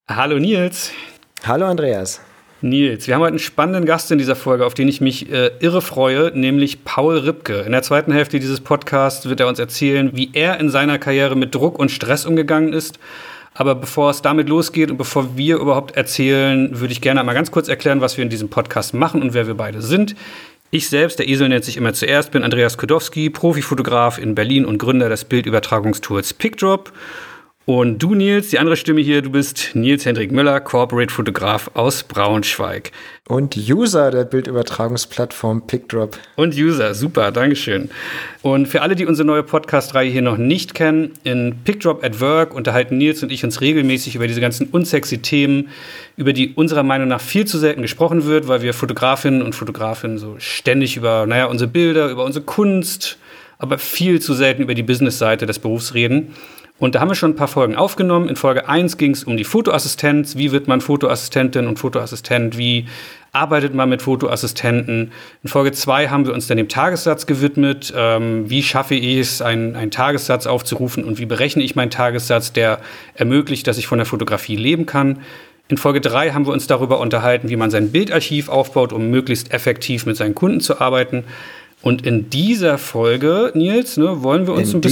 Hallo Nils. Hallo Andreas. Nils, wir haben heute einen spannenden Gast in dieser Folge, auf den ich mich irre freue, nämlich Paul Ripke. In der zweiten Hälfte dieses Podcasts wird er uns erzählen, wie er in seiner Karriere mit Druck und Stress umgegangen ist. Aber bevor es damit losgeht und bevor wir überhaupt erzählen, würde ich gerne einmal ganz kurz erklären, was wir in diesem Podcast machen und wer wir beide sind. Ich selbst, der Esel nennt sich immer zuerst, bin Andreas Kodowski, Profifotograf in Berlin und Gründer des Bildübertragungstools PicDrop. Und du, Nils, die andere Stimme hier, du bist Nils Hendrik Müller, Corporate-Fotograf aus Braunschweig. Und User der Bildübertragungsplattform PicDrop. Und User, super, Dankeschön. Und für alle, die unsere neue Podcast-Reihe hier noch nicht kennen, in PicDrop at Work unterhalten Nils und ich uns regelmäßig über diese ganzen unsexy Themen, über die unserer Meinung nach viel zu selten gesprochen wird, weil wir Fotografinnen und Fotografen so ständig über, unsere Bilder, über unsere Kunst, aber viel zu selten über die Business-Seite des Berufs reden. Und da haben wir schon ein paar Folgen aufgenommen. In Folge 1 ging es um die Fotoassistenz. Wie wird man Fotoassistentin und Fotoassistent? Wie arbeitet man mit Fotoassistenten? In Folge 2 haben wir uns dann dem Tagessatz gewidmet. Wie schaffe ich es, einen Tagessatz aufzurufen? Und wie berechne ich meinen Tagessatz, der ermöglicht, dass ich von der Fotografie leben kann? In Folge 3 haben wir uns darüber unterhalten, wie man sein Bildarchiv aufbaut, um möglichst effektiv mit seinen Kunden zu arbeiten. Und in dieser Folge, Nils, wollen wir uns ein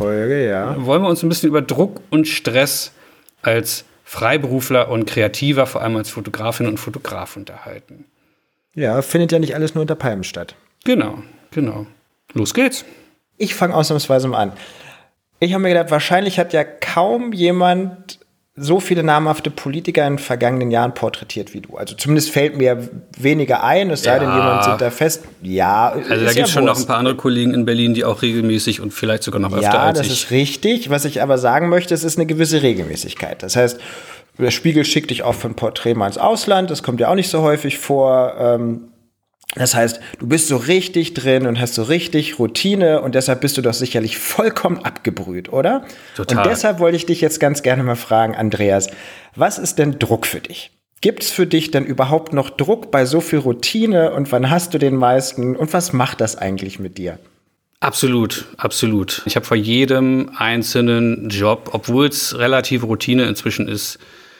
bisschen über Druck und Stress als Freiberufler und Kreativer, vor allem als Fotografin und Fotograf unterhalten. Ja, findet ja nicht alles nur unter Palmen statt. Genau. Los geht's. Ich fange ausnahmsweise mal an. Ich habe mir gedacht, wahrscheinlich hat ja kaum jemand so viele namhafte Politiker in den vergangenen Jahren porträtiert wie du. Also zumindest fällt mir weniger ein, es sei denn, jemand sitzt da fest. Ja, also da gibt es schon noch ein paar andere Kollegen in Berlin, die auch regelmäßig und vielleicht sogar noch öfter als ich. Ja, das ist richtig. Was ich aber sagen möchte, es ist eine gewisse Regelmäßigkeit. Das heißt, der Spiegel schickt dich auch für ein Porträt mal ins Ausland. Das kommt ja auch nicht so häufig vor. Das heißt, du bist so richtig drin und hast so richtig Routine und deshalb bist du doch sicherlich vollkommen abgebrüht, oder? Total. Und deshalb wollte ich dich jetzt ganz gerne mal fragen, Andreas, was ist denn Druck für dich? Gibt es für dich denn überhaupt noch Druck bei so viel Routine und wann hast du den meisten und was macht das eigentlich mit dir? Absolut. Ich habe vor jedem einzelnen Job, obwohl es relativ Routine inzwischen ist,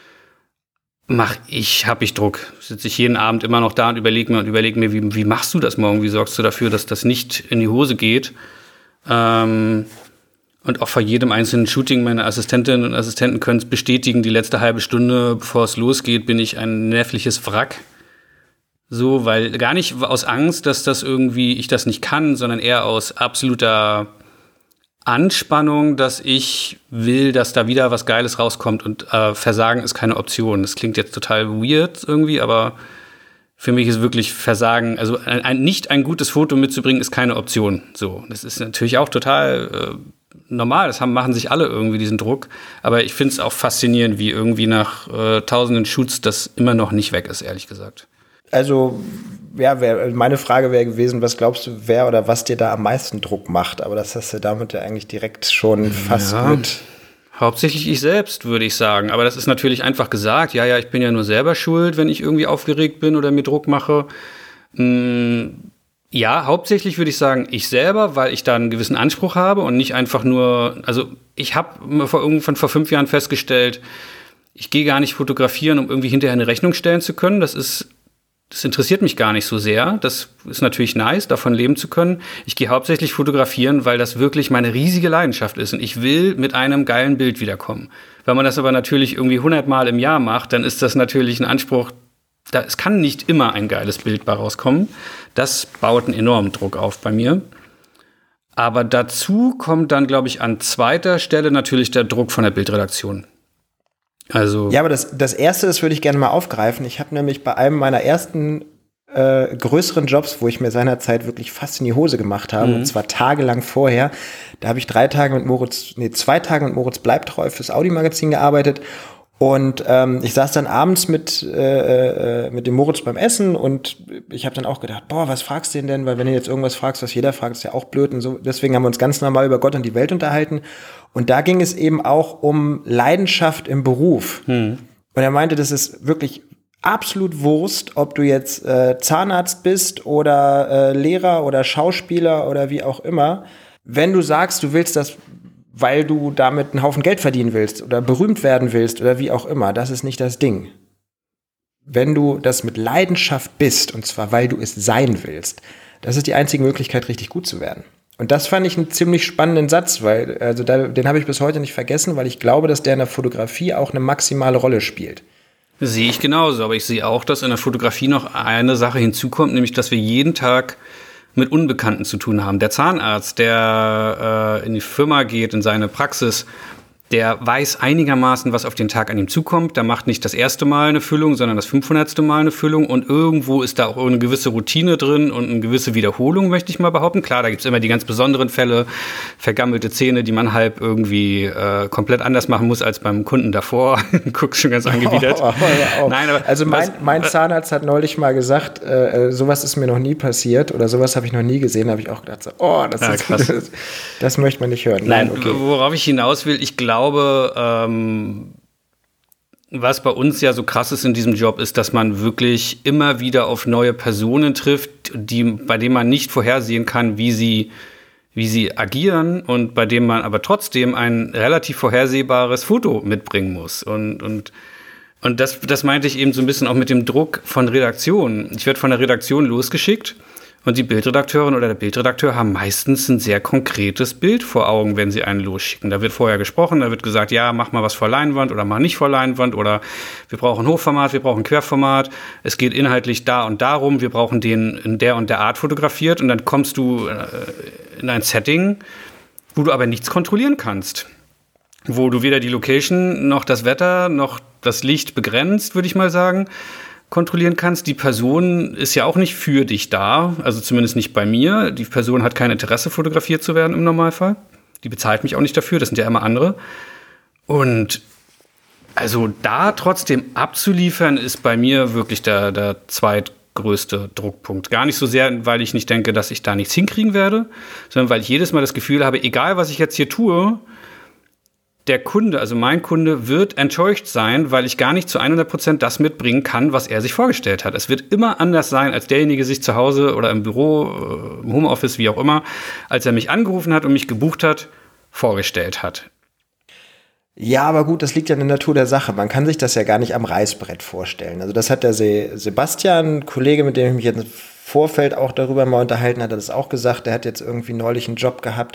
habe ich Druck. Sitze ich jeden Abend immer noch da und überlege mir, wie machst du das morgen? Wie sorgst du dafür, dass das nicht in die Hose geht? Und auch vor jedem einzelnen Shooting, meine Assistentinnen und Assistenten können es bestätigen, die letzte halbe Stunde, bevor es losgeht, bin ich ein nervliches Wrack. So, weil gar nicht aus Angst, dass ich das nicht kann, sondern eher aus absoluter Anspannung, dass ich will, dass da wieder was Geiles rauskommt und Versagen ist keine Option. Das klingt jetzt total weird irgendwie, aber für mich ist wirklich Versagen, also nicht ein gutes Foto mitzubringen, ist keine Option. So, das ist natürlich auch total normal, machen sich alle irgendwie diesen Druck, aber ich finde es auch faszinierend, wie irgendwie nach tausenden Shoots das immer noch nicht weg ist, ehrlich gesagt. Also, ja, meine Frage wäre gewesen, was glaubst du, wer oder was dir da am meisten Druck macht? Aber das hast du damit ja eigentlich direkt schon fast mit. Hauptsächlich ich selbst, würde ich sagen. Aber das ist natürlich einfach gesagt. Ja, ich bin ja nur selber schuld, wenn ich irgendwie aufgeregt bin oder mir Druck mache. Ja, hauptsächlich würde ich sagen, ich selber, weil ich da einen gewissen Anspruch habe und nicht einfach nur, also ich habe vor 5 Jahren festgestellt, ich gehe gar nicht fotografieren, um irgendwie hinterher eine Rechnung stellen zu können. Das interessiert mich gar nicht so sehr. Das ist natürlich nice, davon leben zu können. Ich gehe hauptsächlich fotografieren, weil das wirklich meine riesige Leidenschaft ist. Und ich will mit einem geilen Bild wiederkommen. Wenn man das aber natürlich irgendwie 100 Mal im Jahr macht, dann ist das natürlich ein Anspruch. Es kann nicht immer ein geiles Bild bei rauskommen. Das baut einen enormen Druck auf bei mir. Aber dazu kommt dann, glaube ich, an zweiter Stelle natürlich der Druck von der Bildredaktion. Also, ja, aber das Erste, das würde ich gerne mal aufgreifen. Ich habe nämlich bei einem meiner ersten größeren Jobs, wo ich mir seinerzeit wirklich fast in die Hose gemacht habe, und zwar tagelang vorher, da habe ich 2 Tage mit Moritz Bleibtreu fürs Audi-Magazin gearbeitet. Und ich saß dann abends mit dem Moritz beim Essen und ich habe dann auch gedacht, was fragst du denn denn? Weil wenn du jetzt irgendwas fragst, was jeder fragt, ist ja auch blöd und so. Deswegen haben wir uns ganz normal über Gott und die Welt unterhalten. Und da ging es eben auch um Leidenschaft im Beruf. Und er meinte, das ist wirklich absolut Wurst, ob du jetzt Zahnarzt bist oder Lehrer oder Schauspieler oder wie auch immer. Wenn du sagst, du willst das weil du damit einen Haufen Geld verdienen willst oder berühmt werden willst oder wie auch immer. Das ist nicht das Ding. Wenn du das mit Leidenschaft bist, und zwar weil du es sein willst, das ist die einzige Möglichkeit, richtig gut zu werden. Und das fand ich einen ziemlich spannenden Satz, weil den habe ich bis heute nicht vergessen, weil ich glaube, dass der in der Fotografie auch eine maximale Rolle spielt. Sehe ich genauso, aber ich sehe auch, dass in der Fotografie noch eine Sache hinzukommt, nämlich, dass wir jeden Tag mit Unbekannten zu tun haben. Der Zahnarzt, der in die Firma geht, in seine Praxis, der weiß einigermaßen, was auf den Tag an ihm zukommt. Der macht nicht das erste Mal eine Füllung, sondern das 500. Mal eine Füllung. Und irgendwo ist da auch eine gewisse Routine drin und eine gewisse Wiederholung, möchte ich mal behaupten. Klar, da gibt's immer die ganz besonderen Fälle, vergammelte Zähne, die man halb irgendwie komplett anders machen muss als beim Kunden davor. Guckst schon ganz angewidert. Nein, aber also mein Zahnarzt hat neulich mal gesagt, sowas ist mir noch nie passiert oder sowas habe ich noch nie gesehen. Da habe ich auch gedacht, so, das möchte man nicht hören. Nein, okay. Worauf ich hinaus will, ich glaube, was bei uns ja so krass ist in diesem Job, ist, dass man wirklich immer wieder auf neue Personen trifft, bei denen man nicht vorhersehen kann, wie sie agieren und bei denen man aber trotzdem ein relativ vorhersehbares Foto mitbringen muss. Und das meinte ich eben so ein bisschen auch mit dem Druck von Redaktionen. Ich werde von der Redaktion losgeschickt. Und die Bildredakteurin oder der Bildredakteur haben meistens ein sehr konkretes Bild vor Augen, wenn sie einen losschicken. Da wird vorher gesprochen, da wird gesagt, ja, mach mal was vor Leinwand oder mach nicht vor Leinwand oder wir brauchen Hochformat, wir brauchen Querformat. Es geht inhaltlich da und darum, wir brauchen den in der und der Art fotografiert und dann kommst du in ein Setting, wo du aber nichts kontrollieren kannst. Wo du weder die Location noch das Wetter noch das Licht begrenzt, würde ich mal sagen, kontrollieren kannst. Die Person ist ja auch nicht für dich da, also zumindest nicht bei mir. Die Person hat kein Interesse, fotografiert zu werden im Normalfall. Die bezahlt mich auch nicht dafür, das sind ja immer andere. Und also da trotzdem abzuliefern, ist bei mir wirklich der zweitgrößte Druckpunkt. Gar nicht so sehr, weil ich nicht denke, dass ich da nichts hinkriegen werde, sondern weil ich jedes Mal das Gefühl habe, egal was ich jetzt hier tue, der Kunde, also mein Kunde, wird enttäuscht sein, weil ich gar nicht zu 100% das mitbringen kann, was er sich vorgestellt hat. Es wird immer anders sein, als derjenige sich zu Hause oder im Büro, im Homeoffice, wie auch immer, als er mich angerufen hat und mich gebucht hat, vorgestellt hat. Ja, aber gut, das liegt ja in der Natur der Sache. Man kann sich das ja gar nicht am Reißbrett vorstellen. Also das hat der Sebastian, Kollege, mit dem ich mich jetzt im Vorfeld auch darüber mal unterhalten hatte, das auch gesagt. Der hat jetzt irgendwie neulich einen Job gehabt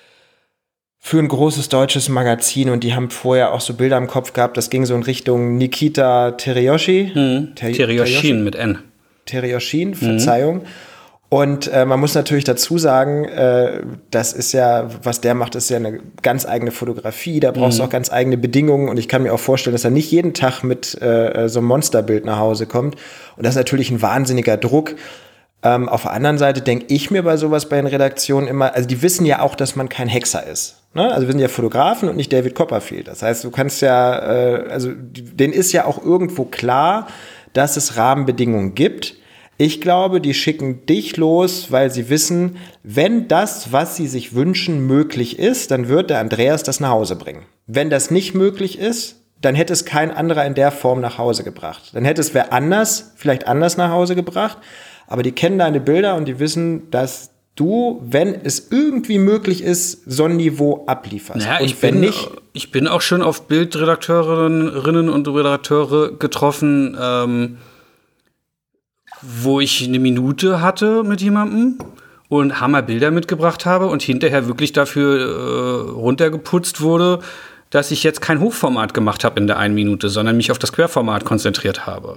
für ein großes deutsches Magazin und die haben vorher auch so Bilder im Kopf gehabt, das ging so in Richtung Nikita Teriyoshi. Terioshin mit N. Terioshin, Verzeihung. Und man muss natürlich dazu sagen, das ist ja, was der macht, ist ja eine ganz eigene Fotografie, da brauchst du auch ganz eigene Bedingungen und ich kann mir auch vorstellen, dass er nicht jeden Tag mit so einem Monsterbild nach Hause kommt und das ist natürlich ein wahnsinniger Druck. Auf der anderen Seite denke ich mir bei sowas bei den Redaktionen immer, also die wissen ja auch, dass man kein Hexer ist. Ne? Also wir sind ja Fotografen und nicht David Copperfield. Das heißt, du kannst ja, also denen ist ja auch irgendwo klar, dass es Rahmenbedingungen gibt. Ich glaube, die schicken dich los, weil sie wissen, wenn das, was sie sich wünschen, möglich ist, dann wird der Andreas das nach Hause bringen. Wenn das nicht möglich ist, dann hätte es kein anderer in der Form nach Hause gebracht. Dann hätte es wer anders, vielleicht anders nach Hause gebracht. Aber die kennen deine Bilder und die wissen, dass du, wenn es irgendwie möglich ist, so ein Niveau ablieferst. Naja, und ich bin auch schon auf Bildredakteurinnen und Redakteure getroffen, wo ich eine Minute hatte mit jemandem und Hammerbilder mitgebracht habe und hinterher wirklich dafür runtergeputzt wurde, dass ich jetzt kein Hochformat gemacht habe in der 1 Minute, sondern mich auf das Querformat konzentriert habe.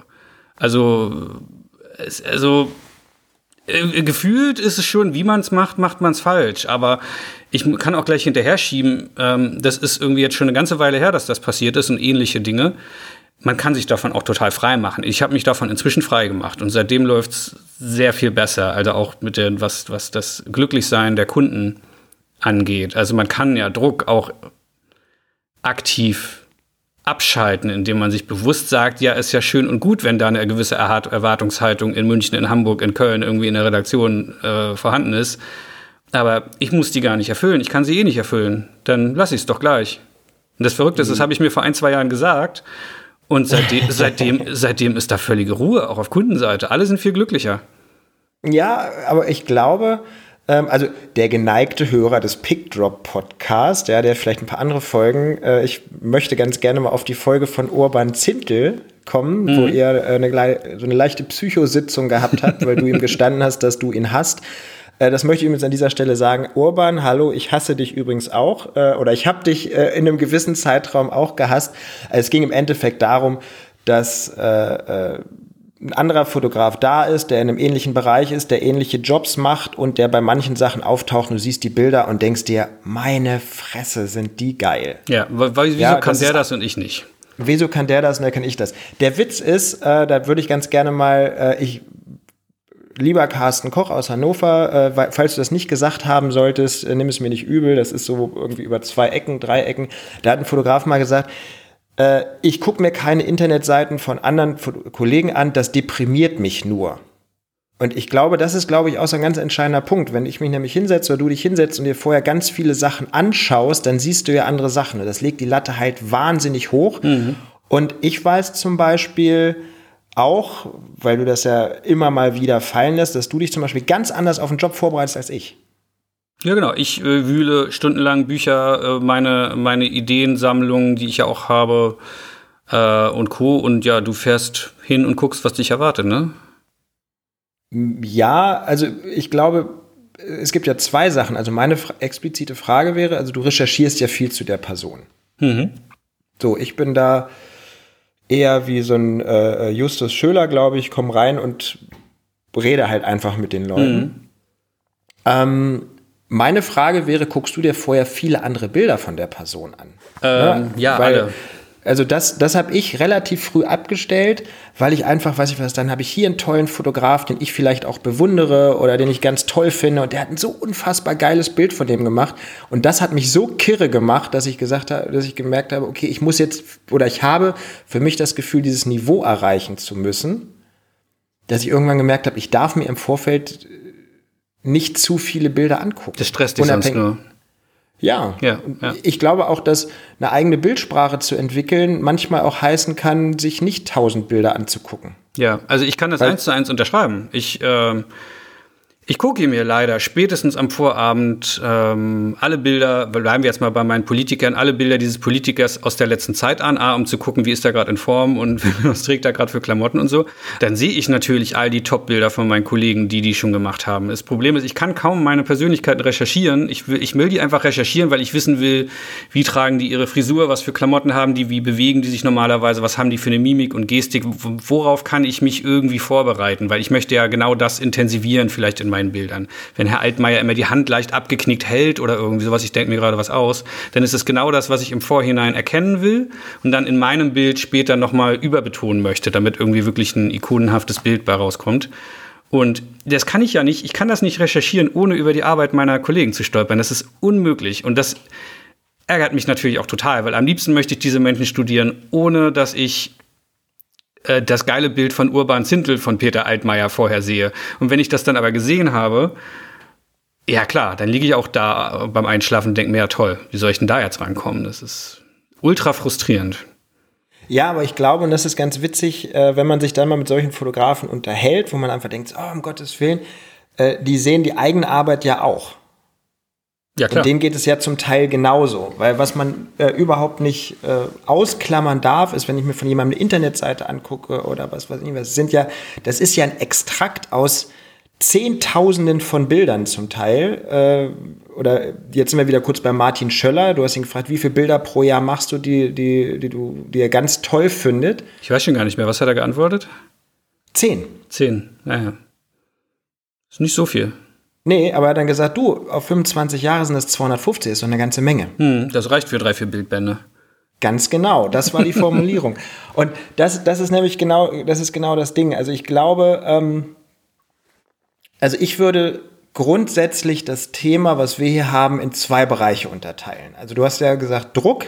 Gefühlt ist es schon, wie man es macht man es falsch. Aber ich kann auch gleich hinterher schieben, das ist irgendwie jetzt schon eine ganze Weile her, dass das passiert ist und ähnliche Dinge. Man kann sich davon auch total frei machen. Ich habe mich davon inzwischen frei gemacht und seitdem läuft es sehr viel besser. Also auch mit dem, was das Glücklichsein der Kunden angeht. Also man kann ja Druck auch aktiv abschalten, indem man sich bewusst sagt, ja, ist ja schön und gut, wenn da eine gewisse Erwartungshaltung in München, in Hamburg, in Köln irgendwie in der Redaktion vorhanden ist. Aber ich muss die gar nicht erfüllen. Ich kann sie eh nicht erfüllen. Dann lasse ich es doch gleich. Und das Verrückte ist, das habe ich mir vor 1-2 Jahren gesagt. Und seitdem ist da völlige Ruhe, auch auf Kundenseite. Alle sind viel glücklicher. Ja, aber ich glaube, Also der geneigte Hörer des Pickdrop-Podcasts, ja, der vielleicht ein paar andere Folgen, ich möchte ganz gerne mal auf die Folge von Urban Zintl kommen, wo er so eine leichte Psychositzung gehabt hat, weil du ihm gestanden hast, dass du ihn hasst. Das möchte ich ihm jetzt an dieser Stelle sagen. Urban, hallo, ich hasse dich übrigens auch. Oder ich habe dich in einem gewissen Zeitraum auch gehasst. Es ging im Endeffekt darum, dass ein anderer Fotograf da ist, der in einem ähnlichen Bereich ist, der ähnliche Jobs macht und der bei manchen Sachen auftaucht und du siehst die Bilder und denkst dir, meine Fresse, sind die geil. Ja, wieso kann der das und ich nicht? Wieso kann der das und dann kann ich das? Der Witz ist, da würde ich ganz gerne mal, lieber Carsten Koch aus Hannover, falls du das nicht gesagt haben solltest, nimm es mir nicht übel, das ist so irgendwie über 2 Ecken, 3 Ecken. Da hat ein Fotograf mal gesagt, ich gucke mir keine Internetseiten von anderen Kollegen an, das deprimiert mich nur. Und ich glaube, das ist, glaube ich, auch so ein ganz entscheidender Punkt. Wenn ich mich nämlich hinsetze oder du dich hinsetzt und dir vorher ganz viele Sachen anschaust, dann siehst du ja andere Sachen. Und das legt die Latte halt wahnsinnig hoch. Mhm. Und ich weiß zum Beispiel auch, weil du das ja immer mal wieder fallen lässt, dass du dich zum Beispiel ganz anders auf den Job vorbereitest als ich. Ja, genau. Ich wühle stundenlang Bücher, meine Ideensammlungen, die ich ja auch habe, und Co. Und ja, du fährst hin und guckst, was dich erwartet, ne? Ja, also ich glaube, es gibt ja 2 Sachen. Also meine explizite Frage wäre, also du recherchierst ja viel zu der Person. Mhm. So, ich bin da eher wie so ein Justus Schöler, glaube ich, komm rein und rede halt einfach mit den Leuten. Meine Frage wäre, guckst du dir vorher viele andere Bilder von der Person an? Ja, alle. Also das habe ich relativ früh abgestellt, weil ich einfach, weiß ich was, dann habe ich hier einen tollen Fotograf, den ich vielleicht auch bewundere oder den ich ganz toll finde und der hat ein so unfassbar geiles Bild von dem gemacht und das hat mich so kirre gemacht, dass ich gemerkt habe, okay, ich muss jetzt, oder ich habe für mich das Gefühl, dieses Niveau erreichen zu müssen, dass ich irgendwann gemerkt habe, ich darf mir im Vorfeld nicht zu viele Bilder angucken. Das stresst dich sonst nur. Ja. Ich glaube auch, dass eine eigene Bildsprache zu entwickeln manchmal auch heißen kann, sich nicht 1000 Bilder anzugucken. Ja, also ich kann das 1:1 unterschreiben. Ich gucke mir leider spätestens am Vorabend alle Bilder, bleiben wir jetzt mal bei meinen Politikern, alle Bilder dieses Politikers aus der letzten Zeit an, um zu gucken, wie ist er gerade in Form und was trägt er gerade für Klamotten und so. Dann sehe ich natürlich all die Top-Bilder von meinen Kollegen, die schon gemacht haben. Das Problem ist, ich kann kaum meine Persönlichkeiten recherchieren. Ich will die einfach recherchieren, weil ich wissen will, wie tragen die ihre Frisur, was für Klamotten haben die, wie bewegen die sich normalerweise, was haben die für eine Mimik und Gestik, worauf kann ich mich irgendwie vorbereiten, weil ich möchte ja genau das intensivieren vielleicht in meinen Bildern. Wenn Herr Altmaier immer die Hand leicht abgeknickt hält oder irgendwie sowas, ich denke mir gerade was aus, dann ist es genau das, was ich im Vorhinein erkennen will und dann in meinem Bild später nochmal überbetonen möchte, damit irgendwie wirklich ein ikonenhaftes Bild bei rauskommt. Und das kann ich ja nicht, ich kann das nicht recherchieren, ohne über die Arbeit meiner Kollegen zu stolpern. Das ist unmöglich und das ärgert mich natürlich auch total, weil am liebsten möchte ich diese Menschen studieren, ohne dass ich das geile Bild von Urban Zintl von Peter Altmaier vorher sehe. Und wenn ich das dann aber gesehen habe, ja klar, dann liege ich auch da beim Einschlafen und denke mir, ja toll, wie soll ich denn da jetzt rankommen? Das ist ultra frustrierend. Ja, aber ich glaube, und das ist ganz witzig, wenn man sich dann mal mit solchen Fotografen unterhält, wo man einfach denkt, oh, um Gottes Willen, die sehen die eigene Arbeit ja auch. Ja, klar. Und denen geht es ja zum Teil genauso. Weil was man überhaupt nicht ausklammern darf, ist, wenn ich mir von jemandem eine Internetseite angucke oder was weiß ich was, das ist ja ein Extrakt aus Zehntausenden von Bildern zum Teil. Oder jetzt sind wir wieder kurz bei Martin Schöller. Du hast ihn gefragt, wie viele Bilder pro Jahr machst du, die er ganz toll findet. Ich weiß schon gar nicht mehr. Was hat er geantwortet? 10. Naja. Ist nicht so viel. Nee, aber er hat dann gesagt, du, auf 25 Jahre sind das 250, ist so eine ganze Menge. Das reicht für 3-4 Bildbände. Ganz genau, das war die Formulierung. Und das ist nämlich genau das Ding. Also ich glaube, ich würde grundsätzlich das Thema, was wir hier haben, in 2 Bereiche unterteilen. Also du hast ja gesagt Druck.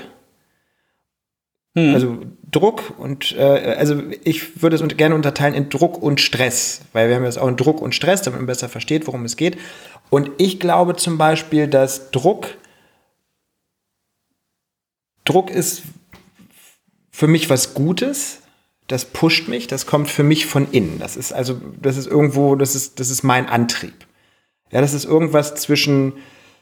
Also Druck und ich würde es gerne unterteilen in Druck und Stress, weil wir haben jetzt auch in Druck und Stress, damit man besser versteht, worum es geht. Und ich glaube zum Beispiel, dass Druck ist für mich was Gutes, das pusht mich, das kommt für mich von innen. Das ist mein Antrieb. Ja, das ist irgendwas zwischen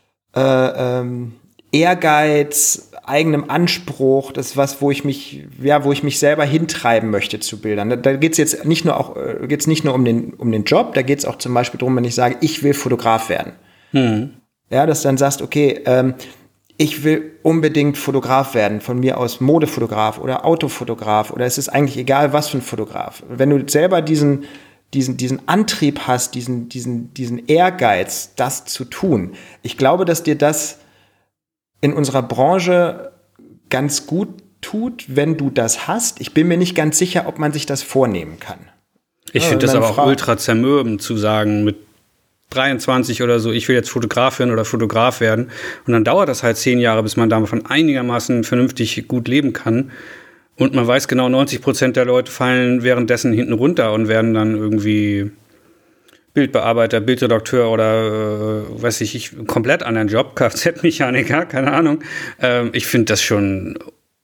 Ehrgeiz, eigenem Anspruch, das ist was, wo ich mich selber hintreiben möchte zu Bildern. Da geht es jetzt nicht nur um den Job, da geht es auch zum Beispiel darum, wenn ich sage, ich will Fotograf werden. Ja, dass du dann sagst, okay, ich will unbedingt Fotograf werden, von mir aus Modefotograf oder Autofotograf oder es ist eigentlich egal, was für ein Fotograf. Wenn du selber diesen Antrieb hast, diesen Ehrgeiz, das zu tun, ich glaube, dass dir das in unserer Branche ganz gut tut, wenn du das hast. Ich bin mir nicht ganz sicher, ob man sich das vornehmen kann. Ich finde das aber auch ultra zermürbend zu sagen, mit 23 oder so, ich will jetzt Fotografin oder Fotograf werden. Und dann dauert das halt 10 Jahre, bis man davon einigermaßen vernünftig gut leben kann. Und man weiß genau, 90% der Leute fallen währenddessen hinten runter und werden dann irgendwie Bildbearbeiter, Bildredakteur oder weiß ich, komplett anderen Job, Kfz-Mechaniker, keine Ahnung. Ich finde das schon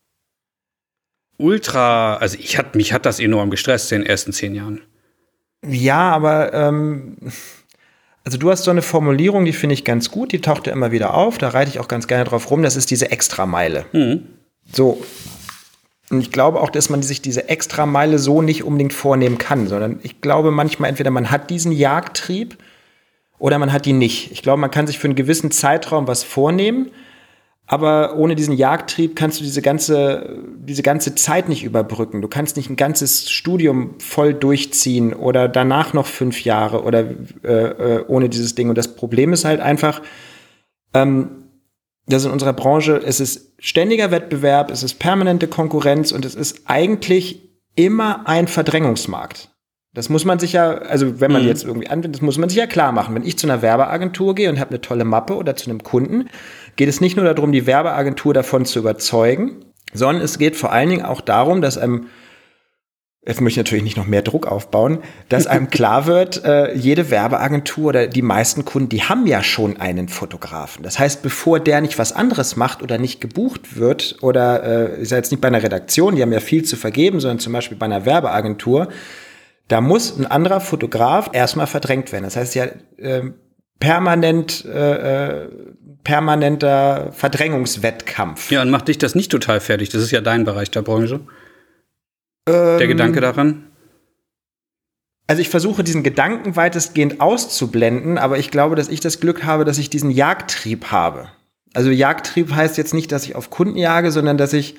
ultra, also mich hat das enorm gestresst in den ersten 10 Jahren. Ja, aber also du hast so eine Formulierung, die finde ich ganz gut, die taucht ja immer wieder auf, da reite ich auch ganz gerne drauf rum, das ist diese Extrameile. So. Und ich glaube auch, dass man sich diese Extrameile so nicht unbedingt vornehmen kann, sondern ich glaube manchmal entweder man hat diesen Jagdtrieb oder man hat ihn nicht. Ich glaube, man kann sich für einen gewissen Zeitraum was vornehmen, aber ohne diesen Jagdtrieb kannst du diese ganze Zeit nicht überbrücken. Du kannst nicht ein ganzes Studium voll durchziehen oder danach noch 5 Jahre oder ohne dieses Ding. Und das Problem ist halt einfach, dass in unserer Branche, es ist ständiger Wettbewerb, es ist permanente Konkurrenz und es ist eigentlich immer ein Verdrängungsmarkt. Das muss man sich ja, also wenn man jetzt irgendwie anwendet, das muss man sich ja klar machen. Wenn ich zu einer Werbeagentur gehe und habe eine tolle Mappe oder zu einem Kunden, geht es nicht nur darum, die Werbeagentur davon zu überzeugen, sondern es geht vor allen Dingen auch darum, dass jetzt möchte ich natürlich nicht noch mehr Druck aufbauen, dass einem klar wird, jede Werbeagentur oder die meisten Kunden, die haben ja schon einen Fotografen. Das heißt, bevor der nicht was anderes macht oder nicht gebucht wird oder ist ja jetzt nicht bei einer Redaktion, die haben ja viel zu vergeben, sondern zum Beispiel bei einer Werbeagentur, da muss ein anderer Fotograf erstmal verdrängt werden. Das heißt ja permanenter Verdrängungswettkampf. Ja, und macht dich das nicht total fertig? Das ist ja dein Bereich der Branche. Der Gedanke daran? Also ich versuche, diesen Gedanken weitestgehend auszublenden, aber ich glaube, dass ich das Glück habe, dass ich diesen Jagdtrieb habe. Also Jagdtrieb heißt jetzt nicht, dass ich auf Kunden jage, sondern dass ich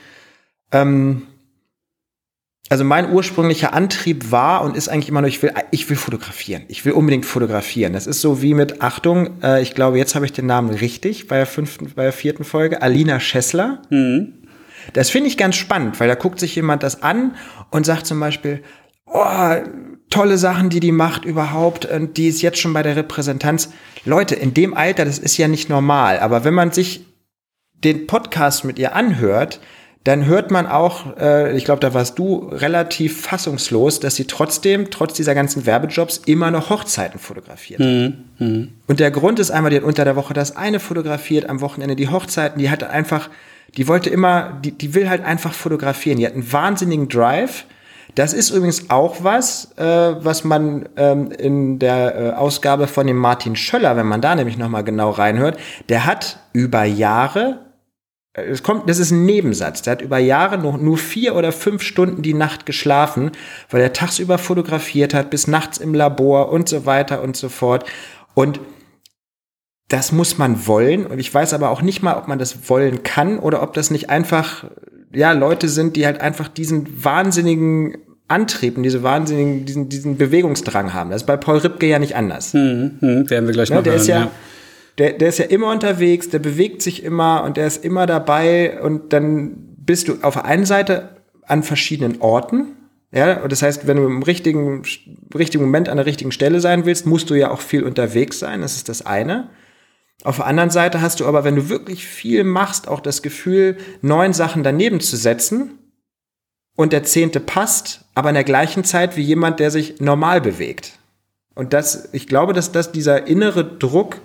also mein ursprünglicher Antrieb war und ist eigentlich immer nur, ich will fotografieren. Ich will unbedingt fotografieren. Das ist so wie mit, Achtung, ich glaube, jetzt habe ich den Namen richtig, bei der 4. Folge, Alina Schessler. Das finde ich ganz spannend, weil da guckt sich jemand das an und sagt zum Beispiel, oh, tolle Sachen, die macht überhaupt, und die ist jetzt schon bei der Repräsentanz. Leute, in dem Alter, das ist ja nicht normal, aber wenn man sich den Podcast mit ihr anhört, dann hört man auch, ich glaube, da warst du relativ fassungslos, dass sie trotzdem, trotz dieser ganzen Werbejobs, immer noch Hochzeiten fotografiert hat. Und der Grund ist einmal, die hat unter der Woche das eine fotografiert, am Wochenende die Hochzeiten, die hatte einfach, die wollte immer, die will halt einfach fotografieren. Die hat einen wahnsinnigen Drive. Das ist übrigens auch was man in der Ausgabe von dem Martin Schöller, wenn man da nämlich nochmal genau reinhört, der hat über Jahre, das ist ein Nebensatz, der hat über Jahre nur 4 oder 5 Stunden die Nacht geschlafen, weil er tagsüber fotografiert hat, bis nachts im Labor und so weiter und so fort. Und das muss man wollen. Und ich weiß aber auch nicht mal, ob man das wollen kann oder ob das nicht einfach, ja, Leute sind, die halt einfach diesen wahnsinnigen Antrieb und diesen Bewegungsdrang haben. Das ist bei Paul Ripke ja nicht anders. Werden wir gleich noch hören, Der ist ja immer unterwegs, der bewegt sich immer und der ist immer dabei und dann bist du auf der einen Seite an verschiedenen Orten. Ja, und das heißt, wenn du im richtigen Moment an der richtigen Stelle sein willst, musst du ja auch viel unterwegs sein. Das ist das eine. Auf der anderen Seite hast du aber, wenn du wirklich viel machst, auch das Gefühl, 9 Sachen daneben zu setzen und der 10. passt, aber in der gleichen Zeit wie jemand, der sich normal bewegt. Und ich glaube, dass dieser innere Druck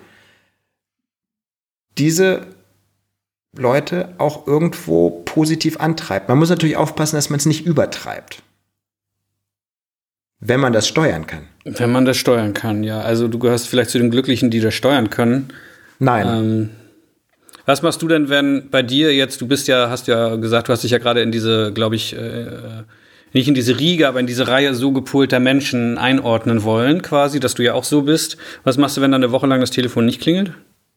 diese Leute auch irgendwo positiv antreibt. Man muss natürlich aufpassen, dass man es nicht übertreibt. Wenn man das steuern kann. Wenn man das steuern kann, ja. Also du gehörst vielleicht zu den Glücklichen, die das steuern können. Nein. Was machst du denn, wenn bei dir jetzt, hast ja gesagt, du hast dich ja gerade in diese, glaube ich, nicht in diese Riege, aber in diese Reihe so gepolter Menschen einordnen wollen, quasi, dass du ja auch so bist. Was machst du, wenn dann eine Woche lang das Telefon nicht klingelt?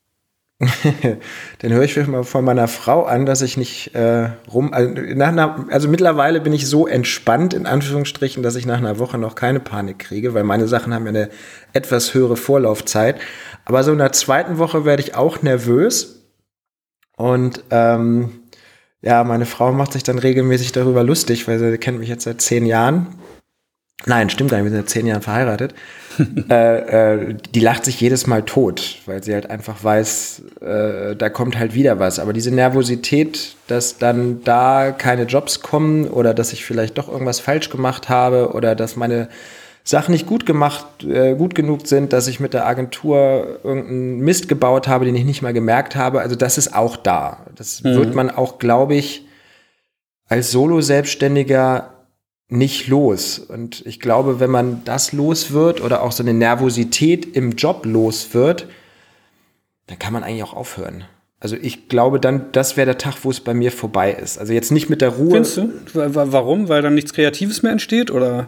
Dann höre ich mich mal von meiner Frau an, dass ich nicht also mittlerweile bin ich so entspannt, in Anführungsstrichen, dass ich nach einer Woche noch keine Panik kriege, weil meine Sachen haben ja eine etwas höhere Vorlaufzeit. Aber so in der zweiten Woche werde ich auch nervös. Und meine Frau macht sich dann regelmäßig darüber lustig, weil sie kennt mich jetzt seit 10 Jahren. Nein, stimmt gar nicht, wir sind seit 10 Jahren verheiratet. Die lacht sich jedes Mal tot, weil sie halt einfach weiß, da kommt halt wieder was. Aber diese Nervosität, dass dann da keine Jobs kommen oder dass ich vielleicht doch irgendwas falsch gemacht habe oder dass meine Sachen nicht gut genug sind, dass ich mit der Agentur irgendeinen Mist gebaut habe, den ich nicht mal gemerkt habe. Also das ist auch da. Das wird man auch, glaube ich, als Solo-Selbstständiger nicht los. Und ich glaube, wenn man das los wird oder auch so eine Nervosität im Job los wird, dann kann man eigentlich auch aufhören. Also ich glaube dann, das wäre der Tag, wo es bei mir vorbei ist. Also jetzt nicht mit der Ruhe. Findest du? Warum? Weil dann nichts Kreatives mehr entsteht, oder?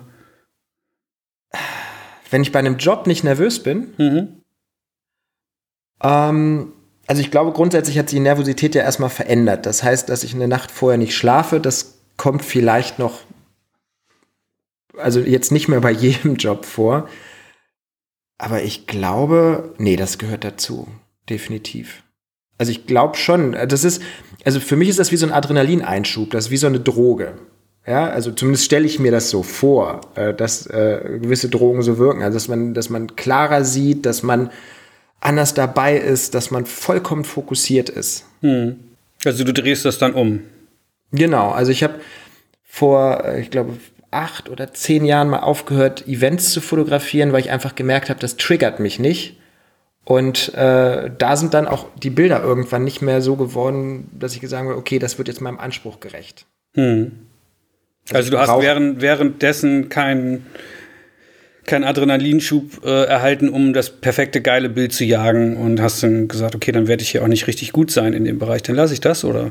Wenn ich bei einem Job nicht nervös bin, also ich glaube, grundsätzlich hat sich die Nervosität ja erstmal verändert. Das heißt, dass ich eine Nacht vorher nicht schlafe, das kommt vielleicht noch, also jetzt nicht mehr bei jedem Job vor. Aber ich glaube, nee, das gehört dazu. Definitiv. Also ich glaube schon, also für mich ist das wie so ein Adrenalineinschub, das ist wie so eine Droge. Ja, also zumindest stelle ich mir das so vor, dass gewisse Drogen so wirken. Also dass man klarer sieht, dass man anders dabei ist, dass man vollkommen fokussiert ist. Also du drehst das dann um. Genau, also ich habe vor, ich glaube, 8 oder 10 Jahren mal aufgehört, Events zu fotografieren, weil ich einfach gemerkt habe, das triggert mich nicht. Und da sind dann auch die Bilder irgendwann nicht mehr so geworden, dass ich gesagt habe, okay, das wird jetzt meinem Anspruch gerecht. Also du hast währenddessen keinen Adrenalinschub erhalten, um das perfekte, geile Bild zu jagen und hast dann gesagt, okay, dann werde ich hier auch nicht richtig gut sein in dem Bereich. Dann lasse ich das, oder?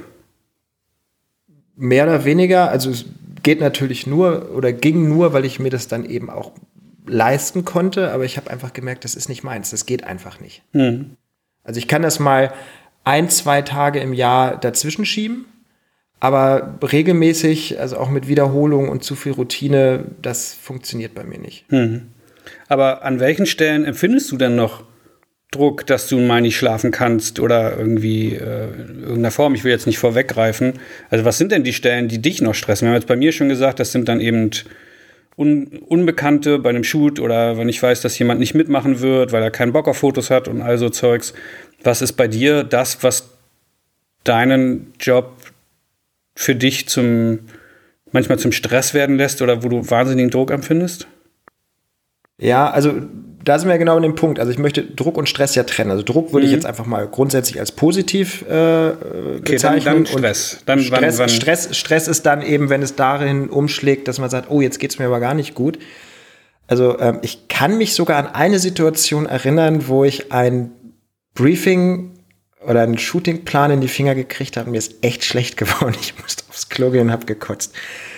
Mehr oder weniger. Also es geht natürlich ging nur, weil ich mir das dann eben auch leisten konnte. Aber ich habe einfach gemerkt, das ist nicht meins. Das geht einfach nicht. Also ich kann das mal 1-2 Tage im Jahr dazwischen schieben. Aber regelmäßig, also auch mit Wiederholung und zu viel Routine, das funktioniert bei mir nicht. Aber an welchen Stellen empfindest du denn noch Druck, dass du mal nicht schlafen kannst oder irgendwie in irgendeiner Form? Ich will jetzt nicht vorweggreifen. Also was sind denn die Stellen, die dich noch stressen? Wir haben jetzt bei mir schon gesagt, das sind dann eben Unbekannte bei einem Shoot oder wenn ich weiß, dass jemand nicht mitmachen wird, weil er keinen Bock auf Fotos hat und all so Zeugs. Was ist bei dir das, was deinen Job für dich manchmal zum Stress werden lässt oder wo du wahnsinnigen Druck empfindest? Ja, also da sind wir genau in dem Punkt. Also ich möchte Druck und Stress ja trennen. Also Druck würde ich jetzt einfach mal grundsätzlich als positiv bezeichnen. Dann Stress. Stress ist dann eben, wenn es darin umschlägt, dass man sagt, oh, jetzt geht's mir aber gar nicht gut. Also ich kann mich sogar an eine Situation erinnern, wo ich ein Briefing oder einen Shootingplan in die Finger gekriegt habe. Mir ist echt schlecht geworden. Ich musste aufs Klo gehen und habe gekotzt.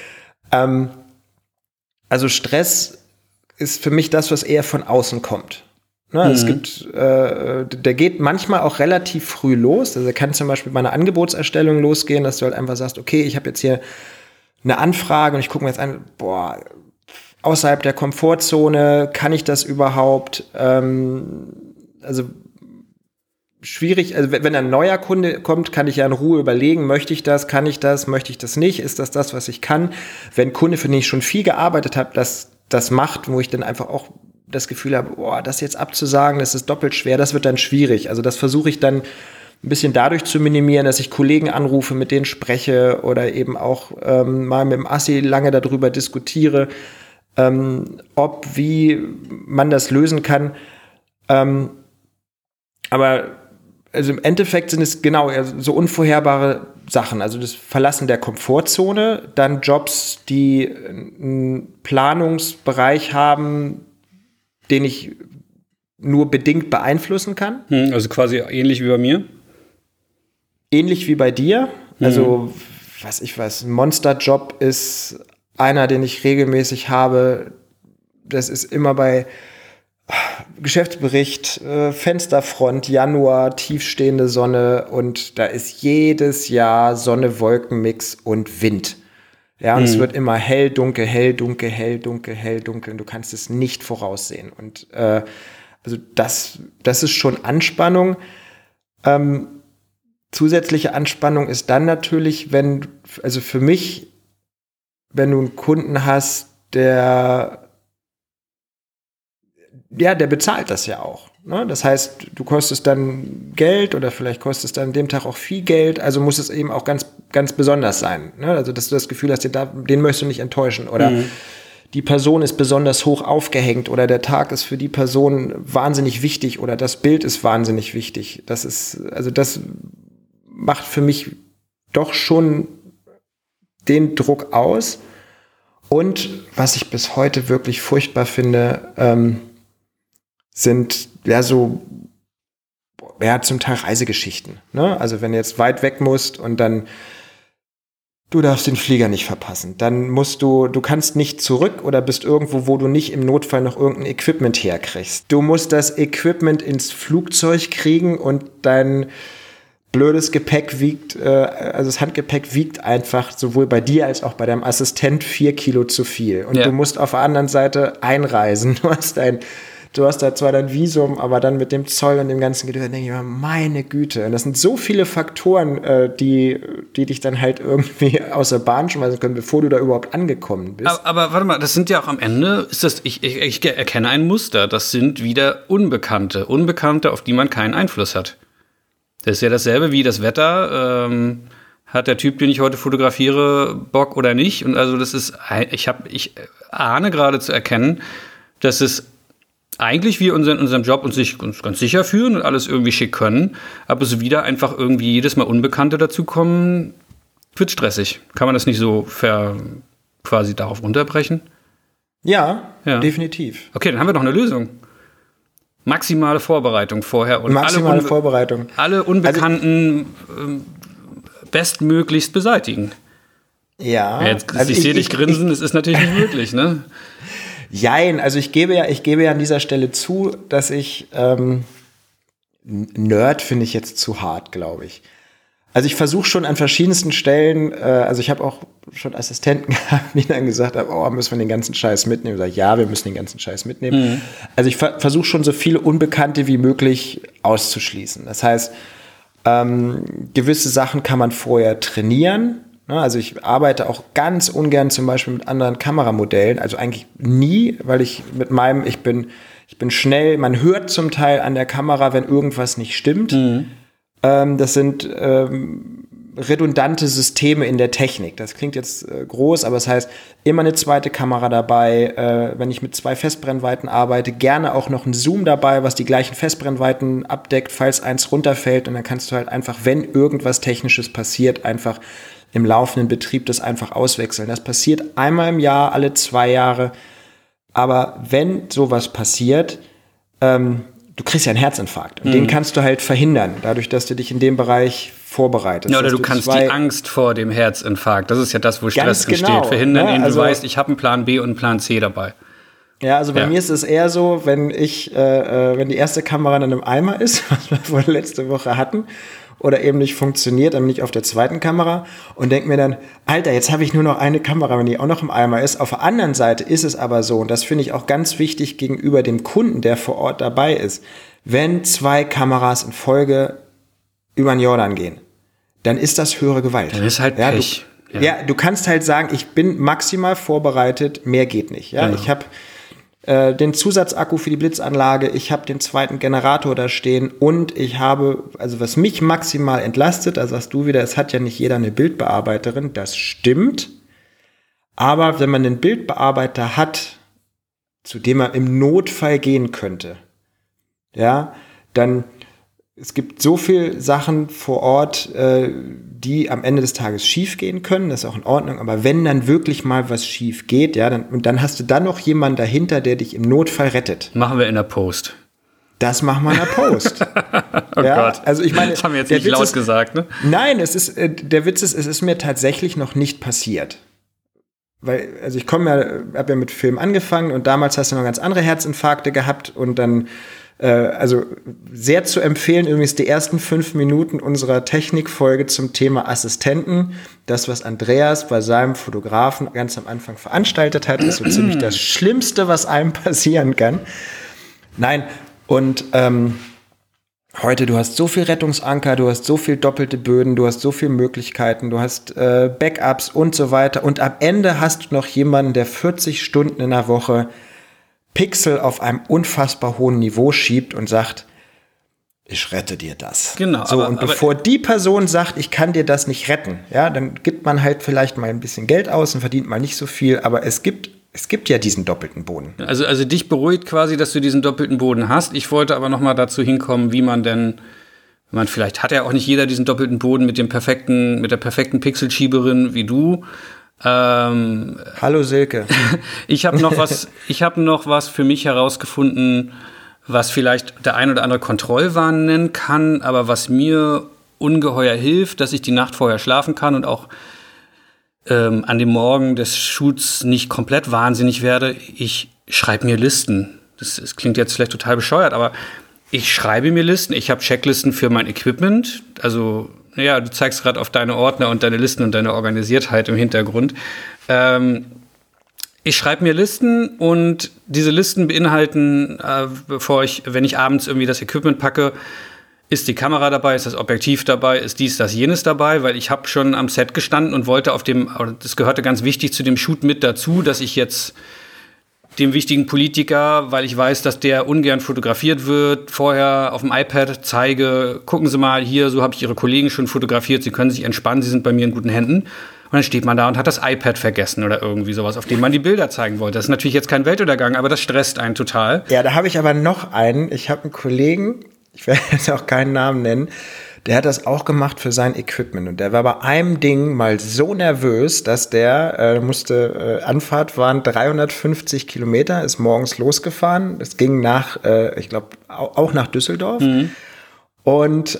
Also Stress ist für mich das, was eher von außen kommt. Ne, es gibt, der geht manchmal auch relativ früh los. Also kann zum Beispiel bei einer Angebotserstellung losgehen, dass du halt einfach sagst, okay, ich habe jetzt hier eine Anfrage und ich gucke mir jetzt an, außerhalb der Komfortzone, kann ich das überhaupt? Also schwierig, also wenn ein neuer Kunde kommt, kann ich ja in Ruhe überlegen, möchte ich das, kann ich das, möchte ich das nicht, ist das, was ich kann? Wenn ein Kunde, für den ich schon viel gearbeitet habe, das macht, wo ich dann einfach auch das Gefühl habe, das jetzt abzusagen, das ist doppelt schwer, das wird dann schwierig. Also das versuche ich dann ein bisschen dadurch zu minimieren, dass ich Kollegen anrufe, mit denen spreche oder eben auch mal mit dem Assi lange darüber diskutiere, wie man das lösen kann. Aber also im Endeffekt sind es genau so unvorherbare Sachen, also das Verlassen der Komfortzone, dann Jobs, die einen Planungsbereich haben, den ich nur bedingt beeinflussen kann. Also quasi ähnlich wie bei mir? Ähnlich wie bei dir. Also, was ich weiß, ein Monsterjob ist einer, den ich regelmäßig habe. Das ist immer bei Geschäftsbericht, Fensterfront, Januar, tiefstehende Sonne und da ist jedes Jahr Sonne-Wolken-Mix und Wind. Ja, und es wird immer hell, dunkel, hell, dunkel, hell, dunkel, hell, dunkel und du kannst es nicht voraussehen. Und also das ist schon Anspannung. Zusätzliche Anspannung ist dann natürlich, also für mich, wenn du einen Kunden hast, der bezahlt das ja auch. Ne? Das heißt, du kostest dann Geld oder vielleicht kostest dann an dem Tag auch viel Geld, also muss es eben auch ganz, ganz besonders sein. Ne? Also, dass du das Gefühl hast, den möchtest du nicht enttäuschen oder die Person ist besonders hoch aufgehängt oder der Tag ist für die Person wahnsinnig wichtig oder das Bild ist wahnsinnig wichtig. Das macht für mich doch schon den Druck aus. Und was ich bis heute wirklich furchtbar finde, sind zum Teil Reisegeschichten. Ne? Also wenn du jetzt weit weg musst und dann du darfst den Flieger nicht verpassen, dann du kannst nicht zurück oder bist irgendwo, wo du nicht im Notfall noch irgendein Equipment herkriegst. Du musst das Equipment ins Flugzeug kriegen und dein blödes Gepäck also das Handgepäck wiegt einfach sowohl bei dir als auch bei deinem Assistent 4 Kilo zu viel. Und du musst auf der anderen Seite einreisen. Du hast da zwar dein Visum, aber dann mit dem Zoll und dem ganzen Gedöns, denke ich mir, meine Güte. Und das sind so viele Faktoren, die dich dann halt irgendwie aus der Bahn schmeißen können, bevor du da überhaupt angekommen bist. Aber warte mal, das sind ja auch am Ende, ich erkenne ein Muster. Das sind wieder Unbekannte, auf die man keinen Einfluss hat. Das ist ja dasselbe wie das Wetter. Hat der Typ, den ich heute fotografiere, Bock oder nicht? Und also das ist, ich ahne gerade zu erkennen, dass es eigentlich wir in unserem Job uns ganz sicher fühlen und alles irgendwie schick können, aber so wieder einfach irgendwie jedes Mal Unbekannte dazukommen, wird stressig. Kann man das nicht so quasi darauf runterbrechen? Ja, definitiv. Okay, dann haben wir doch eine Lösung. Maximale Vorbereitung vorher und Vorbereitung. Alle Unbekannten bestmöglichst beseitigen. Ja. Ich sehe dich grinsen, das ist natürlich nicht möglich, ne? Jein, also ich gebe ja an dieser Stelle zu, dass ich Nerd finde ich jetzt zu hart, glaube ich. Also ich versuche schon an verschiedensten Stellen, also ich habe auch schon Assistenten gehabt, die dann gesagt haben, müssen wir den ganzen Scheiß mitnehmen? Ich sage, ja, wir müssen den ganzen Scheiß mitnehmen. Also ich versuche schon so viele Unbekannte wie möglich auszuschließen. Das heißt, gewisse Sachen kann man vorher trainieren. Also ich arbeite auch ganz ungern zum Beispiel mit anderen Kameramodellen, also eigentlich nie, weil ich bin schnell, man hört zum Teil an der Kamera, wenn irgendwas nicht stimmt. Das sind redundante Systeme in der Technik. Das klingt jetzt groß, aber es heißt, immer eine zweite Kamera dabei, wenn ich mit 2 Festbrennweiten arbeite, gerne auch noch ein Zoom dabei, was die gleichen Festbrennweiten abdeckt, falls eins runterfällt und dann kannst du halt einfach, wenn irgendwas Technisches passiert, einfach im laufenden Betrieb das einfach auswechseln. Das passiert einmal im Jahr, alle 2 Jahre. Aber wenn sowas passiert, du kriegst ja einen Herzinfarkt. Und den kannst du halt verhindern, dadurch, dass du dich in dem Bereich vorbereitest. Ja, oder du kannst die Angst vor dem Herzinfarkt, das ist ja das, wo Stress entsteht, verhindern, indem du weißt, ich habe einen Plan B und einen Plan C dabei. Ja, also bei mir ist es eher so, wenn die erste Kamera dann im Eimer ist, was wir wohl letzte Woche hatten, oder eben nicht funktioniert, dann bin ich auf der zweiten Kamera und denke mir dann, Alter, jetzt habe ich nur noch eine Kamera, wenn die auch noch im Eimer ist. Auf der anderen Seite ist es aber so, und das finde ich auch ganz wichtig gegenüber dem Kunden, der vor Ort dabei ist, wenn 2 Kameras in Folge über den Jordan gehen, dann ist das höhere Gewalt. Dann ist halt Pech. Du kannst halt sagen, ich bin maximal vorbereitet, mehr geht nicht. Ja, genau. Ich habe den Zusatzakku für die Blitzanlage, ich habe den zweiten Generator da stehen und ich habe, also was mich maximal entlastet, da sagst du wieder, es hat ja nicht jeder eine Bildbearbeiterin, das stimmt, aber wenn man einen Bildbearbeiter hat, zu dem man im Notfall gehen könnte, ja, dann es gibt so viel Sachen vor Ort, die am Ende des Tages schief gehen können, das ist auch in Ordnung, aber wenn dann wirklich mal was schief geht, ja, dann hast du dann noch jemanden dahinter, der dich im Notfall rettet. Machen wir in der Post. Das machen wir in der Post. Oh Gott, also ich meine, das haben wir jetzt nicht laut gesagt, ne? Nein, der Witz ist, es ist mir tatsächlich noch nicht passiert. Weil, also ich habe ja mit Film angefangen und damals hast du noch ganz andere Herzinfarkte gehabt und dann also sehr zu empfehlen, übrigens die ersten 5 Minuten unserer Technikfolge zum Thema Assistenten. Das, was Andreas bei seinem Fotografen ganz am Anfang veranstaltet hat, ist so ziemlich das Schlimmste, was einem passieren kann. Nein, und heute, du hast so viel Rettungsanker, du hast so viel doppelte Böden, du hast so viele Möglichkeiten, du hast Backups und so weiter. Und am Ende hast du noch jemanden, der 40 Stunden in der Woche Pixel auf einem unfassbar hohen Niveau schiebt und sagt, ich rette dir das. Genau. So, und bevor die Person sagt, ich kann dir das nicht retten, ja, dann gibt man halt vielleicht mal ein bisschen Geld aus und verdient mal nicht so viel, aber es gibt ja diesen doppelten Boden. Also dich beruhigt quasi, dass du diesen doppelten Boden hast. Ich wollte aber noch mal dazu hinkommen, wie man vielleicht hat ja auch nicht jeder diesen doppelten Boden mit der perfekten Pixelschieberin wie du. Hallo Silke. Ich habe noch was für mich herausgefunden, was vielleicht der ein oder andere Kontrollwahn nennen kann, aber was mir ungeheuer hilft, dass ich die Nacht vorher schlafen kann und auch an dem Morgen des Shoots nicht komplett wahnsinnig werde. Ich schreibe mir Listen. Das klingt jetzt vielleicht total bescheuert, aber ich schreibe mir Listen. Ich habe Checklisten für mein Equipment. Also, ja, du zeigst gerade auf deine Ordner und deine Listen und deine Organisiertheit im Hintergrund. Ich schreibe mir Listen und diese Listen beinhalten, wenn ich abends irgendwie das Equipment packe, ist die Kamera dabei, ist das Objektiv dabei, ist dies, das, jenes dabei, weil ich habe schon am Set gestanden und wollte das gehörte ganz wichtig zu dem Shoot mit dazu, dass ich jetzt dem wichtigen Politiker, weil ich weiß, dass der ungern fotografiert wird, vorher auf dem iPad zeige, gucken Sie mal hier, so habe ich Ihre Kollegen schon fotografiert, Sie können sich entspannen, Sie sind bei mir in guten Händen. Und dann steht man da und hat das iPad vergessen oder irgendwie sowas, auf dem man die Bilder zeigen wollte. Das ist natürlich jetzt kein Weltuntergang, aber das stresst einen total. Ja, da habe ich aber noch einen. Ich habe einen Kollegen, ich werde jetzt auch keinen Namen nennen, der hat das auch gemacht für sein Equipment. Und der war bei einem Ding mal so nervös, dass der Anfahrt waren 350 Kilometer, ist morgens losgefahren. Es ging nach, ich glaube, auch nach Düsseldorf. Mhm. Und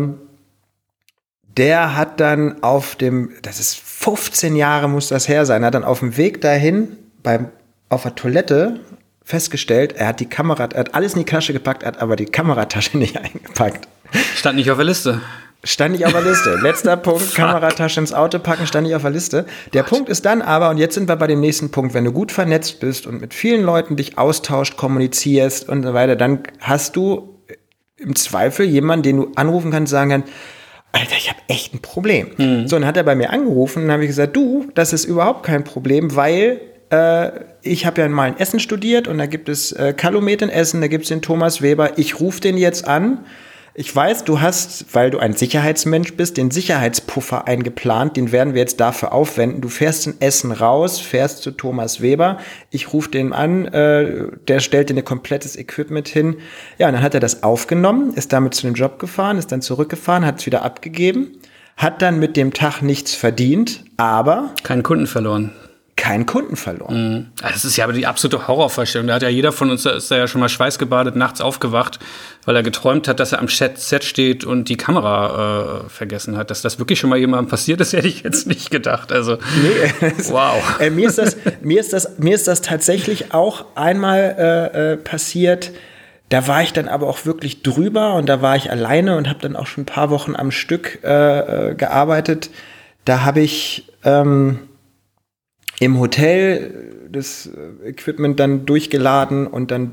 der hat dann das ist 15 Jahre muss das her sein, hat dann auf dem Weg dahin auf der Toilette festgestellt, er hat alles in die Tasche gepackt, hat aber die Kameratasche nicht eingepackt. Stand nicht auf der Liste. Stand nicht auf der Liste. Letzter Punkt, Kameratasche ins Auto packen, stand nicht auf der Liste. Der Punkt ist dann aber, und jetzt sind wir bei dem nächsten Punkt, wenn du gut vernetzt bist und mit vielen Leuten dich austauscht, kommunizierst und so weiter, dann hast du im Zweifel jemanden, den du anrufen kannst, sagen kannst, Alter, ich habe echt ein Problem. Mhm. So, und dann hat er bei mir angerufen und dann habe ich gesagt, du, das ist überhaupt kein Problem, weil ich habe ja mal in Essen studiert und da gibt es Calumet in Essen, da gibt es den Thomas Weber. Ich rufe den jetzt an. Ich weiß, du hast, weil du ein Sicherheitsmensch bist, den Sicherheitspuffer eingeplant. Den werden wir jetzt dafür aufwenden. Du fährst in Essen raus, fährst zu Thomas Weber. Ich rufe den an, der stellt dir ein komplettes Equipment hin. Ja, und dann hat er das aufgenommen, ist damit zu dem Job gefahren, ist dann zurückgefahren, hat es wieder abgegeben, hat dann mit dem Tag nichts verdient, aber keinen Kunden verloren. Keinen Kunden verloren. Das ist ja aber die absolute Horrorvorstellung. Da hat ja jeder von uns, ist da ja schon mal schweißgebadet, nachts aufgewacht, weil er geträumt hat, dass er am Set steht und die Kamera vergessen hat. Dass das wirklich schon mal jemandem passiert ist, hätte ich jetzt nicht gedacht. Also, nee, wow. Mir ist das tatsächlich auch einmal passiert. Da war ich dann aber auch wirklich drüber und da war ich alleine und habe dann auch schon ein paar Wochen am Stück gearbeitet. Da habe ich im Hotel das Equipment dann durchgeladen und dann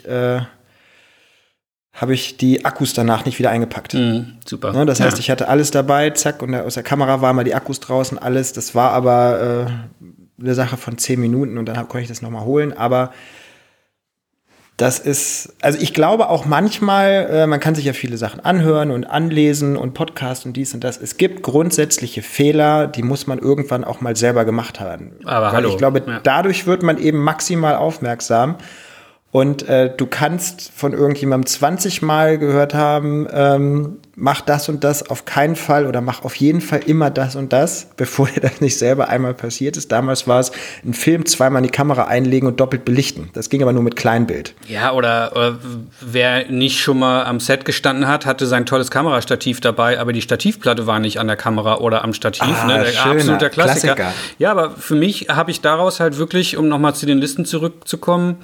habe ich die Akkus danach nicht wieder eingepackt. Super. Ne, das heißt, ich hatte alles dabei, zack, und aus der Kamera waren mal die Akkus draußen, alles. Das war aber eine Sache von 10 Minuten und dann konnte ich das nochmal holen. Aber das ist, also ich glaube auch manchmal, man kann sich ja viele Sachen anhören und anlesen und Podcasts und dies und das. Es gibt grundsätzliche Fehler, die muss man irgendwann auch mal selber gemacht haben. Aber hallo. Ich glaube, dadurch wird man eben maximal aufmerksam. Und du kannst von irgendjemandem 20 Mal gehört haben, mach das und das auf keinen Fall oder mach auf jeden Fall immer das und das, bevor dir das nicht selber einmal passiert ist. Damals war es ein Film, zweimal in die Kamera einlegen und doppelt belichten. Das ging aber nur mit Kleinbild. Ja, oder wer nicht schon mal am Set gestanden hat, hatte sein tolles Kamerastativ dabei, aber die Stativplatte war nicht an der Kamera oder am Stativ. Der absoluter Klassiker. Ja, aber für mich habe ich daraus halt wirklich, um nochmal zu den Listen zurückzukommen,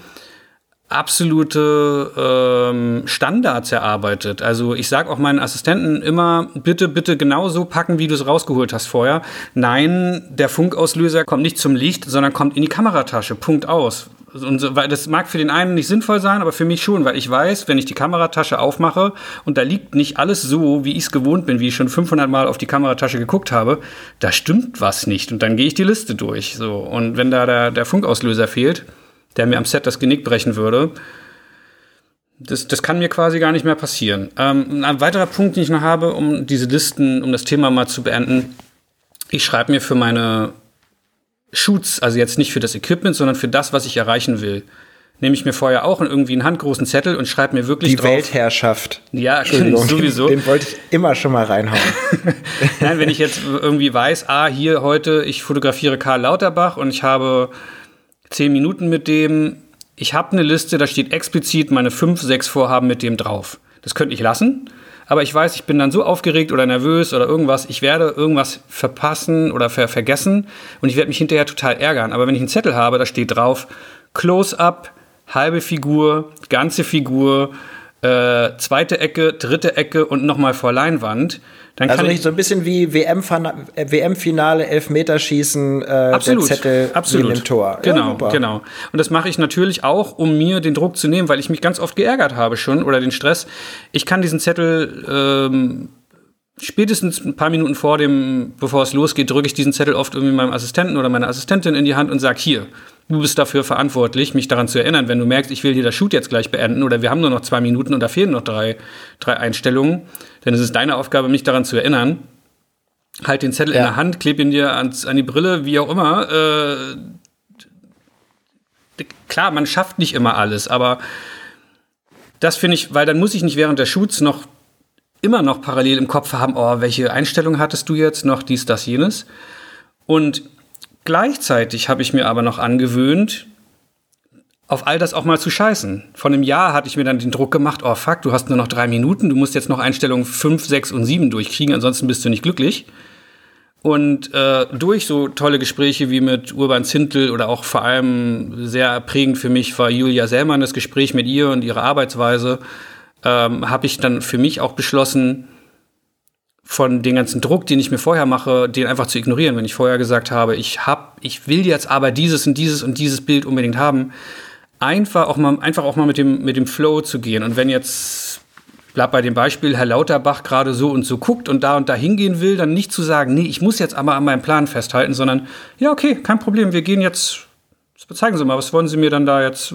absolute Standards erarbeitet. Also ich sage auch meinen Assistenten immer, bitte genau so packen, wie du es rausgeholt hast vorher. Nein, der Funkauslöser kommt nicht zum Licht, sondern kommt in die Kameratasche. Punkt aus. Und so, weil das mag für den einen nicht sinnvoll sein, aber für mich schon, weil ich weiß, wenn ich die Kameratasche aufmache und da liegt nicht alles so, wie ich es gewohnt bin, wie ich schon 500 Mal auf die Kameratasche geguckt habe, da stimmt was nicht. Und dann gehe ich die Liste durch. So. Und wenn da der Funkauslöser fehlt, der mir am Set das Genick brechen würde. Das kann mir quasi gar nicht mehr passieren. Ein weiterer Punkt, den ich noch habe, um diese Listen, um das Thema mal zu beenden. Ich schreibe mir für meine Shoots, also jetzt nicht für das Equipment, sondern für das, was ich erreichen will, nehme ich mir vorher auch irgendwie einen handgroßen Zettel und schreibe mir wirklich drauf. Die Weltherrschaft. Ja, sowieso. Den wollte ich immer schon mal reinhauen. Nein, wenn ich jetzt irgendwie weiß, hier heute, ich fotografiere Karl Lauterbach und ich habe 10 Minuten mit dem. Ich habe eine Liste, da steht explizit meine 5, 6 Vorhaben mit dem drauf. Das könnte ich lassen, aber ich weiß, ich bin dann so aufgeregt oder nervös oder irgendwas, ich werde irgendwas verpassen oder vergessen und ich werde mich hinterher total ärgern. Aber wenn ich einen Zettel habe, da steht drauf, Close-up, halbe Figur, ganze Figur, zweite Ecke, dritte Ecke und nochmal vor Leinwand. Dann also kann nicht so ein bisschen wie WM-Finale, Elfmeterschießen, absolut, der Zettel neben dem Tor. Genau. Und das mache ich natürlich auch, um mir den Druck zu nehmen, weil ich mich ganz oft geärgert habe schon oder den Stress. Ich kann diesen Zettel spätestens ein paar Minuten bevor es losgeht, drücke ich diesen Zettel oft irgendwie meinem Assistenten oder meiner Assistentin in die Hand und sage, hier, du bist dafür verantwortlich, mich daran zu erinnern, wenn du merkst, ich will hier das Shoot jetzt gleich beenden oder wir haben nur noch 2 Minuten und da fehlen noch drei Einstellungen, dann ist es deine Aufgabe, mich daran zu erinnern. Halt den Zettel in der Hand, kleb ihn dir an die Brille, wie auch immer. Klar, man schafft nicht immer alles, aber das finde ich, weil dann muss ich nicht während der Shoots immer noch parallel im Kopf haben, welche Einstellung hattest du jetzt noch, dies, das, jenes. Und gleichzeitig habe ich mir aber noch angewöhnt, auf all das auch mal zu scheißen. Vor einem Jahr hatte ich mir dann den Druck gemacht, fuck, du hast nur noch 3 Minuten, du musst jetzt noch Einstellungen 5, 6 und 7 durchkriegen, ansonsten bist du nicht glücklich. Und durch so tolle Gespräche wie mit Urban Zintl oder auch vor allem sehr prägend für mich war Julia Sellmann, das Gespräch mit ihr und ihre Arbeitsweise, habe ich dann für mich auch beschlossen, von dem ganzen Druck, den ich mir vorher mache, den einfach zu ignorieren. Wenn ich vorher gesagt habe, ich will jetzt aber dieses und dieses und dieses Bild unbedingt haben, einfach auch mal mit dem Flow zu gehen. Und wenn jetzt, bleib bei dem Beispiel, Herr Lauterbach gerade so und so guckt und da hingehen will, dann nicht zu sagen, nee, ich muss jetzt aber an meinem Plan festhalten, sondern, ja, okay, kein Problem, wir gehen jetzt, zeigen Sie mal, was wollen Sie mir dann da jetzt,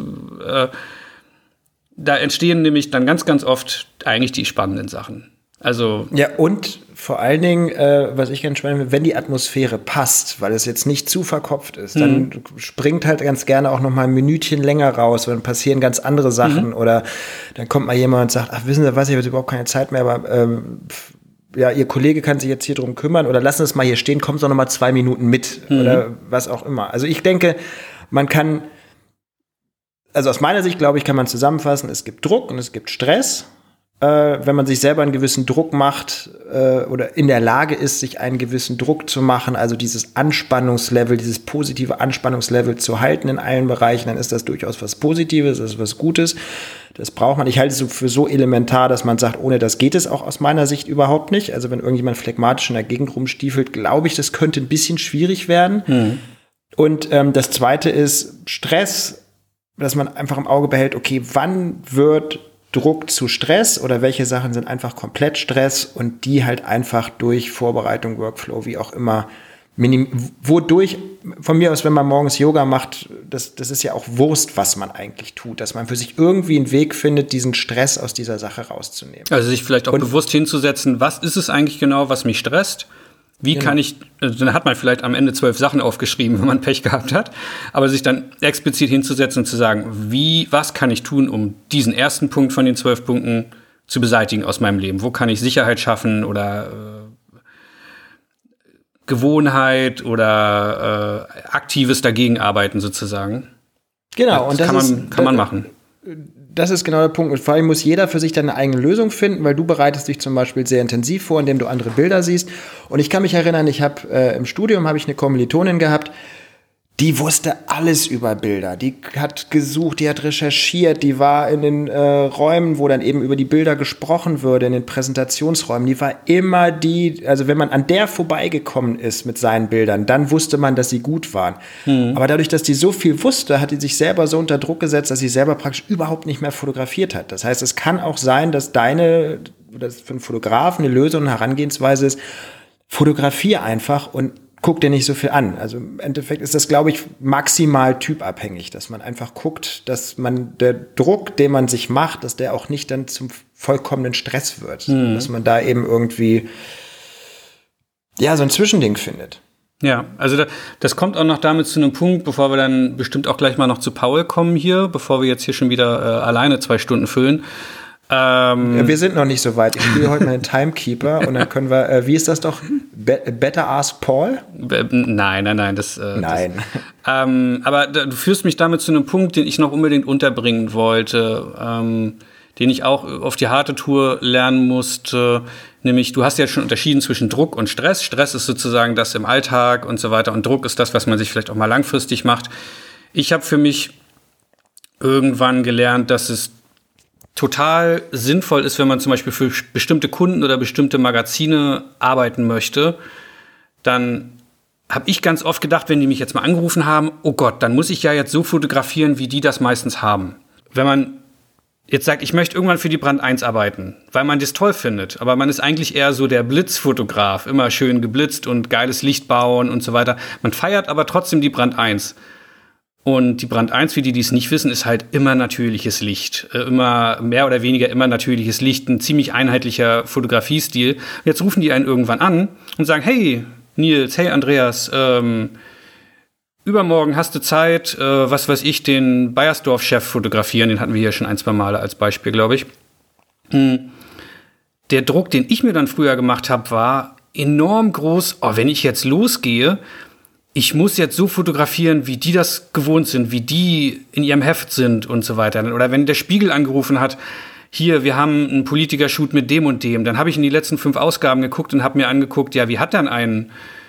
da entstehen nämlich dann ganz, ganz oft eigentlich die spannenden Sachen. Also ja, und vor allen Dingen, was ich ganz spannend finde, wenn die Atmosphäre passt, weil es jetzt nicht zu verkopft ist, dann springt halt ganz gerne auch noch mal ein Minütchen länger raus, dann passieren ganz andere Sachen oder dann kommt mal jemand und sagt, ach, wissen Sie was, ich habe jetzt überhaupt keine Zeit mehr, aber ja, Ihr Kollege kann sich jetzt hier drum kümmern oder lassen Sie es mal hier stehen, kommen Sie noch mal 2 Minuten mit oder was auch immer. Also ich denke, man kann, also aus meiner Sicht, glaube ich, kann man zusammenfassen, es gibt Druck und es gibt Stress. Wenn man sich selber einen gewissen Druck macht oder in der Lage ist, sich einen gewissen Druck zu machen, also dieses Anspannungslevel, dieses positive Anspannungslevel zu halten in allen Bereichen, dann ist das durchaus was Positives, das ist was Gutes. Das braucht man. Ich halte es für so elementar, dass man sagt, ohne das geht es auch aus meiner Sicht überhaupt nicht. Also wenn irgendjemand phlegmatisch in der Gegend rumstiefelt, glaube ich, das könnte ein bisschen schwierig werden. Und das Zweite ist Stress, dass man einfach im Auge behält, okay, wann wird Druck zu Stress oder welche Sachen sind einfach komplett Stress und die halt einfach durch Vorbereitung, Workflow, wie auch immer, wodurch, von mir aus, wenn man morgens Yoga macht, das ist ja auch Wurst, was man eigentlich tut, dass man für sich irgendwie einen Weg findet, diesen Stress aus dieser Sache rauszunehmen. Also sich vielleicht auch bewusst hinzusetzen, was ist es eigentlich genau, was mich stresst? Wie kann ich, dann hat man vielleicht am Ende 12 Sachen aufgeschrieben, wenn man Pech gehabt hat, aber sich dann explizit hinzusetzen und zu sagen, was kann ich tun, um diesen ersten Punkt von den 12 Punkten zu beseitigen aus meinem Leben? Wo kann ich Sicherheit schaffen oder Gewohnheit oder aktives Dagegenarbeiten sozusagen? Genau, und das kann man machen. Das ist genau der Punkt. Und vor allem muss jeder für sich dann eine eigene Lösung finden, weil du bereitest dich zum Beispiel sehr intensiv vor, indem du andere Bilder siehst. Und ich kann mich erinnern, im Studium habe ich eine Kommilitonin gehabt, die wusste alles über Bilder. Die hat gesucht, die hat recherchiert, die war in den Räumen, wo dann eben über die Bilder gesprochen würde, in den Präsentationsräumen. Die war immer also wenn man an der vorbeigekommen ist mit seinen Bildern, dann wusste man, dass sie gut waren. Aber dadurch, dass die so viel wusste, hat die sich selber so unter Druck gesetzt, dass sie selber praktisch überhaupt nicht mehr fotografiert hat. Das heißt, es kann auch sein, dass für einen Fotografen eine Lösung, eine Herangehensweise ist, fotografier einfach und guck dir nicht so viel an. Also im Endeffekt ist das, glaube ich, maximal typabhängig, dass man einfach guckt, dass man der Druck, den man sich macht, dass der auch nicht dann zum vollkommenen Stress wird. Dass man da eben irgendwie so ein Zwischending findet. Ja, also das kommt auch noch damit zu einem Punkt, bevor wir dann bestimmt auch gleich mal noch zu Paul kommen hier, bevor wir jetzt hier schon wieder alleine 2 Stunden füllen. Wir sind noch nicht so weit. Ich spiele heute mal den Timekeeper und dann können wir, wie ist das doch? Better Ask Paul? Nein. Aber du führst mich damit zu einem Punkt, den ich noch unbedingt unterbringen wollte, den ich auch auf die harte Tour lernen musste. Nämlich, du hast ja schon unterschieden zwischen Druck und Stress. Stress ist sozusagen das im Alltag und so weiter. Und Druck ist das, was man sich vielleicht auch mal langfristig macht. Ich habe für mich irgendwann gelernt, dass es total sinnvoll ist, wenn man zum Beispiel für bestimmte Kunden oder bestimmte Magazine arbeiten möchte, dann habe ich ganz oft gedacht, wenn die mich jetzt mal angerufen haben, oh Gott, dann muss ich ja jetzt so fotografieren, wie die das meistens haben. Wenn man jetzt sagt, ich möchte irgendwann für die Brand 1 arbeiten, weil man das toll findet, aber man ist eigentlich eher so der Blitzfotograf, immer schön geblitzt und geiles Licht bauen und so weiter. Man feiert aber trotzdem die Brand 1. Und die Brand 1, für die es nicht wissen, ist halt immer natürliches Licht. Immer mehr oder weniger immer natürliches Licht, ein ziemlich einheitlicher Fotografiestil. Jetzt rufen die einen irgendwann an und sagen, hey Nils, hey Andreas, übermorgen hast du Zeit, was weiß ich, den Bayersdorf-Chef fotografieren. Den hatten wir hier schon 1-2 Mal als Beispiel, glaube ich. Der Druck, den ich mir dann früher gemacht habe, war enorm groß. Oh, wenn ich jetzt losgehe, ich muss jetzt so fotografieren, wie die das gewohnt sind, wie die in ihrem Heft sind und so weiter. Oder wenn der Spiegel angerufen hat, hier, wir haben einen Politiker-Shoot mit dem und dem, dann habe ich in die letzten 5 Ausgaben geguckt und habe mir angeguckt, ja, wie hat dann ein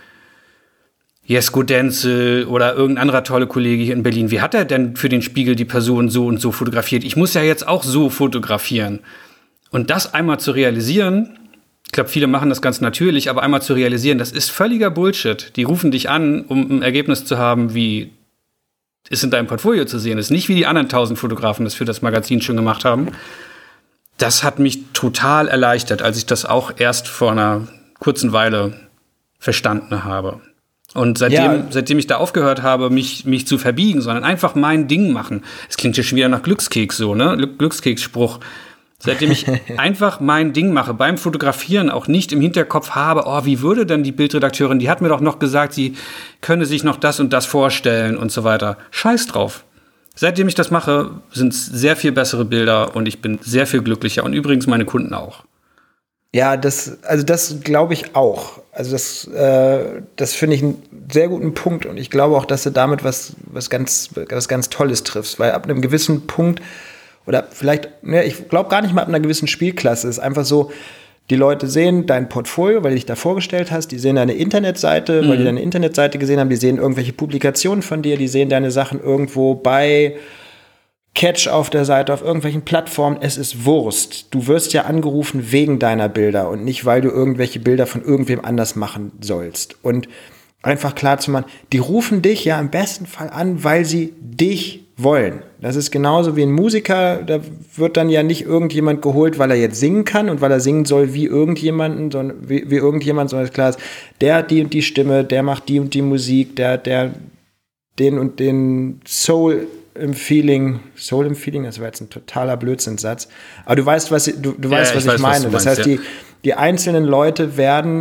Jesko Denzel oder irgendein anderer tolle Kollege hier in Berlin, wie hat er denn für den Spiegel die Person so und so fotografiert? Ich muss ja jetzt auch so fotografieren. Und das einmal zu realisieren, ich glaube, viele machen das ganz natürlich, aber einmal zu realisieren, das ist völliger Bullshit. Die rufen dich an, um ein Ergebnis zu haben, wie es in deinem Portfolio zu sehen ist. Nicht wie die anderen 1000 Fotografen das für das Magazin schon gemacht haben. Das hat mich total erleichtert, als ich das auch erst vor einer kurzen Weile verstanden habe. Und seitdem ich da aufgehört habe, mich zu verbiegen, sondern einfach mein Ding machen. Es klingt ja schon wieder nach Glückskeks so, ne? Glückskeksspruch. Seitdem ich einfach mein Ding mache, beim Fotografieren auch nicht im Hinterkopf habe, oh, wie würde denn die Bildredakteurin, die hat mir doch noch gesagt, sie könne sich noch das und das vorstellen und so weiter. Scheiß drauf. Seitdem ich das mache, sind es sehr viel bessere Bilder und ich bin sehr viel glücklicher und übrigens meine Kunden auch. Ja, das glaube ich auch. Also das finde ich einen sehr guten Punkt und ich glaube auch, dass du damit was ganz Tolles triffst, weil ab einem gewissen Punkt oder vielleicht, ich glaube gar nicht mal ab einer gewissen Spielklasse. Es ist einfach so, die Leute sehen dein Portfolio, weil du dich da vorgestellt hast. Die sehen deine Internetseite, weil die deine Internetseite gesehen haben. Die sehen irgendwelche Publikationen von dir. Die sehen deine Sachen irgendwo bei Catch auf der Seite, auf irgendwelchen Plattformen. Es ist Wurst. Du wirst ja angerufen wegen deiner Bilder und nicht, weil du irgendwelche Bilder von irgendwem anders machen sollst. Und einfach klar zu machen, die rufen dich ja im besten Fall an, weil sie dich wollen. Das ist genauso wie ein Musiker, da wird dann ja nicht irgendjemand geholt, weil er jetzt singen kann und weil er singen soll wie irgendjemand, sondern es klar ist, der hat die und die Stimme, der macht die und die Musik, der den und den Soul im Feeling, das war jetzt ein totaler Blödsinnssatz, aber du weißt, was ich meine. Das heißt, die einzelnen Leute werden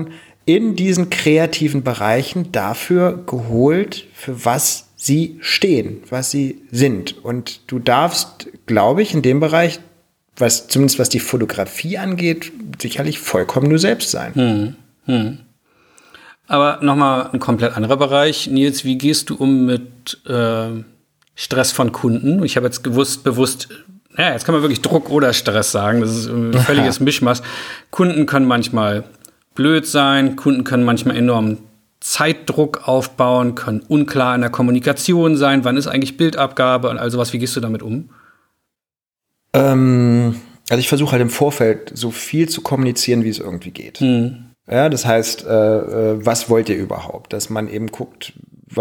in diesen kreativen Bereichen dafür geholt, für was sie stehen, was sie sind. Und du darfst, glaube ich, in dem Bereich, zumindest was die Fotografie angeht, sicherlich vollkommen du selbst sein. Aber nochmal ein komplett anderer Bereich. Nils, wie gehst du um mit Stress von Kunden? Ich habe jetzt bewusst, jetzt kann man wirklich Druck oder Stress sagen. Das ist ein völliges Mischmasch. Kunden können manchmal blöd sein, Kunden können manchmal enorm Zeitdruck aufbauen, können unklar in der Kommunikation sein, wann ist eigentlich Bildabgabe und all sowas. Wie gehst du damit um? Also ich versuche halt im Vorfeld so viel zu kommunizieren, wie es irgendwie geht. Ja, das heißt, was wollt ihr überhaupt? Dass man eben guckt,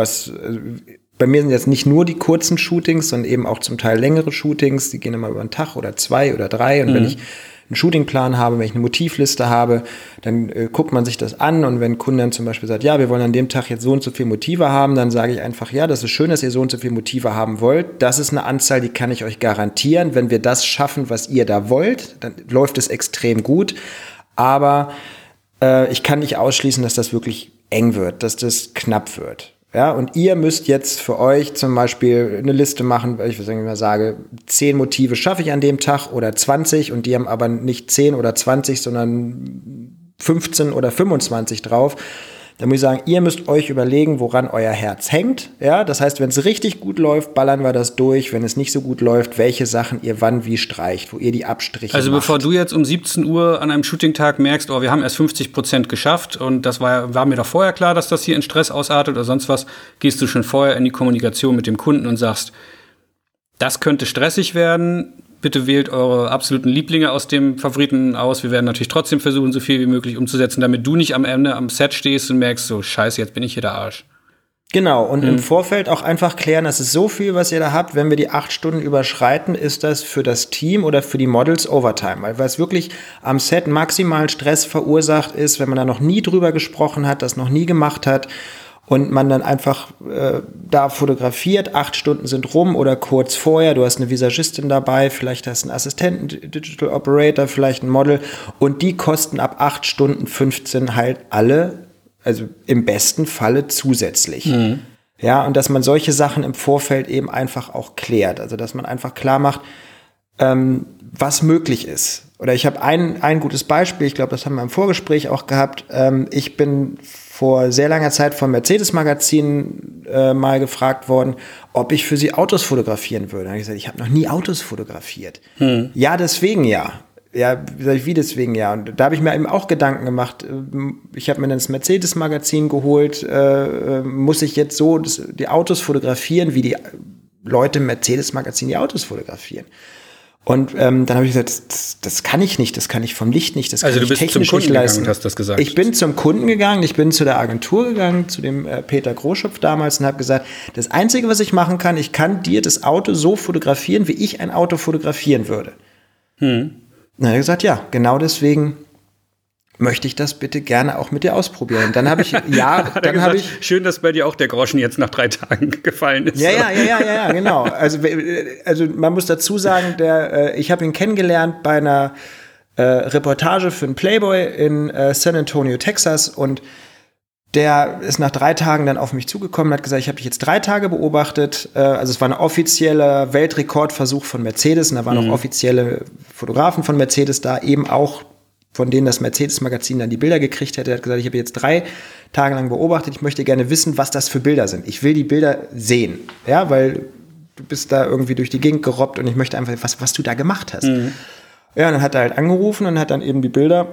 bei mir sind jetzt nicht nur die kurzen Shootings, sondern eben auch zum Teil längere Shootings, die gehen immer über einen Tag oder 2 oder 3 und wenn ich einen Shootingplan habe, wenn ich eine Motivliste habe, dann guckt man sich das an und wenn ein Kunde dann zum Beispiel sagt, ja, wir wollen an dem Tag jetzt so und so viele Motive haben, dann sage ich einfach, ja, das ist schön, dass ihr so und so viele Motive haben wollt. Das ist eine Anzahl, die kann ich euch garantieren. Wenn wir das schaffen, was ihr da wollt, dann läuft es extrem gut. Aber ich kann nicht ausschließen, dass das wirklich eng wird, dass das knapp wird. Ja, und ihr müsst jetzt für euch zum Beispiel eine Liste machen, weil ich mal sage, 10 Motive schaffe ich an dem Tag oder 20 und die haben aber nicht 10 oder 20, sondern 15 oder 25 drauf. Dann muss ich sagen, ihr müsst euch überlegen, woran euer Herz hängt. Ja, das heißt, wenn es richtig gut läuft, ballern wir das durch. Wenn es nicht so gut läuft, welche Sachen ihr wann wie streicht, wo ihr die Abstriche Also macht. bevor du jetzt um 17 Uhr an einem Shooting-Tag merkst, wir haben erst 50% geschafft und das war mir doch vorher klar, dass das hier in Stress ausartet oder sonst was, gehst du schon vorher in die Kommunikation mit dem Kunden und sagst, das könnte stressig werden. Bitte wählt eure absoluten Lieblinge aus dem Favoriten aus. Wir werden natürlich trotzdem versuchen, so viel wie möglich umzusetzen, damit du nicht am Ende am Set stehst und merkst, so scheiße, jetzt bin ich hier der Arsch. Genau, und im Vorfeld auch einfach klären, das ist so viel, was ihr da habt. Wenn wir die 8 Stunden überschreiten, ist das für das Team oder für die Models Overtime. Weil es wirklich am Set maximalen Stress verursacht ist, wenn man da noch nie drüber gesprochen hat, das noch nie gemacht hat. Und man dann einfach da fotografiert, 8 Stunden sind rum oder kurz vorher, du hast eine Visagistin dabei, vielleicht hast du einen Assistenten, Digital Operator, vielleicht ein Model und die kosten ab 8 Stunden 15 halt alle, also im besten Falle zusätzlich. Ja, und dass man solche Sachen im Vorfeld eben einfach auch klärt, also dass man einfach klar macht, was möglich ist. Oder ich habe ein gutes Beispiel, ich glaube, das haben wir im Vorgespräch auch gehabt. Ich bin vor sehr langer Zeit vom Mercedes-Magazin mal gefragt worden, ob ich für sie Autos fotografieren würde. Da habe ich gesagt, ich habe noch nie Autos fotografiert. Ja, deswegen ja. Ja, wie deswegen ja. Und da habe ich mir eben auch Gedanken gemacht. Ich habe mir dann das Mercedes-Magazin geholt. Muss ich jetzt so die Autos fotografieren, wie die Leute im Mercedes-Magazin die Autos fotografieren? Und dann habe ich gesagt, das kann ich nicht, das kann ich vom Licht nicht, das kann ich technisch nicht leisten. Also du bist zum Kunden gegangen und hast das gesagt? Ich bin zum Kunden gegangen, ich bin zu der Agentur gegangen, zu dem Peter Großschopf damals und habe gesagt, das Einzige, was ich machen kann, ich kann dir das Auto so fotografieren, wie ich ein Auto fotografieren würde. Dann hat er gesagt, ja, genau deswegen möchte ich das bitte gerne auch mit dir ausprobieren. Dann habe ich, schön, dass bei dir auch der Groschen jetzt nach 3 Tagen gefallen ist. Ja, genau. Also man muss dazu sagen, ich habe ihn kennengelernt bei einer Reportage für einen Playboy in San Antonio, Texas und der ist nach 3 Tagen dann auf mich zugekommen und hat gesagt, ich habe dich jetzt 3 Tage beobachtet. Also es war ein offizieller Weltrekordversuch von Mercedes und da waren auch offizielle Fotografen von Mercedes da, eben auch von denen das Mercedes-Magazin dann die Bilder gekriegt hätte. Er hat gesagt, ich habe jetzt 3 Tage lang beobachtet, ich möchte gerne wissen, was das für Bilder sind. Ich will die Bilder sehen, ja, weil du bist da irgendwie durch die Gegend gerobbt und ich möchte einfach, was du da gemacht hast. Ja, und dann hat er halt angerufen und hat dann eben die Bilder,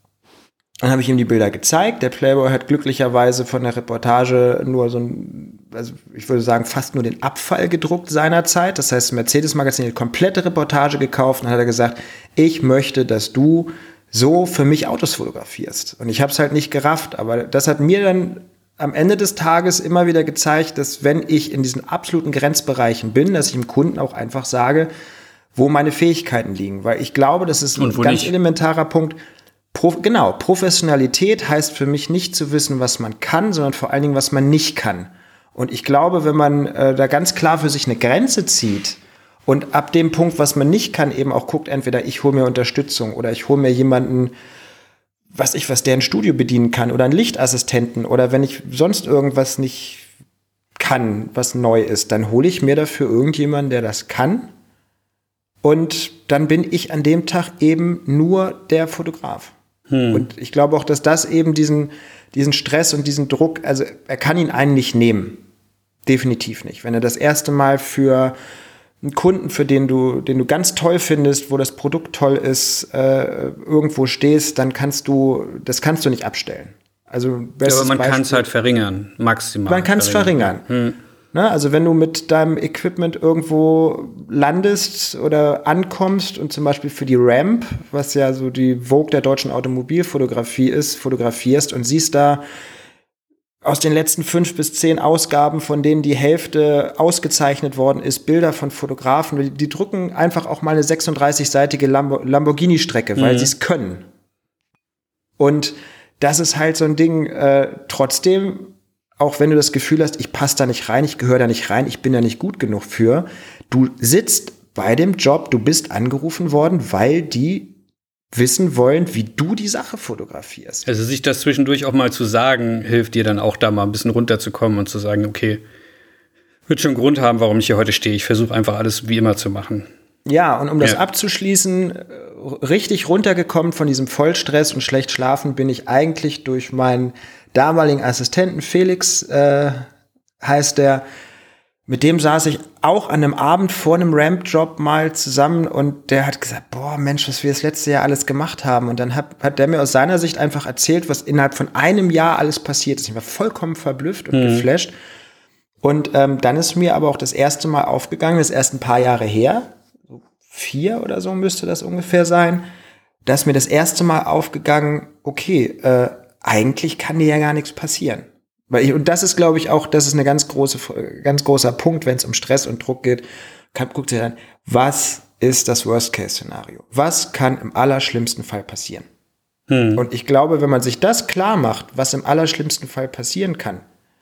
dann habe ich ihm die Bilder gezeigt. Der Playboy hat glücklicherweise von der Reportage nur also ich würde sagen, fast nur den Abfall gedruckt seinerzeit. Das heißt, das Mercedes-Magazin hat die komplette Reportage gekauft und dann hat er gesagt, ich möchte, dass du so für mich Autos fotografierst. Und ich habe es halt nicht gerafft, aber das hat mir dann am Ende des Tages immer wieder gezeigt, dass wenn ich in diesen absoluten Grenzbereichen bin, dass ich dem Kunden auch einfach sage, wo meine Fähigkeiten liegen. Weil ich glaube, das ist ein ganz elementarer Punkt. Professionalität heißt für mich nicht zu wissen, was man kann, sondern vor allen Dingen, was man nicht kann. Und ich glaube, wenn man da ganz klar für sich eine Grenze zieht, und ab dem Punkt, was man nicht kann, eben auch guckt, entweder ich hole mir Unterstützung oder ich hole mir jemanden, was der ein Studio bedienen kann oder einen Lichtassistenten oder wenn ich sonst irgendwas nicht kann, was neu ist, dann hole ich mir dafür irgendjemanden, der das kann. Und dann bin ich an dem Tag eben nur der Fotograf. Und ich glaube auch, dass das eben diesen Stress und diesen Druck, also er kann ihn einen nicht nehmen. Definitiv nicht. Wenn er das erste Mal für einen Kunden, den du ganz toll findest, wo das Produkt toll ist, irgendwo stehst, dann kannst du nicht abstellen. Also aber man kann es halt verringern, maximal. Man kann es verringern. Ne, also wenn du mit deinem Equipment irgendwo landest oder ankommst und zum Beispiel für die Ramp, was ja so die Vogue der deutschen Automobilfotografie ist, fotografierst und siehst da aus den letzten 5 bis 10 Ausgaben, von denen die Hälfte ausgezeichnet worden ist, Bilder von Fotografen, die drücken einfach auch mal eine 36-seitige Lamborghini-Strecke, weil sie es können. Und das ist halt so ein Ding, trotzdem, auch wenn du das Gefühl hast, ich passe da nicht rein, ich gehöre da nicht rein, ich bin da nicht gut genug für, du sitzt bei dem Job, du bist angerufen worden, weil die wissen wollen, wie du die Sache fotografierst. Also sich das zwischendurch auch mal zu sagen, hilft dir dann auch da mal ein bisschen runterzukommen und zu sagen, okay, wird schon einen Grund haben, warum ich hier heute stehe. Ich versuche einfach alles wie immer zu machen. Ja, und um das abzuschließen, richtig runtergekommen von diesem Vollstress und schlecht schlafen bin ich eigentlich durch meinen damaligen Assistenten, Felix heißt der, mit dem saß ich auch an einem Abend vor einem Ramp-Job mal zusammen und der hat gesagt, boah, Mensch, was wir das letzte Jahr alles gemacht haben. Und dann hat der mir aus seiner Sicht einfach erzählt, was innerhalb von einem Jahr alles passiert ist. Ich war vollkommen verblüfft und geflasht. Und dann ist mir aber auch das erste Mal aufgegangen, das ist erst ein paar Jahre her, so 4 oder so müsste das ungefähr sein, da ist mir das erste Mal aufgegangen, okay, eigentlich kann dir ja gar nichts passieren. Und das ist, glaube ich, auch, das ist eine ganz großer Punkt, wenn es um Stress und Druck geht. Guckt ihr dann, was ist das Worst-Case-Szenario? Was kann im allerschlimmsten Fall passieren? Und ich glaube, wenn man sich das klar macht, was im allerschlimmsten Fall passieren kann,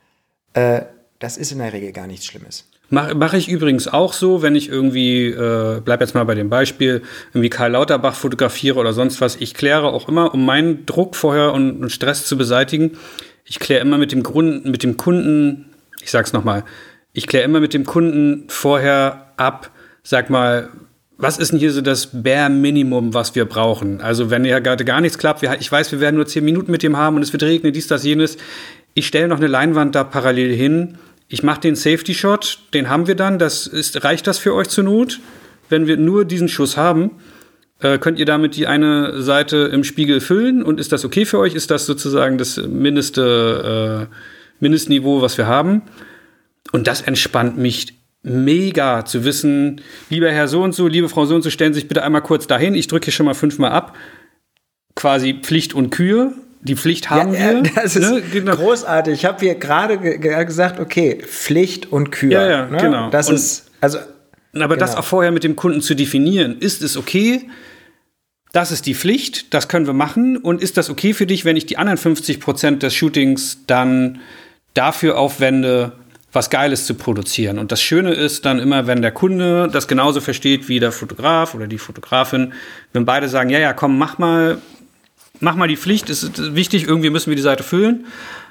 das ist in der Regel gar nichts Schlimmes. Mache ich übrigens auch so, wenn ich irgendwie, bleib jetzt mal bei dem Beispiel, irgendwie Karl Lauterbach fotografiere oder sonst was. Ich kläre auch immer, um meinen Druck vorher und Stress zu beseitigen, ich kläre immer mit dem Kunden, ich sag's nochmal, ich kläre immer mit dem Kunden vorher ab, sag mal, was ist denn hier so das Bare Minimum, was wir brauchen? Also wenn ja gerade gar nichts klappt, ich weiß, wir werden nur 10 Minuten mit dem haben und es wird regnen, dies, das, jenes. Ich stelle noch eine Leinwand da parallel hin. Ich mache den Safety-Shot, den haben wir dann. Reicht das für euch zur Not? Wenn wir nur diesen Schuss haben, könnt ihr damit die eine Seite im Spiegel füllen? Und ist das okay für euch? Ist das sozusagen das Mindestniveau, was wir haben? Und das entspannt mich mega zu wissen, lieber Herr so und so, liebe Frau so und so, stellen Sie sich bitte einmal kurz dahin. Ich drücke hier schon mal 5-mal ab. Quasi Pflicht und Kür. Die Pflicht haben wir. Das ist großartig. Ich habe hier gerade gesagt, okay, Pflicht und Kür. Ja, ne? Genau. Das ist, also. Aber das auch vorher mit dem Kunden zu definieren. Ist es okay? Das ist die Pflicht, das können wir machen. Und ist das okay für dich, wenn ich die anderen 50% des Shootings dann dafür aufwende, was Geiles zu produzieren? Und das Schöne ist dann immer, wenn der Kunde das genauso versteht wie der Fotograf oder die Fotografin, wenn beide sagen, ja, komm, mach mal die Pflicht, ist wichtig, irgendwie müssen wir die Seite füllen.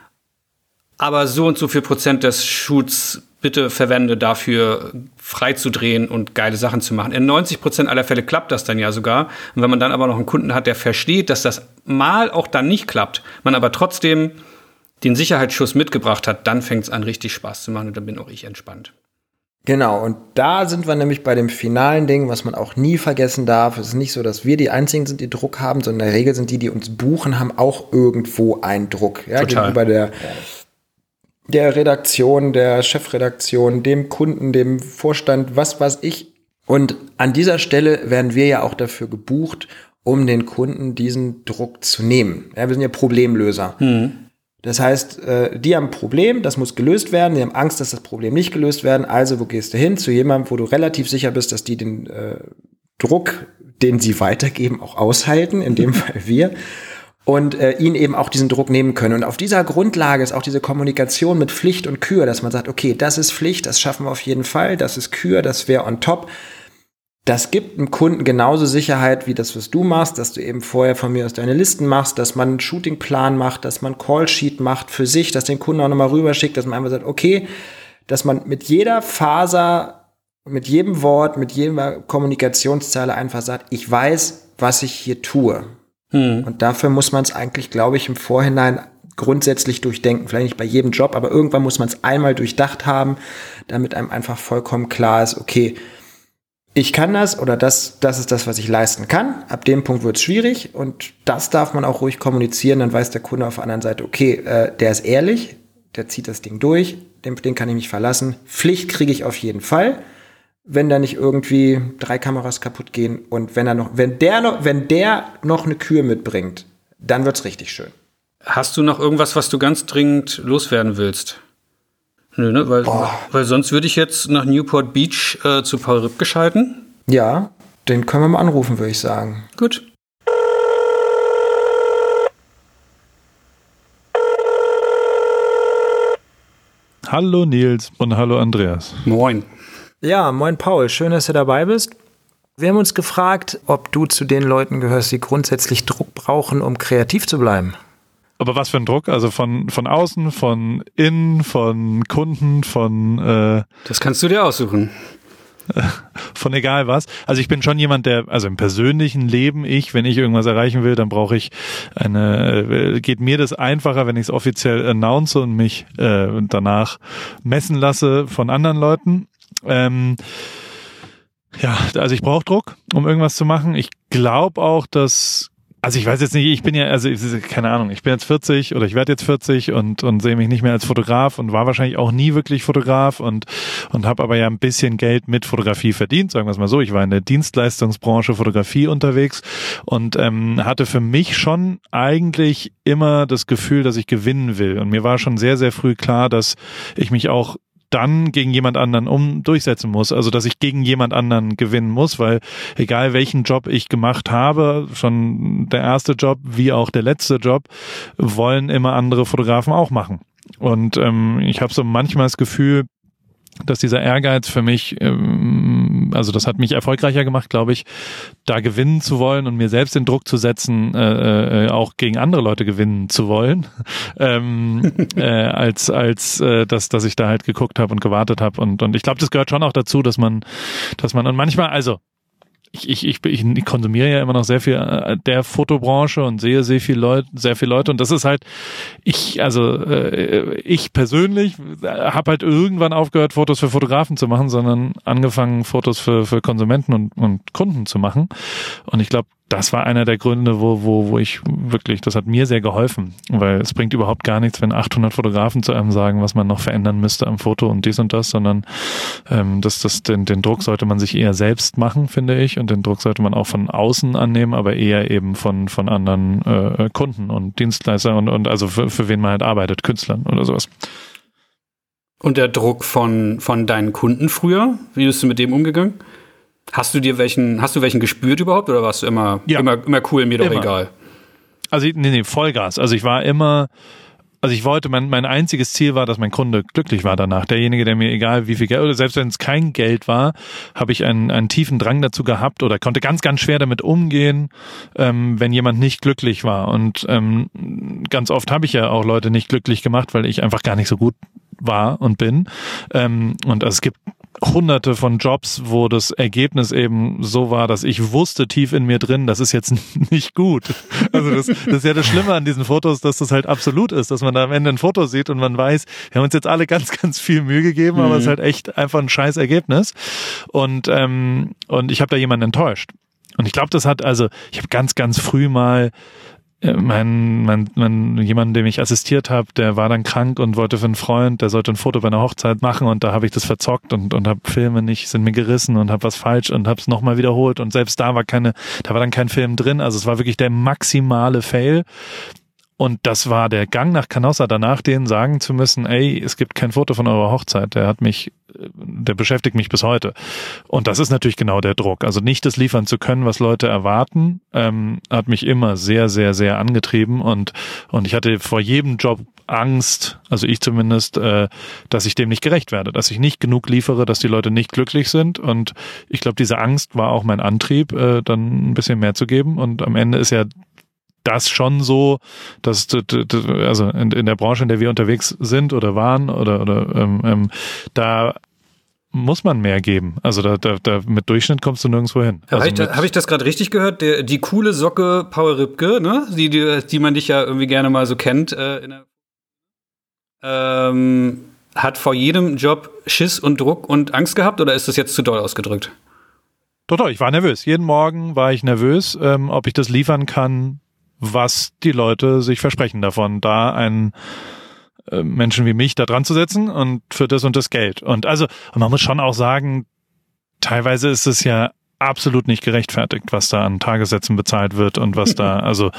Aber so und so viel Prozent des Shoots bitte verwende dafür, frei zu drehen und geile Sachen zu machen. In 90% aller Fälle klappt das dann ja sogar. Und wenn man dann aber noch einen Kunden hat, der versteht, dass das mal auch dann nicht klappt, man aber trotzdem den Sicherheitsschuss mitgebracht hat, dann fängt es an, richtig Spaß zu machen und dann bin auch ich entspannt. Genau, und da sind wir nämlich bei dem finalen Ding, was man auch nie vergessen darf. Es ist nicht so, dass wir die Einzigen sind, die Druck haben, sondern in der Regel sind die uns buchen, haben auch irgendwo einen Druck. Ja, gegenüber der Redaktion, der Chefredaktion, dem Kunden, dem Vorstand, was weiß ich. Und an dieser Stelle werden wir ja auch dafür gebucht, um den Kunden diesen Druck zu nehmen. Ja, wir sind ja Problemlöser. Das heißt, die haben ein Problem, das muss gelöst werden, die haben Angst, dass das Problem nicht gelöst werden. Also, wo gehst du hin? Zu jemandem, wo du relativ sicher bist, dass die den Druck, den sie weitergeben, auch aushalten, in dem Fall wir. Und ihnen eben auch diesen Druck nehmen können. Und auf dieser Grundlage ist auch diese Kommunikation mit Pflicht und Kür, dass man sagt, okay, das ist Pflicht, das schaffen wir auf jeden Fall, das ist Kür, das wäre on top. das gibt dem Kunden genauso Sicherheit wie das, was du machst, dass du eben vorher von mir aus deine Listen machst, dass man einen Shootingplan macht, dass man einen Callsheet macht für sich, dass den Kunden auch nochmal rüberschickt, dass man einfach sagt, okay, dass man mit jeder Faser, mit jedem Wort, mit jeder Kommunikationszeile einfach sagt, ich weiß, was ich hier tue. Und dafür muss man es eigentlich, glaube ich, im Vorhinein grundsätzlich durchdenken. Vielleicht nicht bei jedem Job, aber irgendwann muss man es einmal durchdacht haben, damit einem einfach vollkommen klar ist, okay, ich kann das oder das ist das, was ich leisten kann. Ab dem Punkt wird es schwierig und das darf man auch ruhig kommunizieren. Dann weiß der Kunde auf der anderen Seite, okay, der ist ehrlich, der zieht das Ding durch, den kann ich mich verlassen. Pflicht kriege ich auf jeden Fall, wenn da nicht irgendwie 3 Kameras kaputt gehen und wenn der noch eine Kür mitbringt, dann wird's richtig schön. Hast du noch irgendwas, was du ganz dringend loswerden willst? Nö, ne? Weil sonst würde ich jetzt nach Newport Beach zu Paul Ripke schalten. Ja, den können wir mal anrufen, würde ich sagen. Gut. Hallo Nils und hallo Andreas. Moin. Ja, moin Paul, schön, dass du dabei bist. Wir haben uns gefragt, ob du zu den Leuten gehörst, die grundsätzlich Druck brauchen, um kreativ zu bleiben. Aber was für ein Druck? Also von außen, von innen, von Kunden, von das kannst du dir aussuchen. Von egal was. Also ich bin schon jemand, der, also im persönlichen Leben, wenn ich irgendwas erreichen will, dann brauche ich geht mir das einfacher, wenn ich es offiziell announce und mich danach messen lasse von anderen Leuten. Ja, also ich brauche Druck, um irgendwas zu machen. Ich glaube auch, dass, also ich weiß jetzt nicht, keine Ahnung, ich bin jetzt 40 oder ich werde jetzt 40 und sehe mich nicht mehr als Fotograf und war wahrscheinlich auch nie wirklich Fotograf und habe aber ja ein bisschen Geld mit Fotografie verdient, sagen wir es mal so. Ich war in der Dienstleistungsbranche Fotografie unterwegs und hatte für mich schon eigentlich immer das Gefühl, dass ich gewinnen will. Und mir war schon sehr, sehr früh klar, dass ich mich auch dann gegen jemand anderen durchsetzen muss, also dass ich gegen jemand anderen gewinnen muss, weil egal welchen Job ich gemacht habe, schon der erste Job wie auch der letzte Job, wollen immer andere Fotografen auch machen. Und ich habe so manchmal das Gefühl, dass dieser Ehrgeiz für mich, also das hat mich erfolgreicher gemacht, glaube ich, da gewinnen zu wollen und mir selbst den Druck zu setzen, auch gegen andere Leute gewinnen zu wollen, als dass ich da halt geguckt habe und gewartet habe. Und ich glaube, das gehört schon auch dazu, dass man und manchmal, also ich konsumiere ja immer noch sehr viel der Fotobranche und sehe sehr viele Leute und das ist halt, ich persönlich habe halt irgendwann aufgehört, Fotos für Fotografen zu machen, sondern angefangen, Fotos für Konsumenten und Kunden zu machen. Und ich glaube, das war einer der Gründe, wo ich wirklich, das hat mir sehr geholfen, weil es bringt überhaupt gar nichts, wenn 800 Fotografen zu einem sagen, was man noch verändern müsste am Foto und dies und das, sondern den Druck sollte man sich eher selbst machen, finde ich, und den Druck sollte man auch von außen annehmen, aber eher eben von anderen Kunden und Dienstleistern und also für wen man halt arbeitet, Künstlern oder sowas. Und der Druck von deinen Kunden früher, wie bist du mit dem umgegangen? Hast du welchen gespürt überhaupt oder warst du immer cool, mir doch immer. Egal? Also nee, Vollgas. Also ich war immer, ich wollte, mein einziges Ziel war, dass mein Kunde glücklich war danach. Derjenige, der mir egal wie viel Geld, oder selbst wenn es kein Geld war, habe ich einen tiefen Drang dazu gehabt oder konnte ganz, ganz schwer damit umgehen, wenn jemand nicht glücklich war. Und ganz oft habe ich ja auch Leute nicht glücklich gemacht, weil ich einfach gar nicht so gut war und bin. Und es gibt Hunderte von Jobs, wo das Ergebnis eben so war, dass ich wusste tief in mir drin, das ist jetzt nicht gut. Also das ist ja das Schlimme an diesen Fotos, dass das halt absolut ist, dass man da am Ende ein Foto sieht und man weiß, wir haben uns jetzt alle ganz, ganz viel Mühe gegeben, aber es ist halt echt einfach ein scheiß Ergebnis. Und ich habe da jemanden enttäuscht. Und ich glaube, ich habe ganz, ganz früh mal jemanden, dem ich assistiert habe, der war dann krank und wollte für einen Freund, der sollte ein Foto bei einer Hochzeit machen und da habe ich das verzockt und habe Filme sind mir gerissen und habe was falsch und habe es nochmal wiederholt und selbst da war dann kein Film drin, also es war wirklich der maximale Fail. Und das war der Gang nach Canossa, danach denen sagen zu müssen, ey, es gibt kein Foto von eurer Hochzeit. Der hat mich der beschäftigt mich bis heute. Und das ist natürlich genau der Druck. Also nicht das liefern zu können, was Leute erwarten, hat mich immer sehr, sehr, sehr angetrieben und ich hatte vor jedem Job Angst, also ich zumindest, dass ich dem nicht gerecht werde, dass ich nicht genug liefere, dass die Leute nicht glücklich sind, und ich glaube, diese Angst war auch mein Antrieb, dann ein bisschen mehr zu geben, und am Ende ist ja das schon so, dass also in der Branche, in der wir unterwegs sind oder waren oder da muss man mehr geben. Also da mit Durchschnitt kommst du nirgendwo hin. Also Habe ich das gerade richtig gehört? Die coole Socke Paul Ripke, ne? Die man dich ja irgendwie gerne mal so kennt, hat vor jedem Job Schiss und Druck und Angst gehabt, oder ist das jetzt zu doll ausgedrückt? Doch, ich war nervös. Jeden Morgen war ich nervös, ob ich das liefern kann, was die Leute sich versprechen davon, da einen Menschen wie mich da dran zu setzen und für das und das Geld. Und man muss schon auch sagen, teilweise ist es ja absolut nicht gerechtfertigt, was da an Tagessätzen bezahlt wird und was da,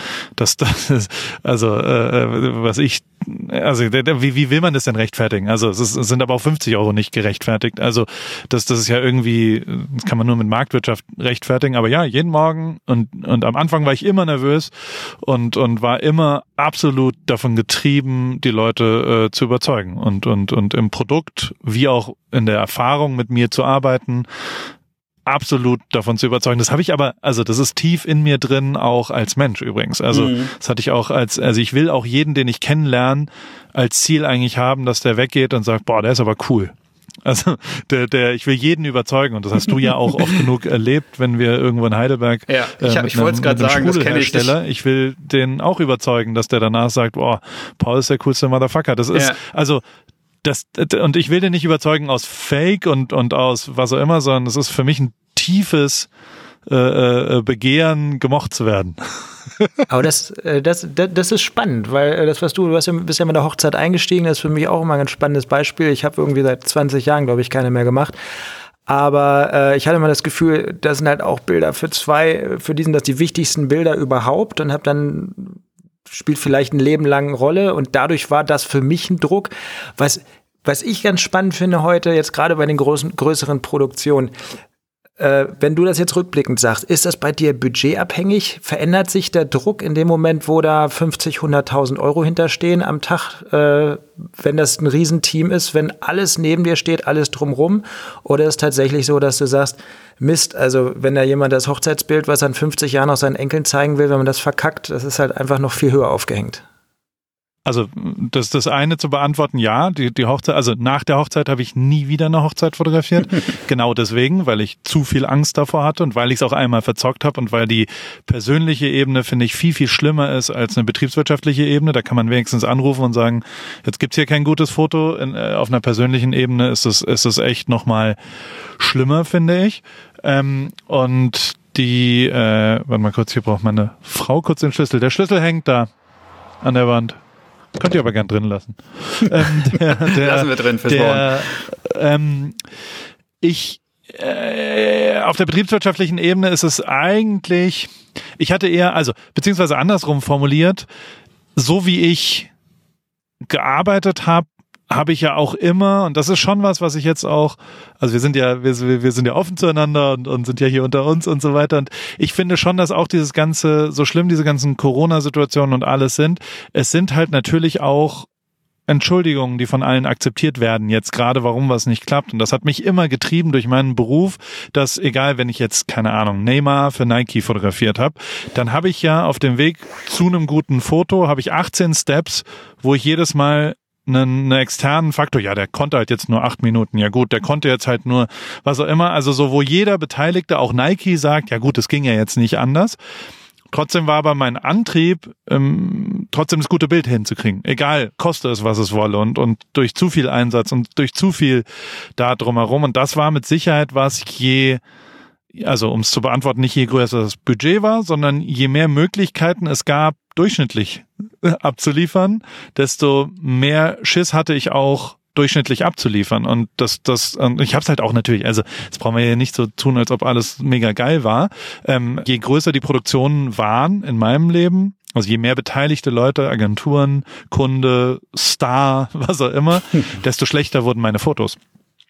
wie will man das denn rechtfertigen? Also es sind aber auch 50 € nicht gerechtfertigt. Also das ist ja irgendwie, das kann man nur mit Marktwirtschaft rechtfertigen. Aber ja, jeden Morgen und am Anfang war ich immer nervös und war immer absolut davon getrieben, die Leute zu überzeugen und im Produkt wie auch in der Erfahrung mit mir zu arbeiten, absolut davon zu überzeugen. Das habe ich aber, also das ist tief in mir drin, auch als Mensch übrigens. Also das hatte ich auch ich will auch jeden, den ich kennenlerne, als Ziel eigentlich haben, dass der weggeht und sagt, boah, der ist aber cool. Also ich will jeden überzeugen, und das hast du ja auch oft genug erlebt, wenn wir irgendwo in Heidelberg ich wollte es gerade sagen, das kenne ich. Ich will den auch überzeugen, dass der danach sagt, boah, Paul ist der coolste Motherfucker. Das ist, und ich will den nicht überzeugen aus Fake und aus was auch immer, sondern es ist für mich ein tiefes Begehren, gemocht zu werden. Aber das ist spannend, weil du bist ja mit der Hochzeit eingestiegen, das ist für mich auch immer ein ganz spannendes Beispiel. Ich habe irgendwie seit 20 Jahren, glaube ich, keine mehr gemacht. Aber ich hatte immer das Gefühl, das sind halt auch Bilder für die sind das die wichtigsten Bilder überhaupt, und spielt vielleicht ein Leben lang eine Rolle, und dadurch war das für mich ein Druck. Was ich ganz spannend finde heute, jetzt gerade bei den größeren Produktionen, wenn du das jetzt rückblickend sagst, ist das bei dir budgetabhängig? Verändert sich der Druck in dem Moment, wo da 50, 100.000 € hinterstehen am Tag, wenn das ein Riesenteam ist, wenn alles neben dir steht, alles drumrum? Oder ist es tatsächlich so, dass du sagst, Mist, also wenn da jemand das Hochzeitsbild, was er in 50 Jahren auch seinen Enkeln zeigen will, wenn man das verkackt, das ist halt einfach noch viel höher aufgehängt? Also das eine zu beantworten, ja, die Hochzeit, also nach der Hochzeit habe ich nie wieder eine Hochzeit fotografiert. Genau deswegen, weil ich zu viel Angst davor hatte und weil ich es auch einmal verzockt habe und weil die persönliche Ebene, finde ich, viel, viel schlimmer ist als eine betriebswirtschaftliche Ebene. Da kann man wenigstens anrufen und sagen, jetzt gibt's hier kein gutes Foto. Auf einer persönlichen Ebene ist es echt nochmal schlimmer, finde ich. Und warte mal kurz, hier braucht meine Frau kurz den Schlüssel. Der Schlüssel hängt da an der Wand. Könnt ihr aber gern drin lassen. Lassen wir drin fürs Wort. Auf der betriebswirtschaftlichen Ebene ist es eigentlich, ich hatte eher, beziehungsweise andersrum formuliert, so wie ich gearbeitet habe ich ja auch immer, und das ist schon was ich jetzt auch, also wir sind ja offen zueinander und sind ja hier unter uns und so weiter, und ich finde schon, dass auch dieses ganze, so schlimm diese ganzen Corona-Situationen und alles sind, es sind halt natürlich auch Entschuldigungen, die von allen akzeptiert werden, jetzt gerade, warum was nicht klappt. Und das hat mich immer getrieben durch meinen Beruf, dass egal, wenn ich jetzt, keine Ahnung, Neymar für Nike fotografiert habe, dann habe ich ja auf dem Weg zu einem guten Foto, habe ich 18 Steps, wo ich jedes Mal einen externen Faktor, ja, der konnte halt jetzt nur 8 Minuten, ja gut, der konnte jetzt halt nur, was auch immer, also so, wo jeder Beteiligte, auch Nike sagt, ja gut, es ging ja jetzt nicht anders. Trotzdem war aber mein Antrieb, trotzdem das gute Bild hinzukriegen. Egal, koste es, was es wolle, und durch zu viel Einsatz und durch zu viel da drumherum. Und das war mit Sicherheit was, um es zu beantworten, nicht je größer das Budget war, sondern je mehr Möglichkeiten es gab, durchschnittlich abzuliefern, desto mehr Schiss hatte ich auch, durchschnittlich abzuliefern. Und und ich habe es halt auch natürlich, also das brauchen wir ja nicht so tun, als ob alles mega geil war. Je größer die Produktionen waren in meinem Leben, also je mehr beteiligte Leute, Agenturen, Kunde, Star, was auch immer, desto schlechter wurden meine Fotos.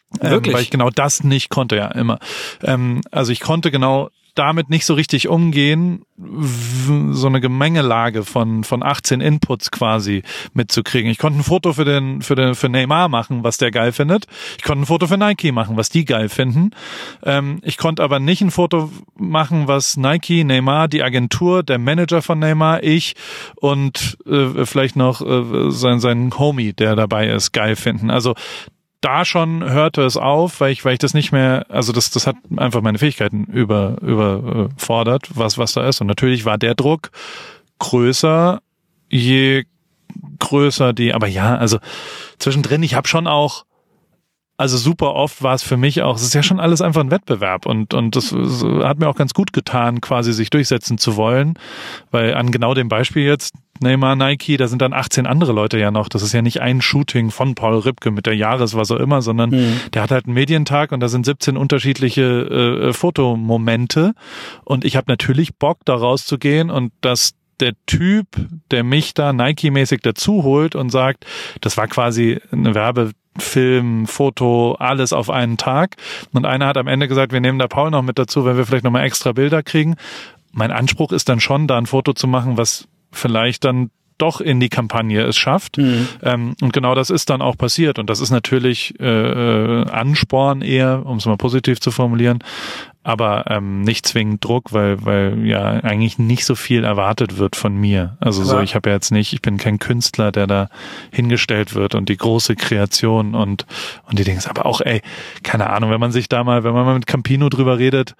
Wirklich? Weil ich genau das nicht konnte, ja, immer. Also ich konnte genau damit nicht so richtig umgehen, so eine Gemengelage von 18 Inputs quasi mitzukriegen. Ich konnte ein Foto für Neymar machen, was der geil findet. Ich konnte ein Foto für Nike machen, was die geil finden. Ich konnte aber nicht ein Foto machen, was Nike, Neymar, die Agentur, der Manager von Neymar, ich und vielleicht noch sein Homie, der dabei ist, geil finden. Also da schon hörte es auf, weil ich das nicht mehr, also das hat einfach meine Fähigkeiten überfordert, was da ist. Und natürlich war der Druck größer, je größer aber ja, also zwischendrin, ich habe schon auch, also super oft war es für mich auch, es ist ja schon alles einfach ein Wettbewerb und das hat mir auch ganz gut getan, quasi sich durchsetzen zu wollen, weil an genau dem Beispiel jetzt, Neymar, Nike, da sind dann 18 andere Leute ja noch. Das ist ja nicht ein Shooting von Paul Ripke mit der was auch immer, sondern der hat halt einen Medientag und da sind 17 unterschiedliche Fotomomente und ich habe natürlich Bock, da rauszugehen und dass der Typ, der mich da Nike-mäßig dazu holt und sagt, das war quasi eine Werbefilm, Foto, alles auf einen Tag. Und einer hat am Ende gesagt, wir nehmen da Paul noch mit dazu, wenn wir vielleicht nochmal extra Bilder kriegen. Mein Anspruch ist dann schon, da ein Foto zu machen, was vielleicht dann doch in die Kampagne es schafft. Und genau das ist dann auch passiert. Und das ist natürlich Ansporn eher, um es mal positiv zu formulieren, aber nicht zwingend Druck, weil ja eigentlich nicht so viel erwartet wird von mir. Also so, ich bin kein Künstler, der da hingestellt wird und die große Kreation und die Dinge. Aber auch, keine Ahnung, wenn man mal mit Campino drüber redet,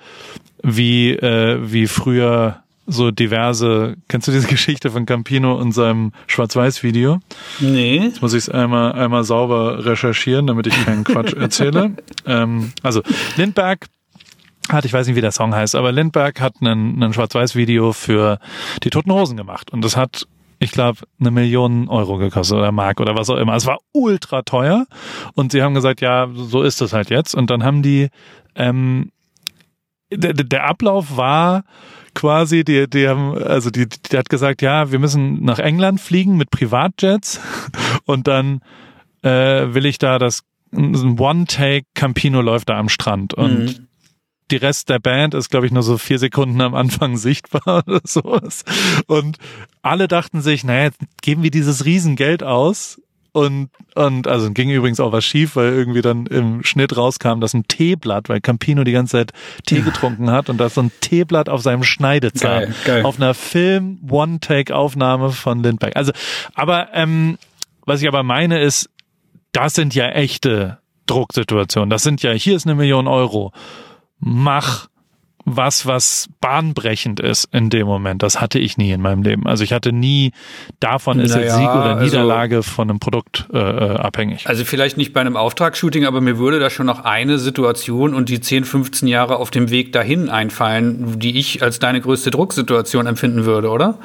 wie früher so diverse, kennst du diese Geschichte von Campino und seinem Schwarz-Weiß-Video? Nee. Jetzt muss ich es einmal sauber recherchieren, damit ich keinen Quatsch erzähle. Also Lindbergh ich weiß nicht, wie der Song heißt, aber Lindbergh hat ein Schwarz-Weiß-Video für die Toten Hosen gemacht und das hat, ich glaube, 1 Million Euro gekostet oder Mark oder was auch immer. Es war ultra teuer und sie haben gesagt, ja, so ist es halt jetzt. Und dann haben die, der Ablauf war quasi, die hat gesagt, ja, wir müssen nach England fliegen mit Privatjets und dann will ich da ein One-Take, Campino läuft da am Strand und die Rest der Band ist, glaube ich, nur so 4 Sekunden am Anfang sichtbar oder sowas. Und alle dachten sich, naja, jetzt geben wir dieses Riesengeld aus. Und also ging übrigens auch was schief, weil irgendwie dann im Schnitt rauskam, dass ein Teeblatt, weil Campino die ganze Zeit Tee getrunken hat und da ist so ein Teeblatt auf seinem Schneidezahn. Geil. Auf einer Film-One-Take-Aufnahme von Lindbergh. Also, aber was ich aber meine ist, das sind ja echte Drucksituationen. Das sind ja, hier ist 1 Million Euro. Mach was bahnbrechend ist in dem Moment. Das hatte ich nie in meinem Leben. Also ich hatte nie, davon ist jetzt Sieg oder Niederlage von einem Produkt abhängig. Also vielleicht nicht bei einem Auftragsshooting, aber mir würde da schon noch eine Situation und die 10, 15 Jahre auf dem Weg dahin einfallen, die ich als deine größte Drucksituation empfinden würde, oder?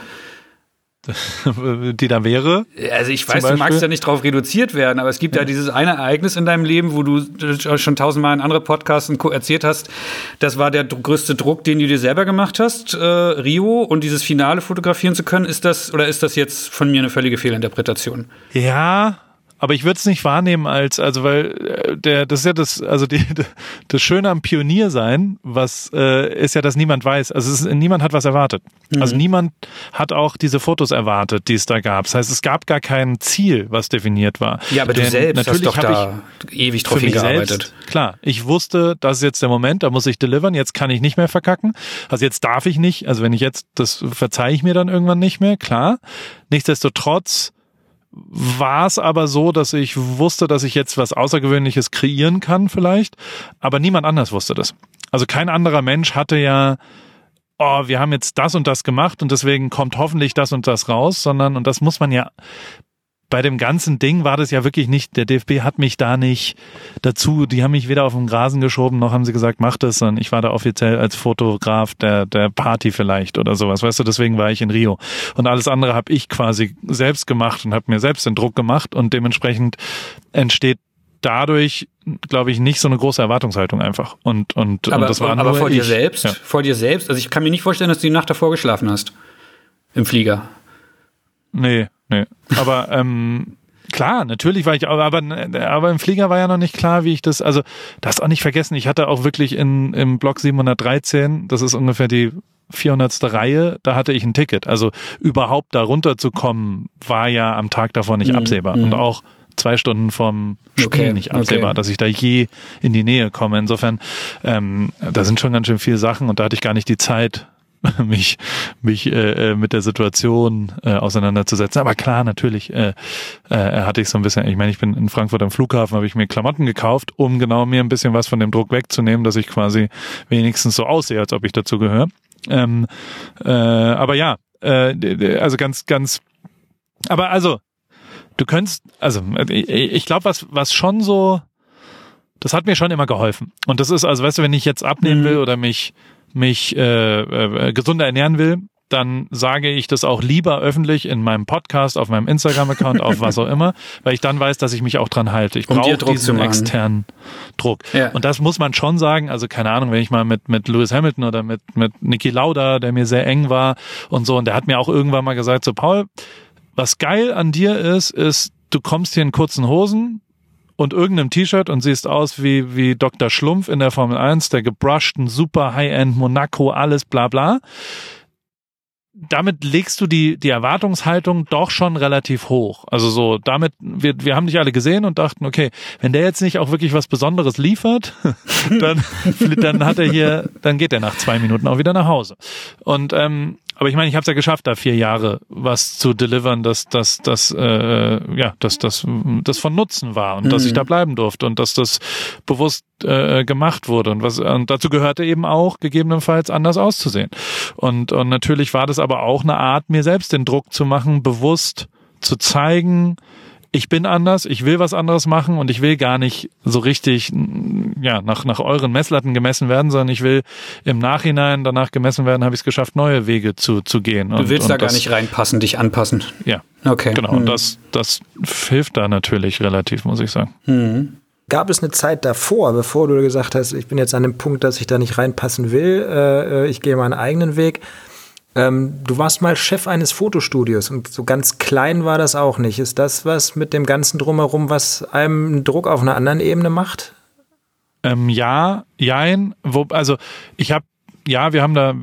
Die da wäre? Also ich weiß, du magst ja nicht drauf reduziert werden, aber es gibt ja dieses eine Ereignis in deinem Leben, wo du schon 1000-mal in andere Podcasts erzählt hast, das war der größte Druck, den du dir selber gemacht hast, Rio, und dieses Finale fotografieren zu können. Ist das jetzt von mir eine völlige Fehlinterpretation? Ja, aber ich würde es nicht wahrnehmen weil das ist ja das Schöne am Pionier sein, was ist ja, dass niemand weiß, also niemand hat was erwartet. Also niemand hat auch diese Fotos erwartet, die es da gab. Das heißt, es gab gar kein Ziel, was definiert war. Ja, aber du selbst hast doch da ewig drauf hingearbeitet. Klar, ich wusste, das ist jetzt der Moment, da muss ich delivern, jetzt kann ich nicht mehr verkacken. Also jetzt darf ich nicht, also wenn ich jetzt, das verzeihe ich mir dann irgendwann nicht mehr, klar. Nichtsdestotrotz war es aber so, dass ich wusste, dass ich jetzt was Außergewöhnliches kreieren kann vielleicht, aber niemand anders wusste das. Also kein anderer Mensch hatte ja, wir haben jetzt das und das gemacht und deswegen kommt hoffentlich das und das raus, sondern, und das muss man ja, bei dem ganzen Ding war das ja wirklich nicht, der DFB hat mich da nicht dazu, die haben mich weder auf den Rasen geschoben, noch haben sie gesagt, mach das, sondern ich war da offiziell als Fotograf der Party vielleicht oder sowas, weißt du, deswegen war ich in Rio. Und alles andere habe ich quasi selbst gemacht und habe mir selbst den Druck gemacht und dementsprechend entsteht dadurch, glaube ich, nicht so eine große Erwartungshaltung einfach. Und das war aber nur vor dir selbst, also ich kann mir nicht vorstellen, dass du die Nacht davor geschlafen hast. Im Flieger. Nee. Aber Klar, natürlich war ich, aber im Flieger war ja noch nicht klar, wie ich das, also das auch nicht vergessen, ich hatte auch wirklich im Block 713, das ist ungefähr die 400. Reihe, da hatte ich ein Ticket. Also überhaupt da runterzukommen, war ja am Tag davor nicht absehbar. Und auch 2 Stunden vom Spiel nicht absehbar, dass ich da je in die Nähe komme. Insofern, da sind schon ganz schön viele Sachen und da hatte ich gar nicht die Zeit, mich mit der Situation auseinanderzusetzen. Aber klar, natürlich hatte ich so ein bisschen, ich meine, ich bin in Frankfurt am Flughafen, habe ich mir Klamotten gekauft, um genau mir ein bisschen was von dem Druck wegzunehmen, dass ich quasi wenigstens so aussehe, als ob ich dazu gehöre. Aber ja, also ganz, aber also, du könntest, also ich glaube, was schon so, das hat mir schon immer geholfen. Und das ist, also weißt du, wenn ich jetzt abnehmen will oder mich gesunder ernähren will, dann sage ich das auch lieber öffentlich in meinem Podcast, auf meinem Instagram-Account, auf was auch immer, weil ich dann weiß, dass ich mich auch dran halte. Ich brauche diesen externen Druck. Ja. Und das muss man schon sagen, also keine Ahnung, wenn ich mal mit Lewis Hamilton oder mit Niki Lauda, der mir sehr eng war und so, und der hat mir auch irgendwann mal gesagt, so Paul, was geil an dir ist, du kommst hier in kurzen Hosen und irgendeinem T-Shirt und siehst aus wie Dr. Schlumpf in der Formel 1, der gebrushten, super High-End Monaco, alles bla bla. Damit legst du die Erwartungshaltung doch schon relativ hoch. Also so, damit, wir haben dich alle gesehen und dachten, okay, wenn der jetzt nicht auch wirklich was Besonderes liefert, dann hat er hier, dann geht er nach 2 Minuten auch wieder nach Hause. Und aber ich meine, ich habe es ja geschafft, da 4 Jahre was zu delivern, das von Nutzen war und dass ich da bleiben durfte und dass das bewusst gemacht wurde und dazu gehörte eben auch gegebenenfalls anders auszusehen. Und natürlich war das aber auch eine Art, mir selbst den Druck zu machen, bewusst zu zeigen, ich bin anders, ich will was anderes machen und ich will gar nicht so richtig nach euren Messlatten gemessen werden, sondern ich will im Nachhinein danach gemessen werden, habe ich es geschafft, neue Wege zu gehen. Du willst da gar nicht reinpassen, dich anpassen. Ja, okay. Genau. Und das hilft da natürlich relativ, muss ich sagen. Gab es eine Zeit davor, bevor du gesagt hast, ich bin jetzt an dem Punkt, dass ich da nicht reinpassen will, ich gehe meinen eigenen Weg. Du warst mal Chef eines Fotostudios und so ganz klein war das auch nicht. Ist das was mit dem ganzen Drumherum, was einem Druck auf einer anderen Ebene macht? Ja, jein. Also wir haben da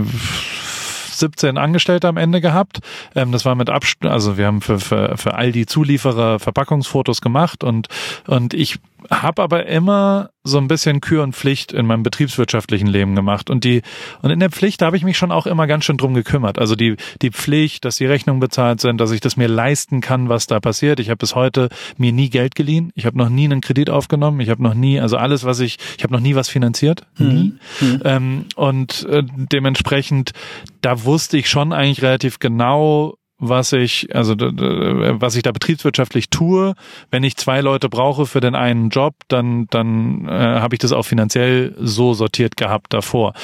17 Angestellte am Ende gehabt. Das war also wir haben für all die Zulieferer Verpackungsfotos gemacht und ich habe aber immer so ein bisschen Kür und Pflicht in meinem betriebswirtschaftlichen Leben gemacht und in der Pflicht habe ich mich schon auch immer ganz schön drum gekümmert. Also die Pflicht, dass die Rechnungen bezahlt sind, dass ich das mir leisten kann, was da passiert. Ich habe bis heute mir nie Geld geliehen. Ich habe noch nie einen Kredit aufgenommen. Ich habe noch nie, also alles, ich habe noch nie was finanziert. Nie. Und dementsprechend, da wusste ich schon eigentlich relativ genau, was ich da betriebswirtschaftlich tue. Wenn ich 2 Leute brauche für den einen Job, dann habe ich das auch finanziell so sortiert gehabt davor.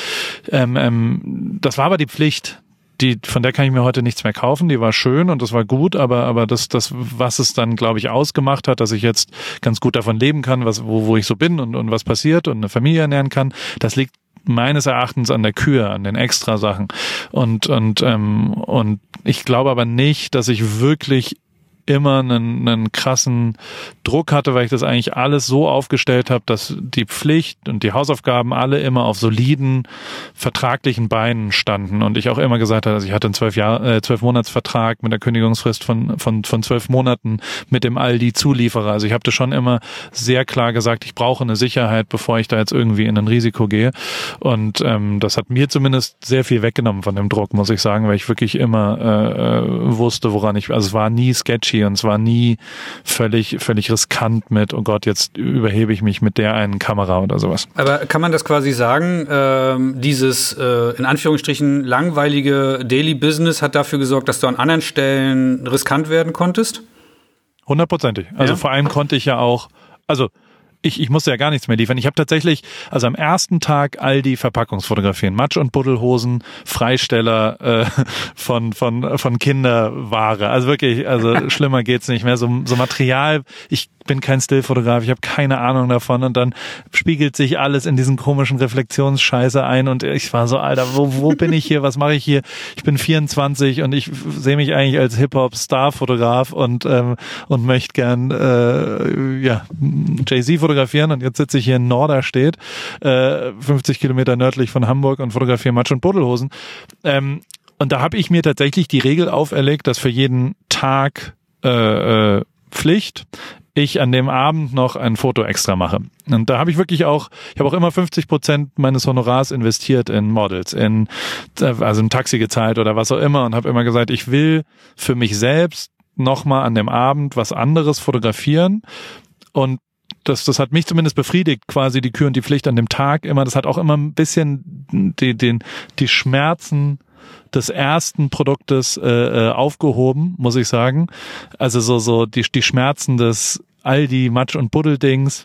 Das war aber die Pflicht. Von der kann ich mir heute nichts mehr kaufen. Die war schön und das war gut, aber das, was es dann, glaube ich, ausgemacht hat, dass ich jetzt ganz gut davon leben kann, wo ich so bin und was passiert und eine Familie ernähren kann, das liegt meines Erachtens an der Kür, an den Extrasachen. Und ich glaube aber nicht, dass ich wirklich immer einen krassen Druck hatte, weil ich das eigentlich alles so aufgestellt habe, dass die Pflicht und die Hausaufgaben alle immer auf soliden vertraglichen Beinen standen und ich auch immer gesagt habe, also ich hatte einen 12-Monats-Vertrag mit der Kündigungsfrist von 12 Monaten mit dem Aldi-Zulieferer. Also ich habe das schon immer sehr klar gesagt, ich brauche eine Sicherheit, bevor ich da jetzt irgendwie in ein Risiko gehe und das hat mir zumindest sehr viel weggenommen von dem Druck, muss ich sagen, weil ich wirklich immer wusste, also es war nie sketchy und es war nie völlig riskant mit, oh Gott, jetzt überhebe ich mich mit der einen Kamera oder sowas. Aber kann man das quasi sagen, dieses in Anführungsstrichen langweilige Daily Business hat dafür gesorgt, dass du an anderen Stellen riskant werden konntest? 100%. Also vor allem konnte ich ja auch, also ich musste ja gar nichts mehr liefern. Ich habe tatsächlich, also am ersten Tag all die Verpackungsfotografien, Matsch- und Buddelhosen, Freisteller von Kinderware. Also wirklich, also schlimmer geht's nicht mehr. So Material, ich bin kein Stillfotograf, ich habe keine Ahnung davon und dann spiegelt sich alles in diesen komischen Reflexionsscheiße ein und ich war so, Alter, wo bin ich hier, was mache ich hier? Ich bin 24 und ich sehe mich eigentlich als Hip-Hop-Star-Fotograf und möchte gern Jay-Z fotografieren und jetzt sitze ich hier in Norderstedt, 50 Kilometer nördlich von Hamburg und fotografiere Matsch- und Buddelhosen. Und da habe ich mir tatsächlich die Regel auferlegt, dass für jeden Tag Pflicht ich an dem Abend noch ein Foto extra mache. Und da habe ich wirklich auch, ich habe auch immer 50% meines Honorars investiert in Models, also in Taxi gezahlt oder was auch immer und habe immer gesagt, ich will für mich selbst nochmal an dem Abend was anderes fotografieren und das hat mich zumindest befriedigt, quasi die Kür und die Pflicht an dem Tag immer. Das hat auch immer ein bisschen die Schmerzen des ersten Produktes aufgehoben, muss ich sagen. Also so die Schmerzen des Aldi Matsch- und Buddeldings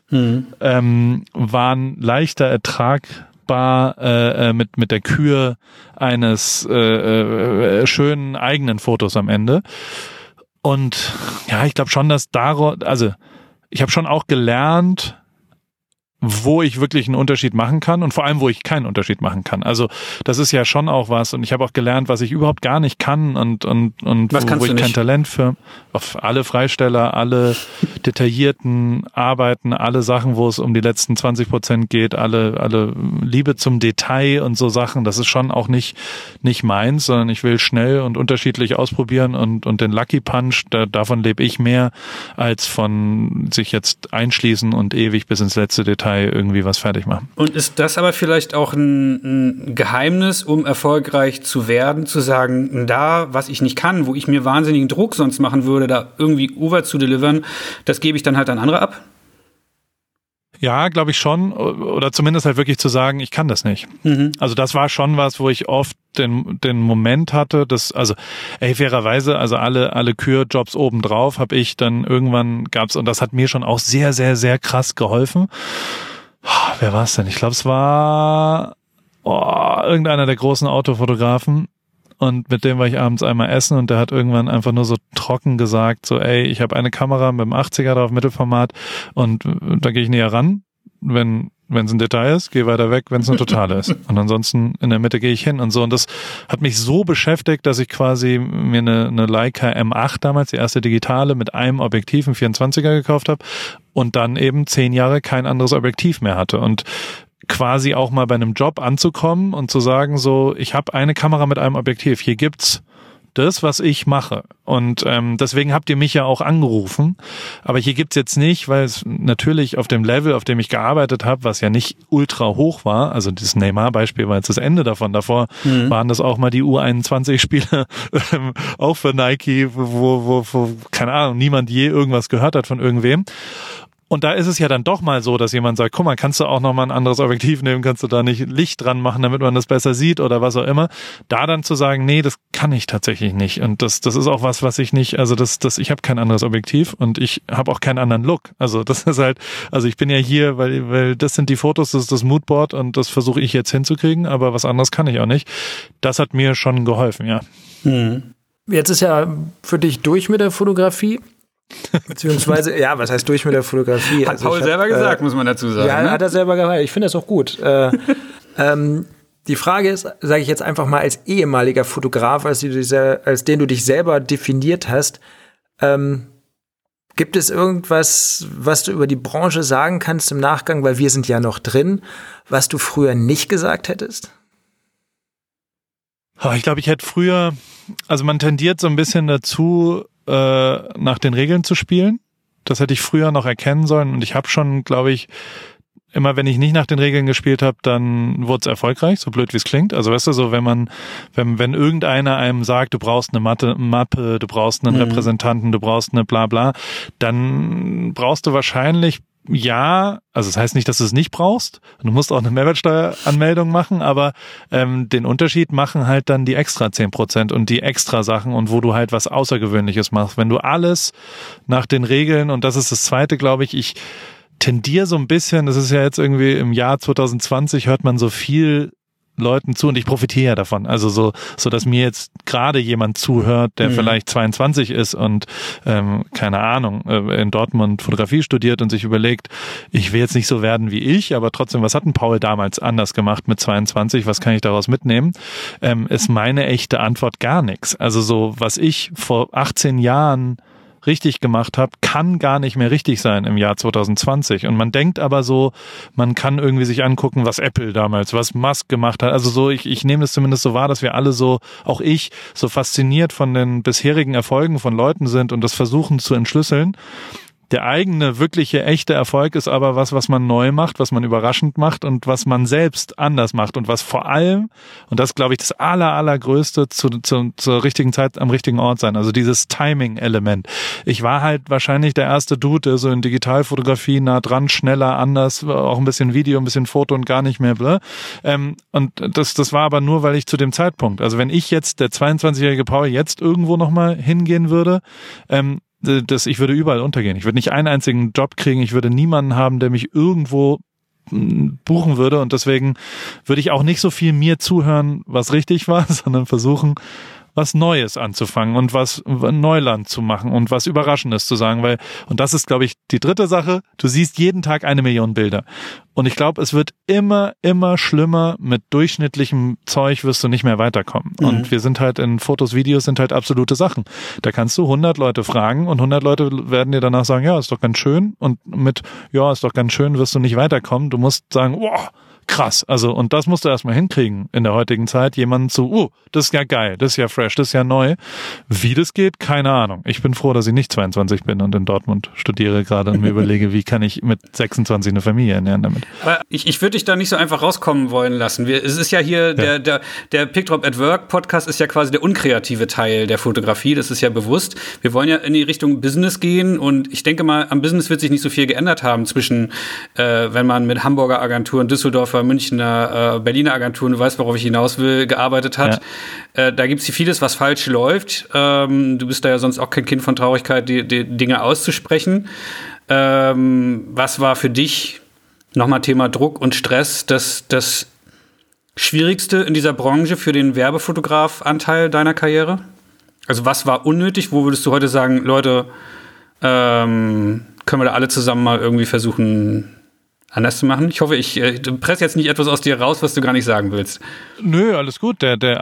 waren leichter ertragbar mit der Kür eines schönen eigenen Fotos am Ende. Und ja, ich glaube schon, dass ich habe schon auch gelernt, wo ich wirklich einen Unterschied machen kann und vor allem, wo ich keinen Unterschied machen kann. Also das ist ja schon auch was und ich habe auch gelernt, was ich überhaupt gar nicht kann und wo ich kein Talent für auf alle Freisteller, alle detaillierten Arbeiten, alle Sachen, wo es um die letzten 20% geht, alle Liebe zum Detail und so Sachen, das ist schon auch nicht meins, sondern ich will schnell und unterschiedlich ausprobieren und den Lucky Punch, davon lebe ich mehr, als von sich jetzt einschließen und ewig bis ins letzte Detail irgendwie was fertig machen. Und ist das aber vielleicht auch ein Geheimnis, um erfolgreich zu werden, zu sagen, da, was ich nicht kann, wo ich mir wahnsinnigen Druck sonst machen würde, da irgendwie over zu delivern, das gebe ich dann halt an andere ab? Ja, glaube ich schon. Oder zumindest halt wirklich zu sagen, ich kann das nicht. Mhm. Also das war schon was, wo ich oft den Moment hatte, fairerweise, also alle Kürjobs obendrauf habe ich dann irgendwann gab's, und das hat mir schon auch sehr, sehr, sehr krass geholfen. Wer war es denn? Ich glaube, es war irgendeiner der großen Autofotografen. Und mit dem war ich abends einmal essen und der hat irgendwann einfach nur so trocken gesagt, so ich habe eine Kamera mit dem 80er drauf, Mittelformat und da gehe ich näher ran, wenn es ein Detail ist, gehe weiter weg, wenn es eine Totale ist. Und ansonsten in der Mitte gehe ich hin und so. Und das hat mich so beschäftigt, dass ich quasi mir eine Leica M8 damals, die erste digitale, mit einem Objektiv, ein 24er gekauft habe und dann eben 10 Jahre kein anderes Objektiv mehr hatte. Und quasi auch mal bei einem Job anzukommen und zu sagen, so, ich habe eine Kamera mit einem Objektiv, hier gibt's das, was ich mache. Und deswegen habt ihr mich ja auch angerufen. Aber hier gibt's jetzt nicht, weil es natürlich auf dem Level, auf dem ich gearbeitet habe, was ja nicht ultra hoch war, also dieses Neymar-Beispiel war jetzt das Ende davon. Davor waren das auch mal die U21-Spieler, auch für Nike, wo, keine Ahnung, niemand je irgendwas gehört hat von irgendwem. Und da ist es ja dann doch mal so, dass jemand sagt, guck mal, kannst du auch noch mal ein anderes Objektiv nehmen, kannst du da nicht Licht dran machen, damit man das besser sieht oder was auch immer. Da dann zu sagen, nee, das kann ich tatsächlich nicht. Und das ist auch was ich nicht, also ich habe kein anderes Objektiv und ich habe auch keinen anderen Look. Also das ist halt, also ich bin ja hier, weil das sind die Fotos, das ist das Moodboard und das versuche ich jetzt hinzukriegen, aber was anderes kann ich auch nicht. Das hat mir schon geholfen, ja. Jetzt ist ja für dich durch mit der Fotografie. Beziehungsweise, ja, was heißt durch mit der Fotografie? Hat Paul selber gesagt, muss man dazu sagen. Ja, ne? Hat er selber gesagt. Ich finde das auch gut. Die Frage ist, sage ich jetzt einfach mal als ehemaliger Fotograf, als den du dich selber definiert hast, gibt es irgendwas, was du über die Branche sagen kannst im Nachgang, weil wir sind ja noch drin, was du früher nicht gesagt hättest? Ich glaube, ich hätte früher, also man tendiert so ein bisschen dazu, nach den Regeln zu spielen. Das hätte ich früher noch erkennen sollen und ich habe schon, glaube ich, immer wenn ich nicht nach den Regeln gespielt habe, dann wurde es erfolgreich, so blöd wie es klingt. Also weißt du, so wenn irgendeiner einem sagt, du brauchst eine Mappe, du brauchst einen Repräsentanten, du brauchst eine bla bla, dann brauchst du wahrscheinlich also das heißt nicht, dass du es nicht brauchst. Du musst auch eine Mehrwertsteueranmeldung machen, aber den Unterschied machen halt dann die extra 10% und die extra Sachen und wo du halt was Außergewöhnliches machst. Wenn du alles nach den Regeln, und das ist das Zweite, glaube ich tendiere so ein bisschen, das ist ja jetzt irgendwie im Jahr 2020 hört man so viel Leuten zu und ich profitiere ja davon. Also so dass mir jetzt gerade jemand zuhört, der vielleicht 22 ist und keine Ahnung, in Dortmund Fotografie studiert und sich überlegt, ich will jetzt nicht so werden wie ich, aber trotzdem, was hat denn Paul damals anders gemacht mit 22? Was kann ich daraus mitnehmen? Ist meine echte Antwort gar nichts. Also so, was ich vor 18 Jahren richtig gemacht habe, kann gar nicht mehr richtig sein im Jahr 2020. Und man denkt aber so, man kann irgendwie sich angucken, was Apple damals, was Musk gemacht hat. Also so, ich nehme das zumindest so wahr, dass wir alle so, auch ich, so fasziniert von den bisherigen Erfolgen von Leuten sind und das versuchen zu entschlüsseln. Der eigene, wirkliche, echte Erfolg ist aber was man neu macht, was man überraschend macht und was man selbst anders macht und was vor allem, und das glaube ich das allergrößte, zur richtigen Zeit am richtigen Ort sein, also dieses Timing-Element. Ich war halt wahrscheinlich der erste Dude, der so in Digitalfotografie nah dran, schneller, anders, auch ein bisschen Video, ein bisschen Foto und gar nicht mehr, bla. Und das war aber nur, weil ich zu dem Zeitpunkt, also wenn ich jetzt, der 22-jährige Paul, jetzt irgendwo nochmal hingehen würde, ich würde überall untergehen. Ich würde nicht einen einzigen Job kriegen. Ich würde niemanden haben, der mich irgendwo buchen würde. Und deswegen würde ich auch nicht so viel mir zuhören, was richtig war, sondern versuchen, was Neues anzufangen und was Neuland zu machen und was Überraschendes zu sagen, und das ist, glaube ich, die dritte Sache, du siehst jeden Tag 1 Million Bilder. Und ich glaube, es wird immer schlimmer. Mit durchschnittlichem Zeug wirst du nicht mehr weiterkommen. Und wir sind halt in Fotos, Videos sind halt absolute Sachen. Da kannst du 100 Leute fragen und 100 Leute werden dir danach sagen, ja, ist doch ganz schön. Und mit, ja, ist doch ganz schön, wirst du nicht weiterkommen. Du musst sagen, wow, krass. Also, und das musst du erstmal hinkriegen in der heutigen Zeit, jemanden zu, das ist ja geil, das ist ja fresh, das ist ja neu. Wie das geht, keine Ahnung. Ich bin froh, dass ich nicht 22 bin und in Dortmund studiere gerade und mir überlege, wie kann ich mit 26 eine Familie ernähren damit. Aber ich würde dich da nicht so einfach rauskommen wollen lassen. Es ist ja hier, der Picdrop at Work Podcast ist ja quasi der unkreative Teil der Fotografie, das ist ja bewusst. Wir wollen ja in die Richtung Business gehen und ich denke mal, am Business wird sich nicht so viel geändert haben zwischen, wenn man mit Hamburger Agenturen, Düsseldorfer, Münchner, Berliner Agenturen, du weißt, worauf ich hinaus will, gearbeitet hat. Ja. Da gibt es vieles, was falsch läuft. Du bist da ja sonst auch kein Kind von Traurigkeit, die Dinge auszusprechen. Was war für dich, nochmal Thema Druck und Stress, das Schwierigste in dieser Branche für den Werbefotograf-Anteil deiner Karriere? Also was war unnötig? Wo würdest du heute sagen, Leute, können wir da alle zusammen mal irgendwie versuchen, anders zu machen? Ich hoffe, ich presse jetzt nicht etwas aus dir raus, was du gar nicht sagen willst. Nö, alles gut.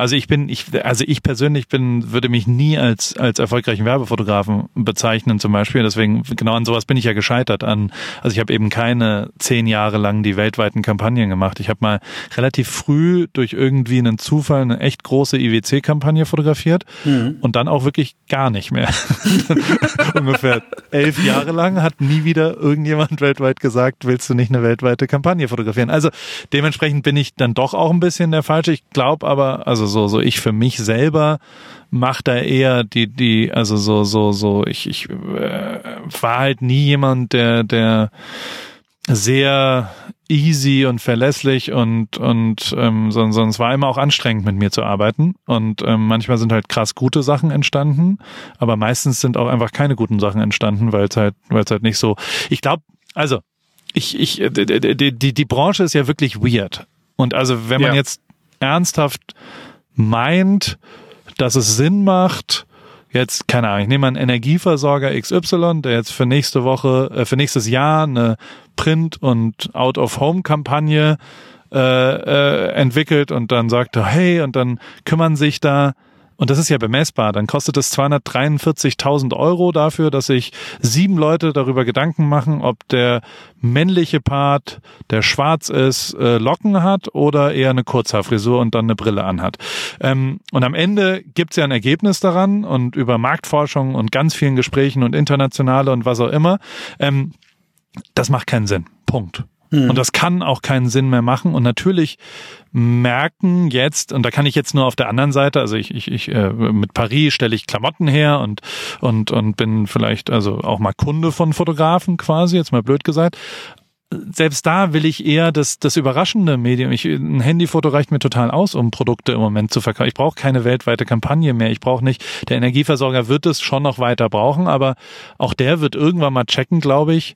Ich persönlich würde mich nie als erfolgreichen Werbefotografen bezeichnen zum Beispiel. Deswegen, genau an sowas bin ich ja gescheitert also ich habe eben keine 10 Jahre lang die weltweiten Kampagnen gemacht. Ich habe mal relativ früh durch irgendwie einen Zufall eine echt große IWC-Kampagne fotografiert und dann auch wirklich gar nicht mehr. Ungefähr 11 Jahre lang hat nie wieder irgendjemand weltweit gesagt, willst du nicht eine weltweite Kampagne fotografieren? Also dementsprechend bin ich dann doch auch ein bisschen der Falsche. Ich glaube aber, also so ich für mich selber mache da eher ich war halt nie jemand, der sehr easy und verlässlich und sondern es war immer auch anstrengend, mit mir zu arbeiten und manchmal sind halt krass gute Sachen entstanden, aber meistens sind auch einfach keine guten Sachen entstanden, weil es halt nicht so, ich glaube, also die Branche ist ja wirklich weird. Und also wenn man jetzt ernsthaft meint, dass es Sinn macht, jetzt, keine Ahnung, ich nehme einen Energieversorger XY, der jetzt für nächstes Jahr eine Print- und Out-of-Home-Kampagne entwickelt und dann sagt er, hey, und dann kümmern sich da, und das ist ja bemessbar, dann kostet es 243.000 € dafür, dass sich 7 Leute darüber Gedanken machen, ob der männliche Part, der schwarz ist, Locken hat oder eher eine Kurzhaarfrisur und dann eine Brille anhat. Und am Ende gibt's ja ein Ergebnis daran und über Marktforschung und ganz vielen Gesprächen und internationale und was auch immer. Das macht keinen Sinn. Punkt. Und das kann auch keinen Sinn mehr machen. Und natürlich merken jetzt, und da kann ich jetzt nur auf der anderen Seite, also ich mit Paris stelle ich Klamotten her und bin vielleicht also auch mal Kunde von Fotografen quasi, jetzt mal blöd gesagt. Selbst da will ich eher das überraschende Medium. Ein Handyfoto reicht mir total aus, um Produkte im Moment zu verkaufen. Ich brauche keine weltweite Kampagne mehr. Ich brauche nicht, der Energieversorger wird es schon noch weiter brauchen, aber auch der wird irgendwann mal checken, glaube ich,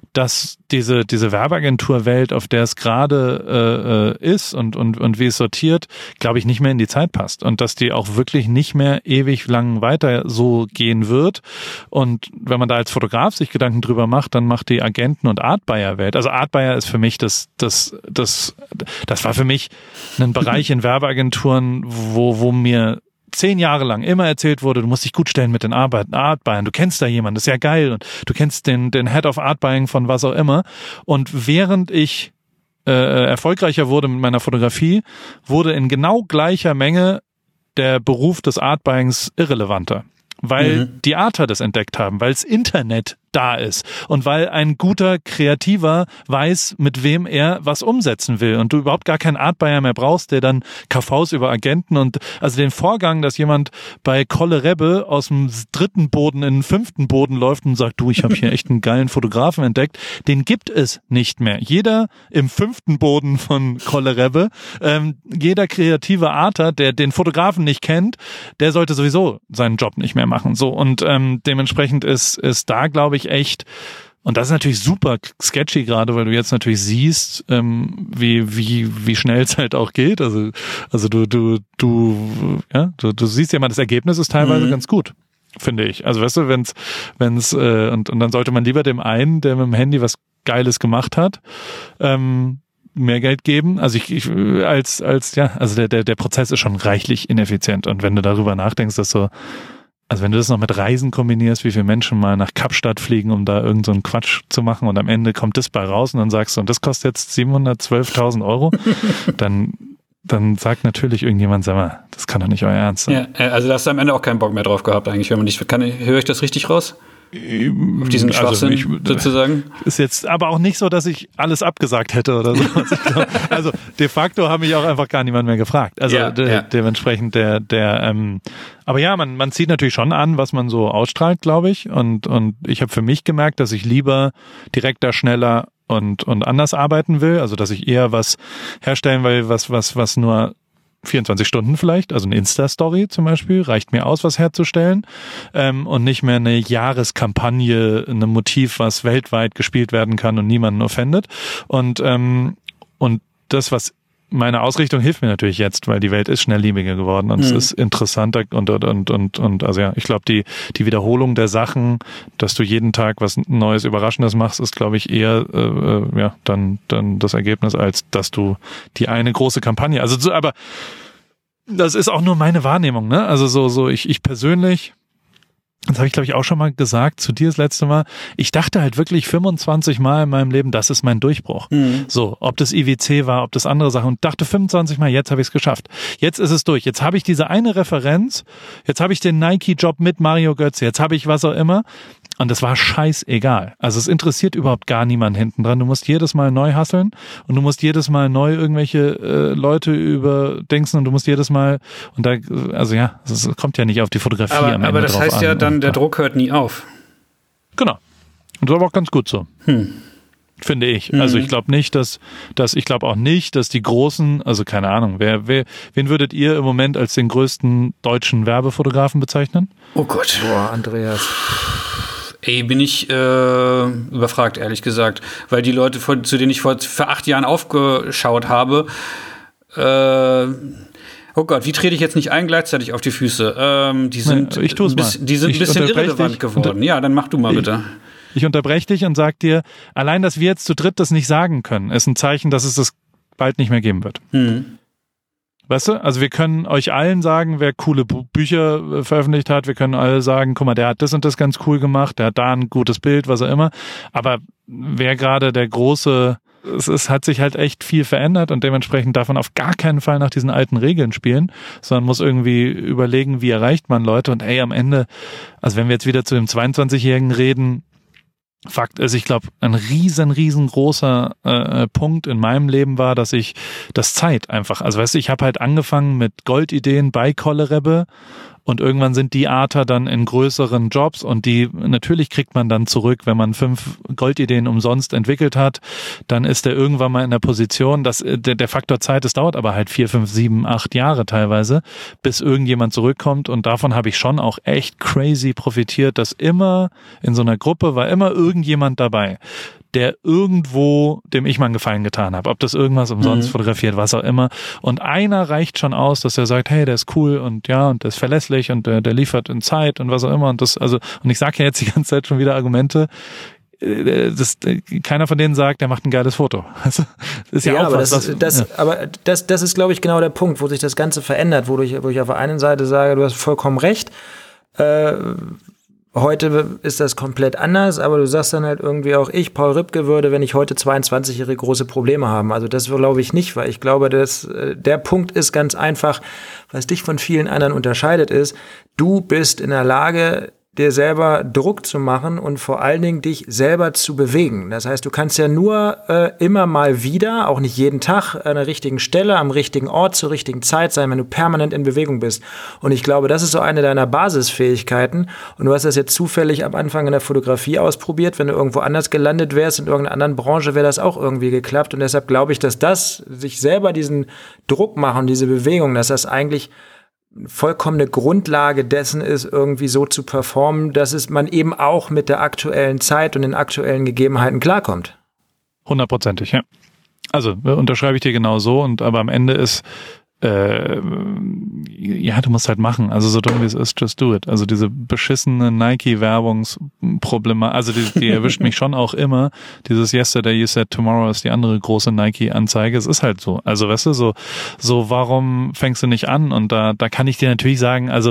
dass diese Werbeagenturwelt, auf der es gerade ist und wie es sortiert, glaube ich, nicht mehr in die Zeit passt und dass die auch wirklich nicht mehr ewig lang weiter so gehen wird. Und wenn man da als Fotograf sich Gedanken drüber macht, dann macht die Agenten- und Art-Buyer-Welt. Also Art-Buyer ist für mich das war für mich ein Bereich in Werbeagenturen, wo mir 10 Jahre lang immer erzählt wurde, du musst dich gut stellen mit den Art-Buyern, du kennst da jemanden, das ist ja geil und du kennst den Head of Art-Buying von was auch immer. Und während ich erfolgreicher wurde mit meiner Fotografie, wurde in genau gleicher Menge der Beruf des Art-Buyings irrelevanter. Weil die Arter das entdeckt haben, weil das Internet da ist und weil ein guter Kreativer weiß, mit wem er was umsetzen will und du überhaupt gar keinen Art-Buyer mehr brauchst, der dann KVs über Agenten und also den Vorgang, dass jemand bei Kolle Rebbe aus dem 3. Boden in den 5. Boden läuft und sagt, du, ich habe hier echt einen geilen Fotografen entdeckt, den gibt es nicht mehr. Jeder im 5. Boden von Kolle Rebbe, jeder kreative Arter, der den Fotografen nicht kennt, der sollte sowieso seinen Job nicht mehr machen. So und dementsprechend ist da, glaube ich, echt, und das ist natürlich super sketchy gerade, weil du jetzt natürlich siehst, wie schnell es halt auch geht. Also du siehst ja mal, das Ergebnis ist teilweise ganz gut, finde ich. Also weißt du, wenn's und dann sollte man lieber dem einen, der mit dem Handy was Geiles gemacht hat, mehr Geld geben. Also der Prozess ist schon reichlich ineffizient. Und wenn du darüber nachdenkst, dass so, also wenn du das noch mit Reisen kombinierst, wie viele Menschen mal nach Kapstadt fliegen, um da irgend so einen Quatsch zu machen und am Ende kommt das bei raus und dann sagst du, und das kostet jetzt 712.000 Euro, dann sagt natürlich irgendjemand, sag mal, das kann doch nicht euer Ernst sein. Ja, also da hast du am Ende auch keinen Bock mehr drauf gehabt eigentlich, wenn man nicht, höre ich das richtig raus? Auf diesen Schwachsinn sozusagen. Ist jetzt aber auch nicht so, dass ich alles abgesagt hätte oder so. Also de facto habe mich auch einfach gar niemand mehr gefragt. Also dementsprechend aber ja, man zieht natürlich schon an, was man so ausstrahlt, glaube ich. Und ich habe für mich gemerkt, dass ich lieber direkter, schneller und anders arbeiten will. Also dass ich eher was herstellen will, was nur 24 Stunden vielleicht, also eine Insta-Story zum Beispiel, reicht mir aus, was herzustellen und nicht mehr eine Jahreskampagne, ein Motiv, was weltweit gespielt werden kann und niemanden offendet. Und das, was meine Ausrichtung hilft mir natürlich jetzt, weil die Welt ist schnelllebiger geworden und es ist interessanter und also ja, ich glaube, die Wiederholung der Sachen, dass du jeden Tag was Neues, Überraschendes machst, ist, glaube ich, eher dann das Ergebnis, als dass du die eine große Kampagne, aber das ist auch nur meine Wahrnehmung, ne? Also so ich persönlich, das habe ich, glaube ich, auch schon mal gesagt zu dir das letzte Mal. Ich dachte halt wirklich 25 Mal in meinem Leben, das ist mein Durchbruch. So, ob das IWC war, ob das andere Sachen. Und dachte 25 Mal, jetzt habe ich es geschafft. Jetzt ist es durch. Jetzt habe ich diese eine Referenz. Jetzt habe ich den Nike-Job mit Mario Götze. Jetzt habe ich was auch immer. Und das war scheißegal. Also es interessiert überhaupt gar niemanden hinten dran. Du musst jedes Mal neu hustlen und du musst jedes Mal neu irgendwelche Leute überdenken und du musst jedes Mal und da, also ja, es kommt ja nicht auf die Fotografie am Ende aber das drauf heißt an. Ja dann, der Druck hört nie auf. Genau. Und das war aber auch ganz gut so. Finde ich. Also ich glaube nicht, dass die großen, also keine Ahnung, wen würdet ihr im Moment als den größten deutschen Werbefotografen bezeichnen? Oh Gott. Boah, Andreas. Ey, bin ich überfragt, ehrlich gesagt. Weil die Leute, zu denen ich vor 8 Jahren aufgeschaut habe, oh Gott, wie trete ich jetzt nicht allen gleichzeitig auf die Füße? Die sind ein bisschen irrelevant geworden. Ja, dann mach du mal bitte. Ich unterbreche dich und sag dir, allein, dass wir jetzt zu dritt das nicht sagen können, ist ein Zeichen, dass es das bald nicht mehr geben wird. Weißt du? Also wir können euch allen sagen, wer coole Bücher veröffentlicht hat. Wir können alle sagen, guck mal, der hat das und das ganz cool gemacht, der hat da ein gutes Bild, was auch immer. Aber wer gerade der große, es hat sich halt echt viel verändert und dementsprechend darf man auf gar keinen Fall nach diesen alten Regeln spielen, sondern muss irgendwie überlegen, wie erreicht man Leute. Und am Ende, also wenn wir jetzt wieder zu dem 22-Jährigen reden, Fakt ist, ich glaube, ein riesengroßer Punkt in meinem Leben war, dass das Zeit einfach, also weißt du, ich habe halt angefangen mit Goldideen bei Kolle Rebbe und irgendwann sind die Arter dann in größeren Jobs und die natürlich kriegt man dann zurück, wenn man 5 Goldideen umsonst entwickelt hat, dann ist der irgendwann mal in der Position, dass der Faktor Zeit, es dauert aber halt 4, 5, 7, 8 Jahre teilweise, bis irgendjemand zurückkommt und davon habe ich schon auch echt crazy profitiert, dass immer in so einer Gruppe war immer irgendjemand dabei, der irgendwo, dem ich mal einen Gefallen getan habe. Ob das irgendwas umsonst fotografiert, was auch immer. Und einer reicht schon aus, dass er sagt, hey, der ist cool und ja, und der ist verlässlich und der liefert in Zeit und was auch immer. Und und ich sage ja jetzt die ganze Zeit schon wieder Argumente, keiner von denen sagt, der macht ein geiles Foto. Also, das ist ja auch aber was. Aber das ist, glaube ich, genau der Punkt, wo sich das Ganze verändert, wo ich auf der einen Seite sage, du hast vollkommen recht, heute ist das komplett anders, aber du sagst dann halt irgendwie auch, Paul Ripke, würde, wenn ich heute 22-Jährige, große Probleme haben. Also das glaube ich nicht, weil ich glaube, dass der Punkt ist ganz einfach, was dich von vielen anderen unterscheidet, ist, du bist in der Lage, dir selber Druck zu machen und vor allen Dingen dich selber zu bewegen. Das heißt, du kannst ja nur immer mal wieder, auch nicht jeden Tag, an der richtigen Stelle, am richtigen Ort, zur richtigen Zeit sein, wenn du permanent in Bewegung bist. Und ich glaube, das ist so eine deiner Basisfähigkeiten. Und du hast das jetzt zufällig am Anfang in der Fotografie ausprobiert. Wenn du irgendwo anders gelandet wärst, in irgendeiner anderen Branche, wäre das auch irgendwie geklappt. Und deshalb glaube ich, dass das, sich selber diesen Druck machen, diese Bewegung, dass das eigentlich vollkommene Grundlage dessen ist, irgendwie so zu performen, dass man eben auch mit der aktuellen Zeit und den aktuellen Gegebenheiten klarkommt. 100%, ja. Also unterschreibe ich dir genau so, aber am Ende ist ja, du musst halt machen. Also so dumm wie es ist, just do it. Also diese beschissene Nike-Werbungsprobleme, also die erwischt mich schon auch immer. Dieses Yesterday you said tomorrow ist die andere große Nike-Anzeige. Es ist halt so. Also weißt du, so warum fängst du nicht an? Und da kann ich dir natürlich sagen, also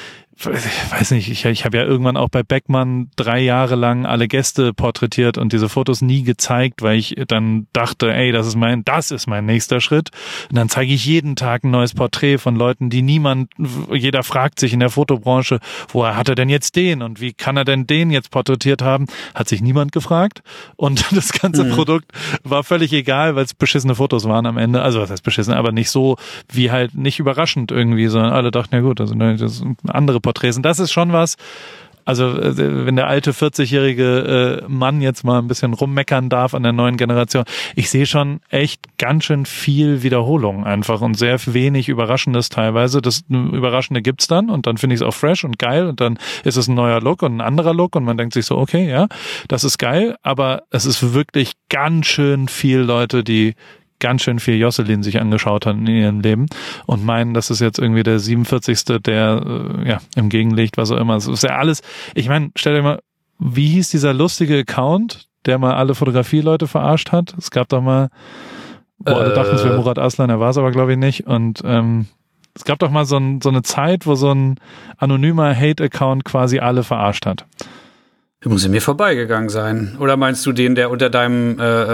weiß nicht, ich habe ja irgendwann auch bei Beckmann 3 Jahre lang alle Gäste porträtiert und diese Fotos nie gezeigt, weil ich dann dachte, ey, das ist mein nächster Schritt. Und dann zeige ich jeden Tag ein neues Porträt von Leuten, die jeder fragt sich in der Fotobranche, woher hat er denn jetzt den und wie kann er denn den jetzt porträtiert haben? Hat sich niemand gefragt und das ganze Produkt war völlig egal, weil es beschissene Fotos waren am Ende. Also was heißt beschissen, aber nicht so wie halt nicht überraschend irgendwie, sondern alle dachten, ja gut, also das sind andere Porträts. Und das ist schon was, also wenn der alte 40-jährige Mann jetzt mal ein bisschen rummeckern darf an der neuen Generation, ich sehe schon echt ganz schön viel Wiederholung einfach und sehr wenig Überraschendes teilweise. Das Überraschende gibt's dann und dann finde ich es auch fresh und geil und dann ist es ein neuer Look und ein anderer Look und man denkt sich so, okay, ja, das ist geil, aber es ist wirklich ganz schön viel Leute, die ganz schön viel Josselin sich angeschaut haben in ihrem Leben und meinen, das ist jetzt irgendwie der 47. der im Gegenlicht, was auch immer. Es ist ja alles, ich meine, stell dir mal, wie hieß dieser lustige Account, der mal alle Fotografie-Leute verarscht hat? Es gab doch mal, alle dachten, es wäre Murat Aslan, er war es aber glaube ich nicht und es gab doch mal so eine Zeit, wo so ein anonymer Hate-Account quasi alle verarscht hat. Muss in mir vorbeigegangen sein. Oder meinst du den, der unter deinem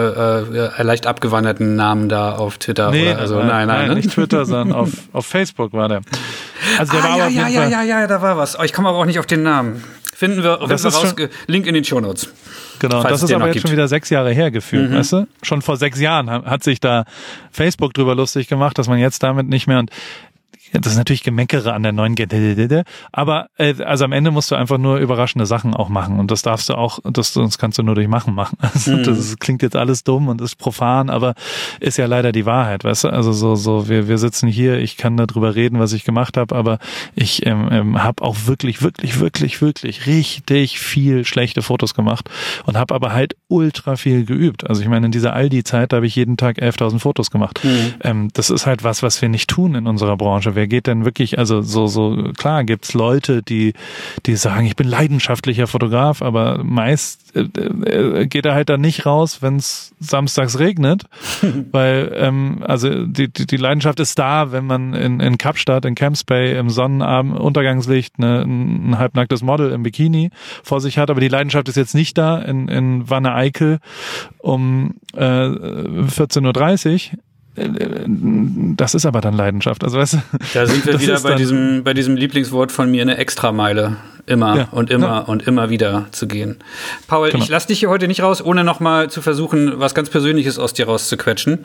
leicht abgewanderten Namen da auf Twitter? Nee, oder? Also, nein, nicht Twitter, sondern auf Facebook war der. Also der war ja, da war was. Ich komme aber auch nicht auf den Namen. Finden wir raus. Link in den Shownotes. Genau, das ist aber jetzt schon wieder 6 Jahre her gefühlt, weißt du? Schon vor 6 Jahren hat sich da Facebook drüber lustig gemacht, dass man jetzt damit nicht mehr und das ist natürlich Gemeckere an der neuen aber also am Ende musst du einfach nur überraschende Sachen auch machen und das darfst du auch, das kannst du nur durch Machen. Also das klingt jetzt alles dumm und ist profan, aber ist ja leider die Wahrheit, weißt du? Also wir sitzen hier, ich kann darüber reden, was ich gemacht habe, aber ich habe auch wirklich richtig viel schlechte Fotos gemacht und habe aber halt ultra viel geübt. Also ich meine, in dieser Aldi-Zeit, da habe ich jeden Tag 11.000 Fotos gemacht. Das ist halt was wir nicht tun in unserer Branche. Wer geht denn wirklich, also so klar gibt's Leute, die sagen, ich bin leidenschaftlicher Fotograf, aber meist geht er halt dann nicht raus, wenn es samstags regnet, weil also die Leidenschaft ist da, wenn man in Kapstadt, in Camps Bay im Sonnenabend Untergangslicht ein halbnacktes Model im Bikini vor sich hat, aber die Leidenschaft ist jetzt nicht da in Wanne-Eickel um 14.30 Uhr. Das ist aber dann Leidenschaft. Also weißt du, da sind wir wieder bei diesem Lieblingswort von mir, eine Extrameile. Immer und immer wieder zu gehen. Paul, Ich lasse dich hier heute nicht raus, ohne nochmal zu versuchen, was ganz Persönliches aus dir rauszuquetschen.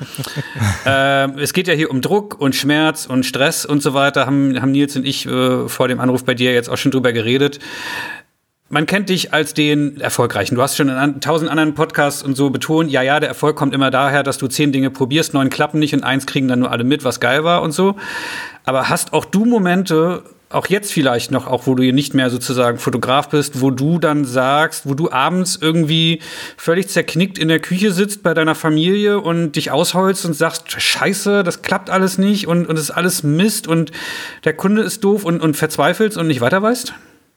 Es geht ja hier um Druck und Schmerz und Stress und so weiter. Haben Nils und ich vor dem Anruf bei dir jetzt auch schon drüber geredet. Man kennt dich als den Erfolgreichen. Du hast schon in 1000 anderen Podcasts und so betont, ja, der Erfolg kommt immer daher, dass du 10 Dinge probierst, 9 klappen nicht und 1 kriegen dann nur alle mit, was geil war und so. Aber hast auch du Momente, auch jetzt vielleicht noch, auch wo du nicht mehr sozusagen Fotograf bist, wo du dann sagst, wo du abends irgendwie völlig zerknickt in der Küche sitzt bei deiner Familie und dich ausheulst und sagst, Scheiße, das klappt alles nicht und es ist alles Mist und der Kunde ist doof und verzweifelst und nicht weiter weißt?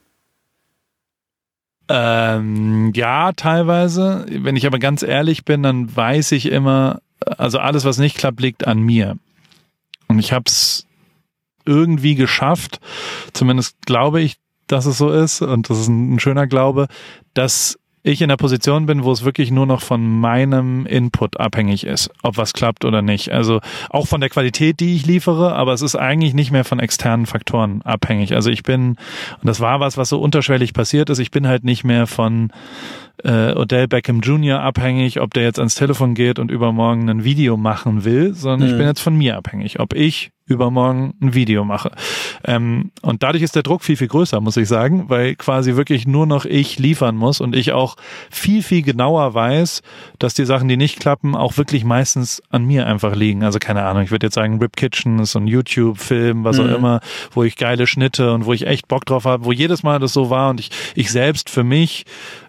Ja, teilweise. Wenn ich aber ganz ehrlich bin, dann weiß ich immer, also alles, was nicht klappt, liegt an mir. Und ich habe es irgendwie geschafft, zumindest glaube ich, dass es so ist, und das ist ein schöner Glaube, dass ich in der Position bin, wo es wirklich nur noch von meinem Input abhängig ist, ob was klappt oder nicht. Also auch von der Qualität, die ich liefere, aber es ist eigentlich nicht mehr von externen Faktoren abhängig. Also ich bin, und das war was so unterschwellig passiert ist, ich bin halt nicht mehr von Odell Beckham Jr. abhängig, ob der jetzt ans Telefon geht und übermorgen ein Video machen will, sondern ich bin jetzt von mir abhängig, ob ich übermorgen ein Video mache. Und dadurch ist der Druck viel, viel größer, muss ich sagen, weil quasi wirklich nur noch ich liefern muss und ich auch viel, viel genauer weiß, dass die Sachen, die nicht klappen, auch wirklich meistens an mir einfach liegen. Also keine Ahnung, ich würde jetzt sagen, Rip Kitchen ist so ein YouTube-Film, was auch immer, wo ich geile Schnitte und wo ich echt Bock drauf habe, wo jedes Mal das so war und ich selbst für mich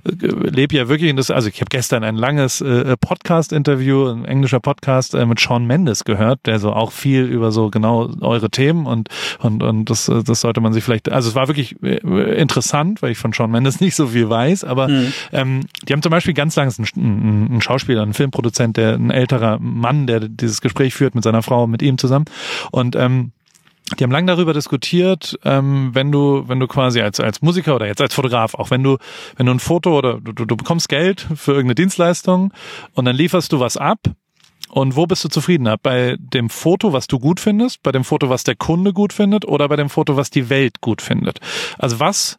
lebe ja wirklich in das, also ich habe gestern ein langes Podcast-Interview, ein englischer Podcast mit Shawn Mendes gehört, der so auch viel über so genau eure Themen und das sollte man sich vielleicht, also es war wirklich interessant, weil ich von Shawn Mendes nicht so viel weiß, aber die haben zum Beispiel ganz lange einen Schauspieler, einen Filmproduzent, ein älterer Mann, der dieses Gespräch führt mit seiner Frau, mit ihm zusammen und die haben lange darüber diskutiert, wenn du quasi als Musiker oder jetzt als Fotograf, auch wenn du ein Foto oder du bekommst Geld für irgendeine Dienstleistung und dann lieferst du was ab und wo bist du zufriedener? Bei dem Foto, was du gut findest, bei dem Foto, was der Kunde gut findet oder bei dem Foto, was die Welt gut findet? Also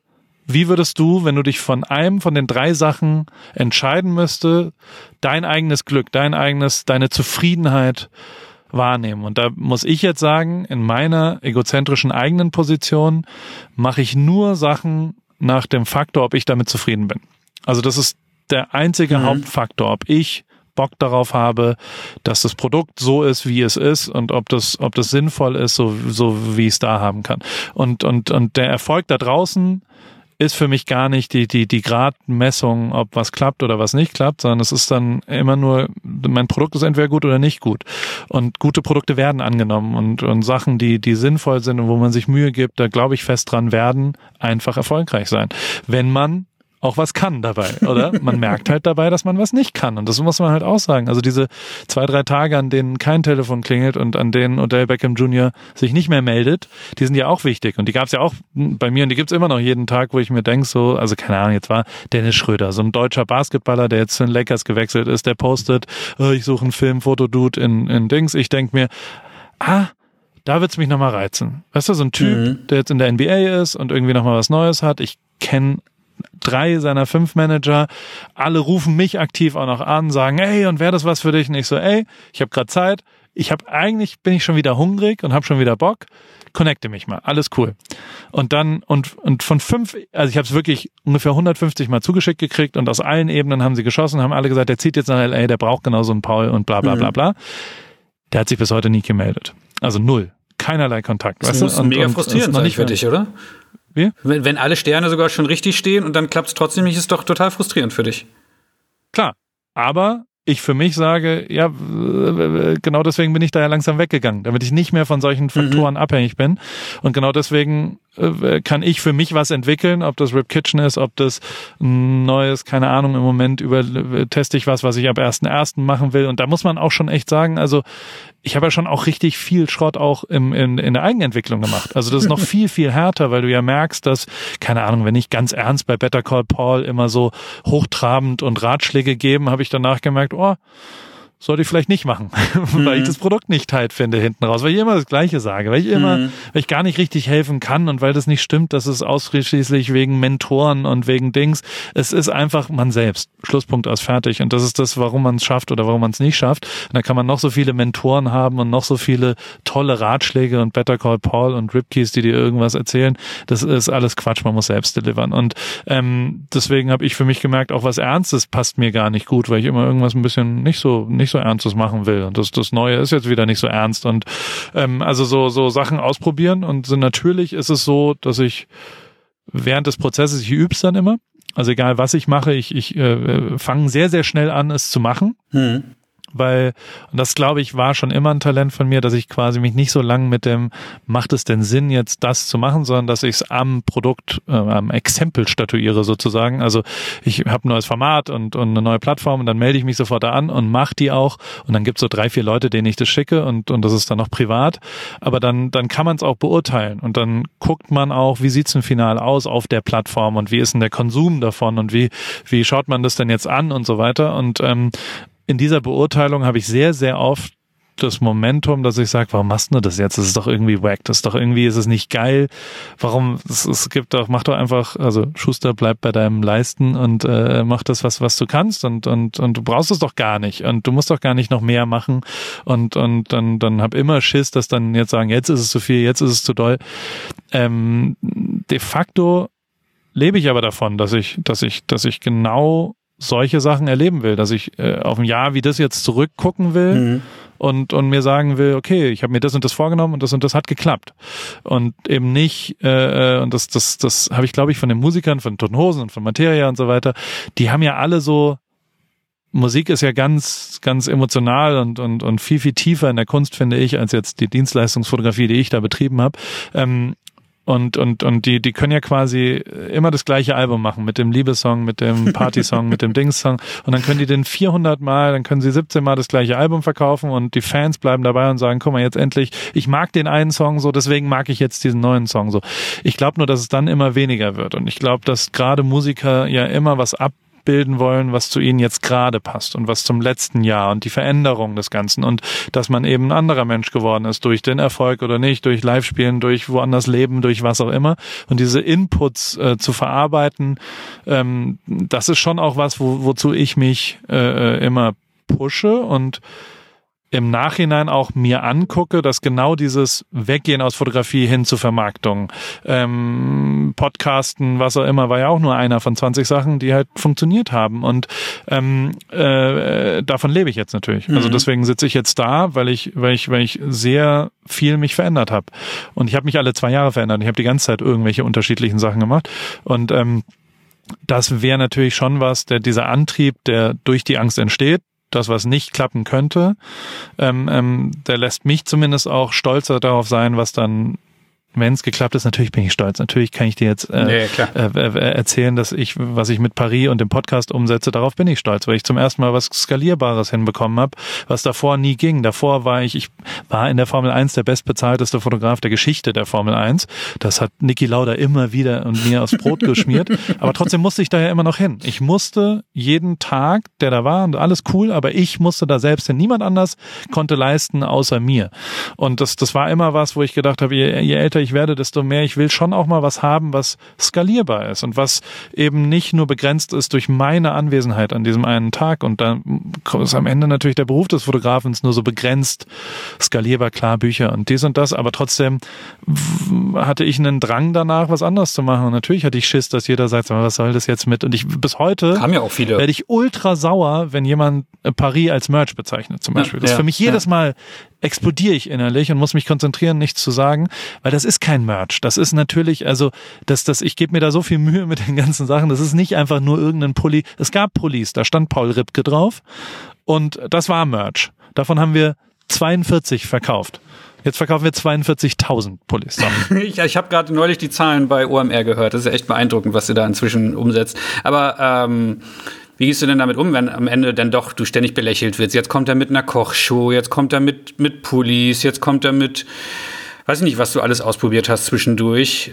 wie würdest du, wenn du dich von einem von den 3 Sachen entscheiden müsste, dein eigenes Glück, deine Zufriedenheit wahrnehmen? Und da muss ich jetzt sagen, in meiner egozentrischen eigenen Position mache ich nur Sachen nach dem Faktor, ob ich damit zufrieden bin. Also das ist der einzige Hauptfaktor, ob ich Bock darauf habe, dass das Produkt so ist, wie es ist und ob das sinnvoll ist, so wie ich es da haben kann. Und der Erfolg da draußen ist für mich gar nicht die Gradmessung, ob was klappt oder was nicht klappt, sondern es ist dann immer nur, mein Produkt ist entweder gut oder nicht gut. Und gute Produkte werden angenommen und Sachen, die sinnvoll sind und wo man sich Mühe gibt, da glaube ich fest dran, werden einfach erfolgreich sein. Wenn man auch was kann dabei, oder? Man merkt halt dabei, dass man was nicht kann. Und das muss man halt auch sagen. Also diese 2-3 Tage, an denen kein Telefon klingelt und an denen Odell Beckham Jr. sich nicht mehr meldet, die sind ja auch wichtig. Und die gab es ja auch bei mir und die gibt's immer noch jeden Tag, wo ich mir denke, so, also keine Ahnung, jetzt war Dennis Schröder, so ein deutscher Basketballer, der jetzt zu den Lakers gewechselt ist, der postet, ich suche einen Film-Fotodude in Dings. Ich denke mir, da wird's mich nochmal reizen. Weißt du, so ein Typ, der jetzt in der NBA ist und irgendwie nochmal was Neues hat. Ich kenne 3 seiner 5 Manager, alle rufen mich aktiv auch noch an, sagen, ey, und wäre das was für dich? Und ich so, ey, ich habe gerade Zeit, bin ich schon wieder hungrig und habe schon wieder Bock, connecte mich mal, alles cool. Und dann, und von 5, also ich habe es wirklich ungefähr 150 Mal zugeschickt gekriegt und aus allen Ebenen haben sie geschossen, haben alle gesagt, der zieht jetzt nach LA, der braucht genauso einen Paul und bla bla bla bla. Der hat sich bis heute nie gemeldet. Also 0. Keinerlei Kontakt. Das muss mega frustrierend sein für dich, oder? Wie? Wenn alle Sterne sogar schon richtig stehen und dann klappt es trotzdem nicht, ist doch total frustrierend für dich. Klar, aber ich für mich sage, ja, genau deswegen bin ich da ja langsam weggegangen, damit ich nicht mehr von solchen Faktoren abhängig bin. Und genau deswegen kann ich für mich was entwickeln, ob das Rip Kitchen ist, ob das ein neues, keine Ahnung, im Moment teste ich was ich ab 1.1. machen will. Und da muss man auch schon echt sagen, also ich habe ja schon auch richtig viel Schrott auch in der Eigenentwicklung gemacht. Also das ist noch viel, viel härter, weil du ja merkst, dass, keine Ahnung, wenn ich ganz ernst bei Better Call Paul immer so hochtrabend und Ratschläge geben, habe ich danach gemerkt, sollte ich vielleicht nicht machen, weil ich das Produkt nicht tight finde hinten raus, weil ich immer das Gleiche sage, weil ich gar nicht richtig helfen kann und weil das nicht stimmt, dass es ausschließlich wegen Mentoren und wegen Dings, es ist einfach man selbst. Schlusspunkt aus, fertig. Und das ist das, warum man es schafft oder warum man es nicht schafft. Und da kann man noch so viele Mentoren haben und noch so viele tolle Ratschläge und Better Call Paul und Ripkeys, die dir irgendwas erzählen. Das ist alles Quatsch, man muss selbst delivern. Und deswegen habe ich für mich gemerkt, auch was Ernstes passt mir gar nicht gut, weil ich immer irgendwas ein bisschen nicht so so Ernstes machen will. Und das Neue ist jetzt wieder nicht so ernst. Und also so Sachen ausprobieren. Und natürlich ist es so, dass ich während des Prozesses, ich übe es dann immer. Also egal, was ich mache, ich fange sehr, sehr schnell an, es zu machen. Weil, und das glaube ich, war schon immer ein Talent von mir, dass ich quasi mich nicht so lang mit dem, macht es denn Sinn, jetzt das zu machen, sondern dass ich es am Produkt, am Exempel statuiere sozusagen. Also ich habe ein neues Format und eine neue Plattform und dann melde ich mich sofort da an und mache die auch. Und dann gibt es so 3, 4 Leute, denen ich das schicke und das ist dann noch privat. Aber dann kann man es auch beurteilen und dann guckt man auch, wie sieht es denn final aus auf der Plattform und wie ist denn der Konsum davon und wie schaut man das denn jetzt an und so weiter. Und in dieser Beurteilung habe ich sehr, sehr oft das Momentum, dass ich sage, warum machst du das jetzt? Das ist doch irgendwie wack, ist es nicht geil. Warum? Mach doch einfach, also Schuster, bleib bei deinem Leisten und mach das, was du kannst und du brauchst es doch gar nicht und du musst doch gar nicht noch mehr machen und dann hab immer Schiss, dass dann jetzt sagen, jetzt ist es zu viel, jetzt ist es zu doll. De facto lebe ich aber davon, dass ich genau solche Sachen erleben will, dass ich auf ein Jahr wie das jetzt zurückgucken will und mir sagen will, okay, ich habe mir das und das vorgenommen und das hat geklappt. Und eben nicht, und das habe ich, glaube ich, von den Musikern, von Toten Hosen und von Materia und so weiter, die haben ja alle so, Musik ist ja ganz, ganz emotional und viel, viel tiefer in der Kunst, finde ich, als jetzt die Dienstleistungsfotografie, die ich da betrieben habe. Und die können ja quasi immer das gleiche Album machen, mit dem Liebessong, mit dem Partysong, mit dem Dingssong. Und dann können die den 400 Mal, dann können sie 17 Mal das gleiche Album verkaufen und die Fans bleiben dabei und sagen, guck mal, jetzt endlich, ich mag den einen Song so, deswegen mag ich jetzt diesen neuen Song so. Ich glaube nur, dass es dann immer weniger wird. Und ich glaube, dass gerade Musiker ja immer was abbilden wollen, was zu ihnen jetzt gerade passt und was zum letzten Jahr und die Veränderung des Ganzen und dass man eben ein anderer Mensch geworden ist durch den Erfolg oder nicht, durch Live-Spielen, durch woanders leben, durch was auch immer und diese Inputs zu verarbeiten, das ist schon auch was, wozu ich mich immer pushe und im Nachhinein auch mir angucke, dass genau dieses Weggehen aus Fotografie hin zur Vermarktung, Podcasten, was auch immer, war ja auch nur einer von 20 Sachen, die halt funktioniert haben und davon lebe ich jetzt natürlich. Also deswegen sitze ich jetzt da, weil ich sehr viel mich verändert habe und ich habe mich alle 2 Jahre verändert. Ich habe die ganze Zeit irgendwelche unterschiedlichen Sachen gemacht und das wäre natürlich schon was, dieser Antrieb, der durch die Angst entsteht, das, was nicht klappen könnte, der lässt mich zumindest auch stolzer darauf sein, was dann, wenn es geklappt ist, natürlich bin ich stolz. Natürlich kann ich dir jetzt erzählen, dass was ich mit Paris und dem Podcast umsetze, darauf bin ich stolz, weil ich zum ersten Mal was Skalierbares hinbekommen habe, was davor nie ging. Davor war ich war in der Formel 1 der bestbezahlteste Fotograf der Geschichte der Formel 1. Das hat Niki Lauda immer wieder und mir aufs Brot geschmiert. Aber trotzdem musste ich da ja immer noch hin. Ich musste jeden Tag, der da war, und alles cool, aber ich musste da selbst hin. Niemand anders konnte leisten, außer mir. Und das war immer was, wo ich gedacht habe, je älter ich werde, desto mehr, ich will schon auch mal was haben, was skalierbar ist und was eben nicht nur begrenzt ist durch meine Anwesenheit an diesem einen Tag. Und dann ist am Ende natürlich der Beruf des Fotografen nur so begrenzt, skalierbar, klar, Bücher und dies und das, aber trotzdem hatte ich einen Drang danach, was anderes zu machen. Und natürlich hatte ich Schiss, dass jeder sagt, was soll das jetzt mit? Und bis heute haben ja auch viele. Werde ich ultra sauer, wenn jemand Paris als Merch bezeichnet, zum Beispiel. Das ist für mich jedes Mal explodiere ich innerlich und muss mich konzentrieren, nichts zu sagen, weil das ist kein Merch. Das ist natürlich, also, ich gebe mir da so viel Mühe mit den ganzen Sachen. Das ist nicht einfach nur irgendein Pulli. Es gab Pullis, da stand Paul Ripke drauf und das war Merch. Davon haben wir 42 verkauft. Jetzt verkaufen wir 42.000 Pullis. Ich habe gerade neulich die Zahlen bei OMR gehört. Das ist echt beeindruckend, was ihr da inzwischen umsetzt. Aber wie gehst du denn damit um, wenn am Ende dann doch du ständig belächelt wirst? Jetzt kommt er mit einer Kochshow, jetzt kommt er mit Pullis, jetzt kommt er mit, weiß ich nicht, was du alles ausprobiert hast zwischendurch.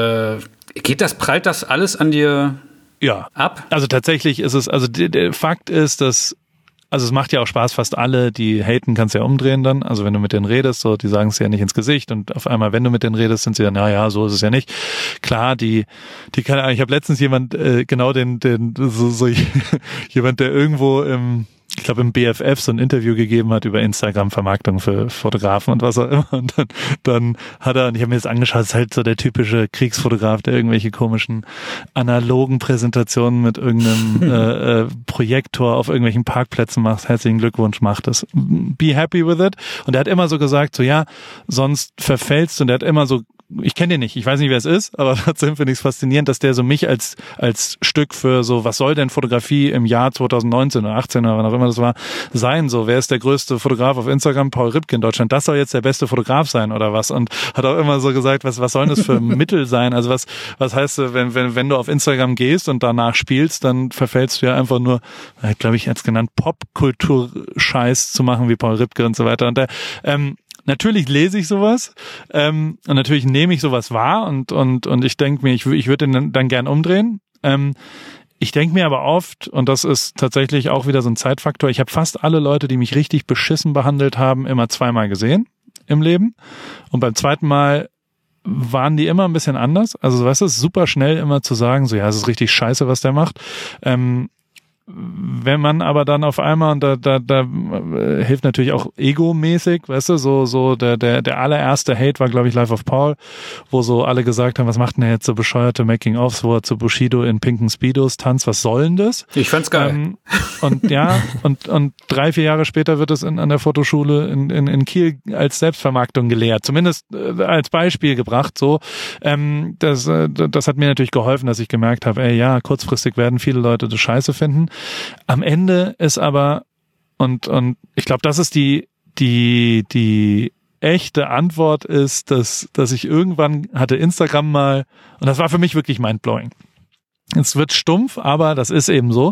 Prallt das alles an dir ab? Also tatsächlich ist es, also der Fakt ist, dass, also es macht ja auch Spaß, fast alle, die haten, kannst du ja umdrehen dann. Also wenn du mit denen redest, so, die sagen es ja nicht ins Gesicht und auf einmal, wenn du mit denen redest, sind sie dann, naja, so ist es ja nicht. Klar, ich habe letztens jemand, jemand, der irgendwo ich glaube, im BFF so ein Interview gegeben hat über Instagram-Vermarktung für Fotografen und was auch immer. Und dann hat er, und ich habe mir das angeschaut, ist halt so der typische Kriegsfotograf, der irgendwelche komischen analogen Präsentationen mit irgendeinem Projektor auf irgendwelchen Parkplätzen macht. Herzlichen Glückwunsch, macht das. Be happy with it. Und er hat immer so gesagt, so ja, sonst verfällst du. Und er hat immer so, ich kenne den nicht, ich weiß nicht, wer es ist, aber trotzdem finde ich es faszinierend, dass der so mich als Stück für so, was soll denn Fotografie im Jahr 2019 oder 18 oder wann auch immer das war, sein, so, wer ist der größte Fotograf auf Instagram? Paul Ripke in Deutschland, das soll jetzt der beste Fotograf sein oder was? Und hat auch immer so gesagt, was sollen das für Mittel sein? Also was heißt, wenn du auf Instagram gehst und danach spielst, dann verfällst du ja einfach nur, glaube ich, jetzt genannt, Popkultur-Scheiß zu machen wie Paul Ripke und so weiter. Und natürlich lese ich sowas und natürlich nehme ich sowas wahr und ich denke mir, ich würde den dann gern umdrehen. Ich denke mir aber oft, und das ist tatsächlich auch wieder so ein Zeitfaktor, ich habe fast alle Leute, die mich richtig beschissen behandelt haben, immer zweimal gesehen im Leben. Und beim zweiten Mal waren die immer ein bisschen anders. Also weißt du, es ist super schnell immer zu sagen, so ja, es ist richtig scheiße, was der macht. Wenn man aber dann auf einmal, und da hilft natürlich auch egomäßig, weißt du, so der allererste Hate war, glaube ich, Life of Paul, wo so alle gesagt haben, was macht denn der jetzt so bescheuerte Making-ofs, wo er zu Bushido in pinken Speedos tanzt, was soll denn das? Ich fand's geil. Und ja, und 3-4 Jahre später wird es an der Fotoschule in Kiel als Selbstvermarktung gelehrt, zumindest als Beispiel gebracht, so. Das hat mir natürlich geholfen, dass ich gemerkt habe, ey, ja, kurzfristig werden viele Leute das scheiße finden. Am Ende ist aber, und ich glaube, das ist die echte Antwort ist, dass ich irgendwann hatte Instagram mal, und das war für mich wirklich mindblowing. Es wird stumpf, aber das ist eben so.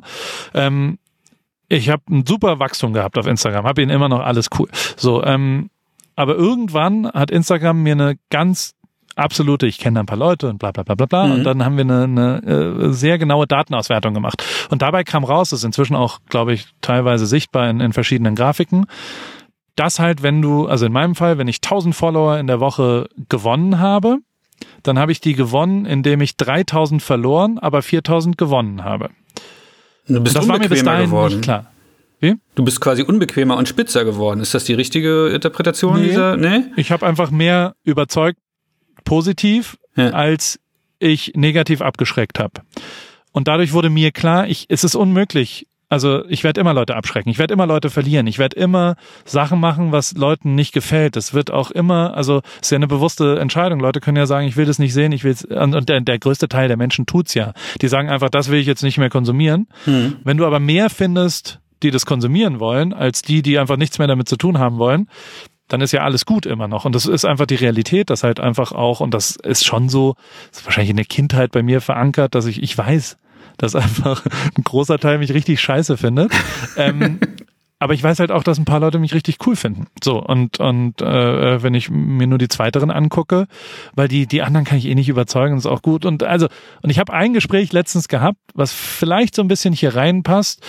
Ich habe ein super Wachstum gehabt auf Instagram, habe ihn immer noch alles cool. So, aber irgendwann hat Instagram mir eine ganz absolute, ich kenne da ein paar Leute und bla bla bla bla bla. Und dann haben wir eine sehr genaue Datenauswertung gemacht. Und dabei kam raus, das ist inzwischen auch, glaube ich, teilweise sichtbar in verschiedenen Grafiken, dass halt, wenn du, also in meinem Fall, wenn ich 1000 Follower in der Woche gewonnen habe, dann habe ich die gewonnen, indem ich 3000 verloren, aber 4000 gewonnen habe. Du bist das war mir bis dahin geworden. Nicht klar. Wie? Du bist quasi unbequemer und spitzer geworden. Ist das die richtige Interpretation dieser? Nee? Ich habe einfach mehr überzeugt, positiv, als ich negativ abgeschreckt habe. Und dadurch wurde mir klar, es ist unmöglich. Also ich werde immer Leute abschrecken, ich werde immer Leute verlieren, ich werde immer Sachen machen, was Leuten nicht gefällt. Es wird auch immer, also es ist ja eine bewusste Entscheidung. Leute können ja sagen, ich will das nicht sehen, ich will es, und der größte Teil der Menschen tut's ja. Die sagen einfach, das will ich jetzt nicht mehr konsumieren. Wenn du aber mehr findest, die das konsumieren wollen, als die einfach nichts mehr damit zu tun haben wollen, dann ist ja alles gut immer noch. Und das ist einfach die Realität, dass halt einfach auch, und das ist schon so, das ist wahrscheinlich in der Kindheit bei mir verankert, dass ich weiß, dass einfach ein großer Teil mich richtig scheiße findet. Aber ich weiß halt auch, dass ein paar Leute mich richtig cool finden. So, und wenn ich mir nur die Zweiteren angucke, weil die anderen kann ich eh nicht überzeugen, das ist auch gut. Und ich habe ein Gespräch letztens gehabt, was vielleicht so ein bisschen hier reinpasst.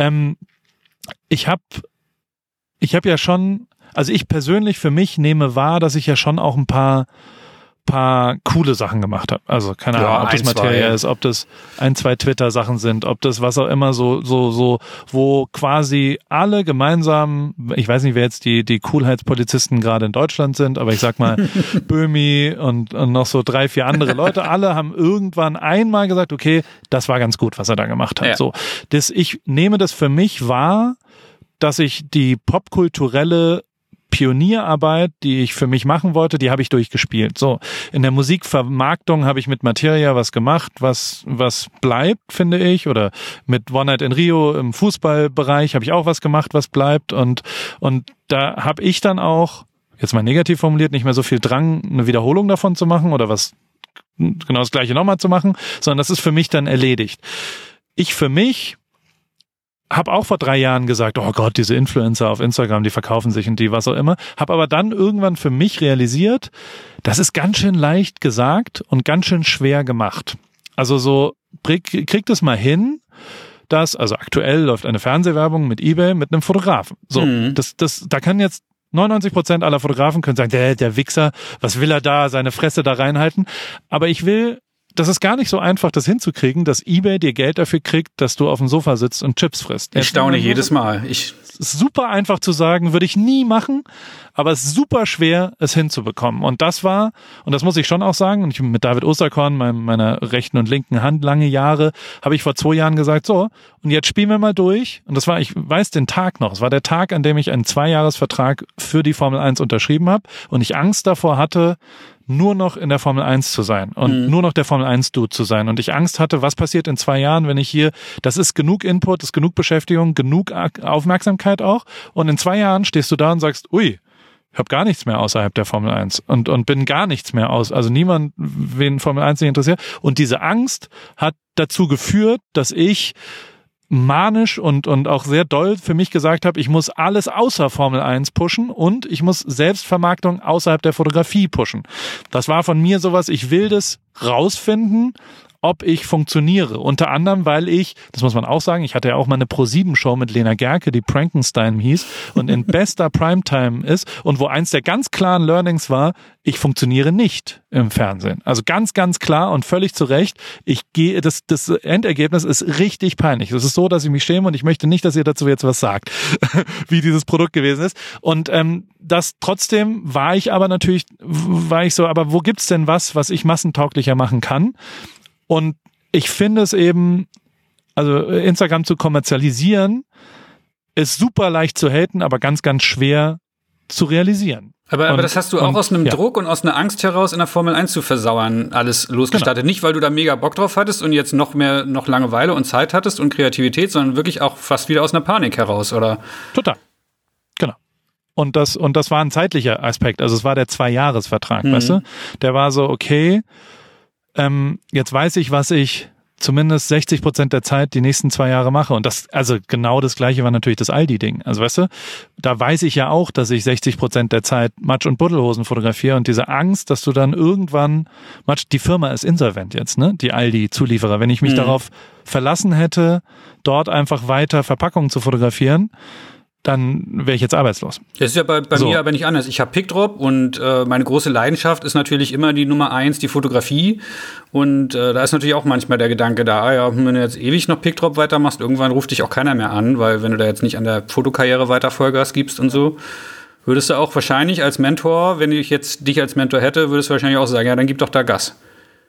Ich habe ja schon, also ich persönlich für mich nehme wahr, dass ich ja schon auch ein paar coole Sachen gemacht habe. Also keine Ahnung, ob das Materia ist, ob das 1-2 Twitter-Sachen sind, ob das was auch immer so, wo quasi alle gemeinsam, ich weiß nicht, wer jetzt die Coolheitspolizisten gerade in Deutschland sind, aber ich sag mal Böhmi und noch so 3-4 andere Leute, alle haben irgendwann einmal gesagt, okay, das war ganz gut, was er da gemacht hat. Ja. So, ich nehme das für mich wahr, dass ich die popkulturelle Pionierarbeit, die ich für mich machen wollte, die habe ich durchgespielt. So, in der Musikvermarktung habe ich mit Materia was gemacht, was bleibt, finde ich, oder mit One Night in Rio im Fußballbereich habe ich auch was gemacht, was bleibt, und da habe ich dann auch, jetzt mal negativ formuliert, nicht mehr so viel Drang, eine Wiederholung davon zu machen oder was genau das Gleiche nochmal zu machen, sondern das ist für mich dann erledigt. Ich für mich habe auch vor 3 Jahren gesagt, oh Gott, diese Influencer auf Instagram, die verkaufen sich und die was auch immer. Habe aber dann irgendwann für mich realisiert, das ist ganz schön leicht gesagt und ganz schön schwer gemacht. Also so, kriegt es mal hin, also aktuell läuft eine Fernsehwerbung mit eBay mit einem Fotografen. So, da kann jetzt 99% aller Fotografen können sagen, der Wichser, was will er da, seine Fresse da reinhalten. Aber ich will das ist gar nicht so einfach, das hinzukriegen, dass eBay dir Geld dafür kriegt, dass du auf dem Sofa sitzt und Chips frisst. Ich staune jedes Mal. Es ist super einfach zu sagen, würde ich nie machen, aber es ist super schwer, es hinzubekommen. Und das war, und das muss ich schon auch sagen, und ich mit David Osterkorn, meiner rechten und linken Hand, lange Jahre, habe ich vor 2 Jahren gesagt, so, und jetzt spielen wir mal durch. Und das war, ich weiß den Tag noch, es war der Tag, an dem ich einen 2-Jahres-Vertrag für die Formel 1 unterschrieben habe und ich Angst davor hatte, nur noch in der Formel 1 zu sein und nur noch der Formel 1 Dude zu sein. Und ich Angst hatte, was passiert in 2 Jahren, wenn ich hier, das ist genug Input, das ist genug Beschäftigung, genug Aufmerksamkeit auch. Und in 2 Jahren stehst du da und sagst, ui, ich habe gar nichts mehr außerhalb der Formel 1 und bin gar nichts mehr also niemand, wen Formel 1 nicht interessiert. Und diese Angst hat dazu geführt, dass ich manisch und auch sehr doll für mich gesagt habe, ich muss alles außer Formel 1 pushen und ich muss Selbstvermarktung außerhalb der Fotografie pushen. Das war von mir sowas, ich will das rausfinden, ob ich funktioniere. Unter anderem, weil ich, das muss man auch sagen, ich hatte ja auch mal eine Pro7-Show mit Lena Gerke, die Prankenstein hieß und in bester Primetime ist und wo eins der ganz klaren Learnings war, ich funktioniere nicht im Fernsehen. Also ganz, ganz klar und völlig zu Recht. Das Endergebnis ist richtig peinlich. Es ist so, dass ich mich schäme und ich möchte nicht, dass ihr dazu jetzt was sagt, wie dieses Produkt gewesen ist. Und das trotzdem war ich so, aber wo gibt's denn was ich massentauglicher machen kann? Und ich finde es eben, also Instagram zu kommerzialisieren, ist super leicht zu haten, aber ganz, ganz schwer zu realisieren. Aber das hast du auch aus einem Druck und aus einer Angst heraus, in der Formel 1 zu versauern, alles losgestartet. Genau. Nicht, weil du da mega Bock drauf hattest und jetzt noch Langeweile und Zeit hattest und Kreativität, sondern wirklich auch fast wieder aus einer Panik heraus, oder? Total. Genau. Und das war ein zeitlicher Aspekt. Also es war der 2-Jahres-Vertrag, weißt du? Der war so, okay, jetzt weiß ich, was ich zumindest 60% der Zeit die nächsten 2 Jahre mache. Und das, also genau das Gleiche war natürlich das Aldi-Ding. Also weißt du, da weiß ich ja auch, dass ich 60% der Zeit Matsch- und Buddelhosen fotografiere und diese Angst, dass du dann irgendwann, die Firma ist insolvent jetzt, ne? Die Aldi-Zulieferer. Wenn ich mich darauf verlassen hätte, dort einfach weiter Verpackungen zu fotografieren, dann wäre ich jetzt arbeitslos. Das ist ja bei mir aber nicht anders. Ich habe PicDrop und meine große Leidenschaft ist natürlich immer die Nummer 1, die Fotografie. Und da ist natürlich auch manchmal der Gedanke da, wenn du jetzt ewig noch PicDrop weitermachst, irgendwann ruft dich auch keiner mehr an, weil wenn du da jetzt nicht an der Fotokarriere weiter Vollgas gibst und so, würdest du auch wahrscheinlich als Mentor, wenn ich jetzt dich als Mentor hätte, würdest du wahrscheinlich auch sagen, ja, dann gib doch da Gas.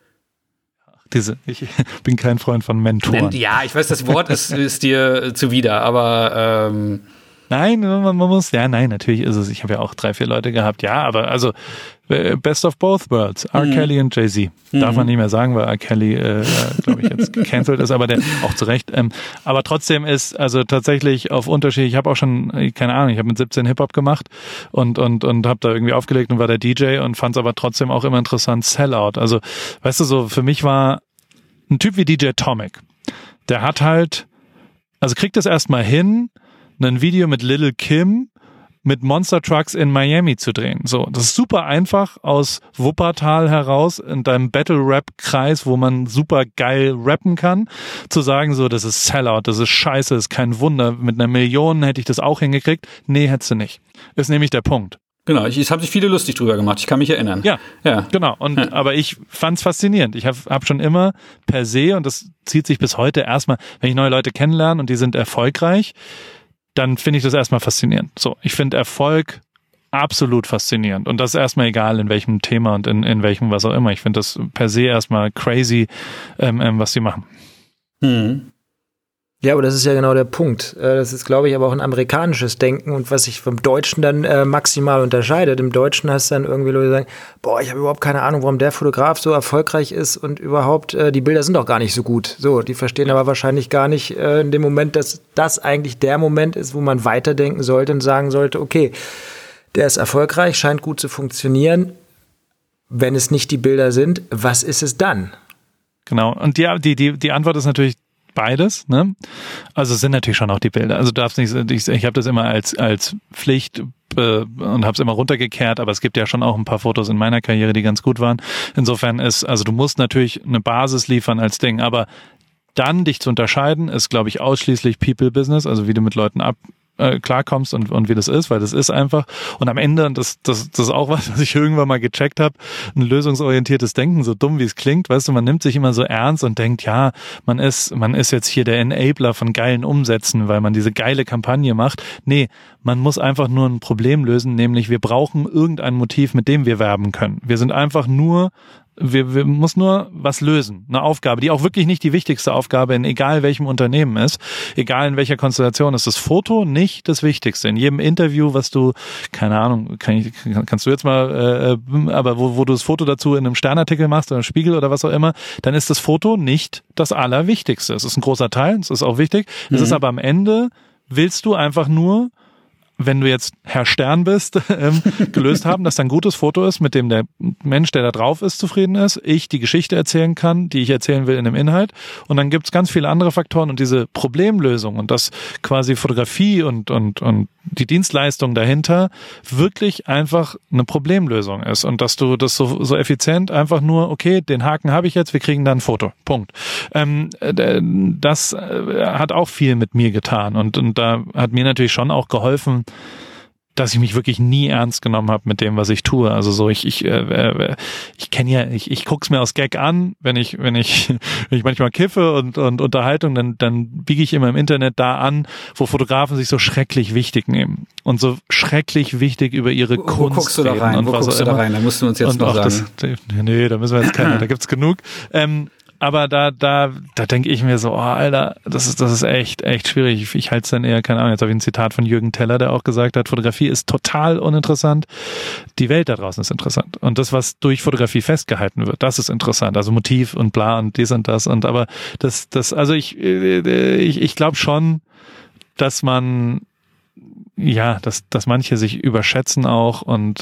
Ich bin kein Freund von Mentoren. Ja, ich weiß, das Wort ist dir zuwider, aber Nein, man muss, natürlich ist es, ich habe ja auch 3-4 Leute gehabt, aber also Best of both worlds, R. Kelly und Jay-Z. Darf man nicht mehr sagen, weil R. Kelly, glaube ich, jetzt gecancelt ist, aber der auch zu Recht. Aber trotzdem ist also tatsächlich auf Unterschied, ich habe auch schon, keine Ahnung, ich habe mit 17 Hip-Hop gemacht und habe da irgendwie aufgelegt und war der DJ und fand es aber trotzdem auch immer interessant, Sellout. Also, weißt du, so für mich war ein Typ wie DJ Tomic, der hat halt, also kriegt es erstmal hin, ein Video mit Lil' Kim mit Monster Trucks in Miami zu drehen. So, das ist super einfach aus Wuppertal heraus in deinem Battle-Rap-Kreis, wo man super geil rappen kann, zu sagen so, das ist Sellout, das ist scheiße, das ist kein Wunder. Mit 1 Million hätte ich das auch hingekriegt. Nee, hättest du nicht. Ist nämlich der Punkt. Genau, es haben sich viele lustig drüber gemacht, ich kann mich erinnern. Ja. Genau. Und aber ich fand's faszinierend. Ich hab schon immer per se, und das zieht sich bis heute erstmal, wenn ich neue Leute kennenlerne und die sind erfolgreich, dann finde ich das erstmal faszinierend. So, ich finde Erfolg absolut faszinierend. Und das ist erstmal egal, in welchem Thema und in welchem was auch immer. Ich finde das per se erstmal crazy, was die machen. Ja, aber das ist ja genau der Punkt. Das ist, glaube ich, aber auch ein amerikanisches Denken und was sich vom Deutschen dann maximal unterscheidet. Im Deutschen hast du dann irgendwie Leute, die sagen, ich habe überhaupt keine Ahnung, warum der Fotograf so erfolgreich ist und überhaupt, die Bilder sind doch gar nicht so gut. So, die verstehen aber wahrscheinlich gar nicht in dem Moment, dass das eigentlich der Moment ist, wo man weiterdenken sollte und sagen sollte, okay, der ist erfolgreich, scheint gut zu funktionieren. Wenn es nicht die Bilder sind, was ist es dann? Genau, und die Antwort ist natürlich beides, ne? Also es sind natürlich schon auch die Bilder. Also du darfst nicht, ich habe das immer als Pflicht und habe es immer runtergekehrt, aber es gibt ja schon auch ein paar Fotos in meiner Karriere, die ganz gut waren. Insofern also du musst natürlich eine Basis liefern als Ding, aber dann dich zu unterscheiden, ist, glaube ich, ausschließlich People-Business, also wie du mit Leuten klarkommst und wie das ist, weil das ist einfach. Und am Ende, und das ist auch was ich irgendwann mal gecheckt habe, ein lösungsorientiertes Denken, so dumm wie es klingt, weißt du, man nimmt sich immer so ernst und denkt, ja, man ist jetzt hier der Enabler von geilen Umsätzen, weil man diese geile Kampagne macht. Nee, man muss einfach nur ein Problem lösen, nämlich wir brauchen irgendein Motiv, mit dem wir werben können. Wir sind einfach nur wir müssen nur was lösen. Eine Aufgabe, die auch wirklich nicht die wichtigste Aufgabe in egal welchem Unternehmen ist, egal in welcher Konstellation ist das Foto nicht das Wichtigste. In jedem Interview, was du, keine Ahnung, kannst du jetzt mal, aber wo du das Foto dazu in einem Sternartikel machst oder Spiegel oder was auch immer, dann ist das Foto nicht das Allerwichtigste. Es ist ein großer Teil, es ist auch wichtig. Es ist aber am Ende, willst du einfach nur, wenn du jetzt Herr Stern bist, gelöst haben, dass da ein gutes Foto ist, mit dem der Mensch, der da drauf ist, zufrieden ist, ich die Geschichte erzählen kann, die ich erzählen will in dem Inhalt. Und dann gibt's ganz viele andere Faktoren und diese Problemlösung und das quasi Fotografie und die Dienstleistung dahinter wirklich einfach eine Problemlösung ist und dass du das so effizient einfach nur, okay, den Haken habe ich jetzt, wir kriegen da ein Foto. Punkt. Das hat auch viel mit mir getan und da hat mir natürlich schon auch geholfen, dass ich mich wirklich nie ernst genommen habe mit dem, was ich tue. Also so, ich guck's mir aus Gag an, wenn ich manchmal kiffe und Unterhaltung, dann biege ich immer im Internet da an, wo Fotografen sich so schrecklich wichtig nehmen und so schrecklich wichtig über ihre Kunst Wo guckst du da rein? Wo guckst du da rein? Da musst du uns jetzt noch sagen. Nee, da müssen wir jetzt keine, da gibt's genug. Aber da denke ich mir so, oh, Alter, das ist echt schwierig. Ich halte es dann eher, keine Ahnung, jetzt habe ich ein Zitat von Jürgen Teller, der auch gesagt hat, Fotografie ist total uninteressant. Die Welt da draußen ist interessant. Und das, was durch Fotografie festgehalten wird, das ist interessant. Also Motiv und bla und dies und das. Und aber also ich glaube schon, dass man, ja, dass manche sich überschätzen auch und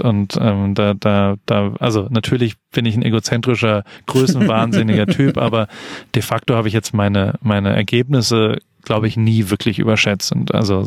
also natürlich bin ich ein egozentrischer, größenwahnsinniger Typ, aber de facto habe ich jetzt meine Ergebnisse, glaube ich, nie wirklich überschätzt und also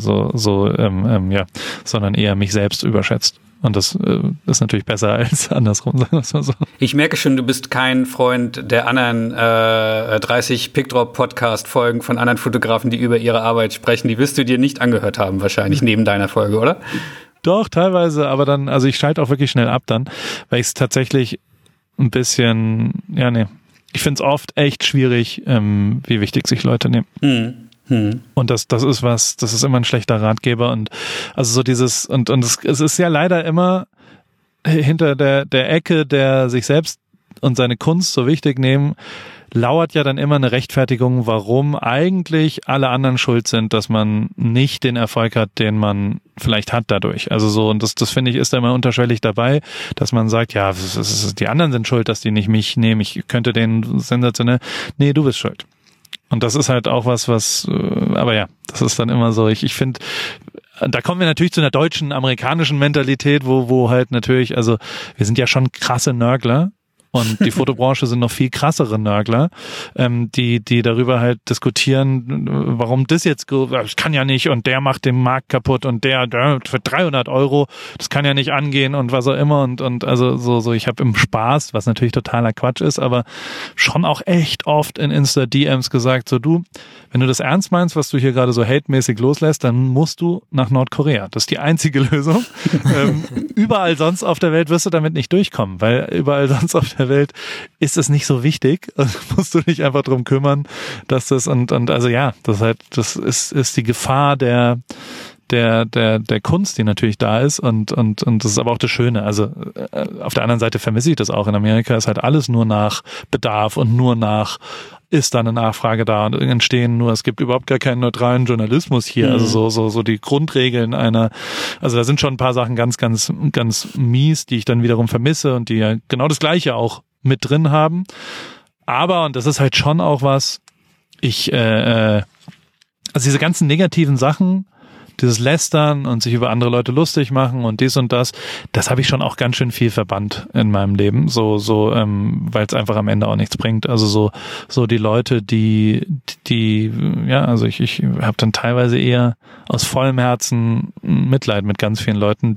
sondern eher mich selbst überschätzt. Und das ist natürlich besser als andersrum, sagen wir es mal so. Ich merke schon, du bist kein Freund der anderen 30 Pickdrop-Podcast-Folgen von anderen Fotografen, die über ihre Arbeit sprechen. Die wirst du dir nicht angehört haben, wahrscheinlich, neben deiner Folge, oder? Doch, teilweise, aber dann, also ich schalte auch wirklich schnell ab dann, weil ich es tatsächlich ein bisschen, ich finde es oft echt schwierig, wie wichtig sich Leute nehmen. Und das ist immer ein schlechter Ratgeber und also so dieses und es ist ja leider immer hinter der Ecke, der sich selbst und seine Kunst so wichtig nehmen, lauert ja dann immer eine Rechtfertigung, warum eigentlich alle anderen schuld sind, dass man nicht den Erfolg hat, den man vielleicht hat dadurch. Also so, und das finde ich, ist da immer unterschwellig dabei, dass man sagt, ja, die anderen sind schuld, dass die nicht mich nehmen, ich könnte denen sensationell, nee, du bist schuld. Und das ist halt auch was, aber ja, das ist dann immer so, ich finde, da kommen wir natürlich zu einer deutschen, amerikanischen Mentalität, wo halt natürlich, also wir sind ja schon krasse Nörgler und die Fotobranche sind noch viel krassere Nörgler, die darüber halt diskutieren, warum das jetzt, das kann ja nicht und der macht den Markt kaputt und der für 300 €, das kann ja nicht angehen und was auch immer und also so ich habe im Spaß, was natürlich totaler Quatsch ist, aber schon auch echt oft in Insta-DMs gesagt, so du, wenn du das ernst meinst, was du hier gerade so hate-mäßig loslässt, dann musst du nach Nordkorea. Das ist die einzige Lösung. Überall sonst auf der Welt wirst du damit nicht durchkommen, weil überall sonst auf der Welt ist es nicht so wichtig. Also musst du dich einfach drum kümmern, dass das und also ja, das ist die Gefahr der Kunst, die natürlich da ist und das ist aber auch das Schöne. Also auf der anderen Seite vermisse ich das auch. In Amerika ist halt alles nur nach Bedarf und nur nach ist da eine Nachfrage da und entstehen nur, es gibt überhaupt gar keinen neutralen Journalismus hier. Also so die Grundregeln also da sind schon ein paar Sachen ganz, ganz, ganz mies, die ich dann wiederum vermisse und die ja genau das Gleiche auch mit drin haben. Aber, und das ist halt schon auch was, also diese ganzen negativen Sachen, dieses Lästern und sich über andere Leute lustig machen und dies und das habe ich schon auch ganz schön viel verbannt in meinem Leben, weil es einfach am Ende auch nichts bringt. Also so die Leute, die ja, also ich habe dann teilweise eher aus vollem Herzen Mitleid mit ganz vielen Leuten,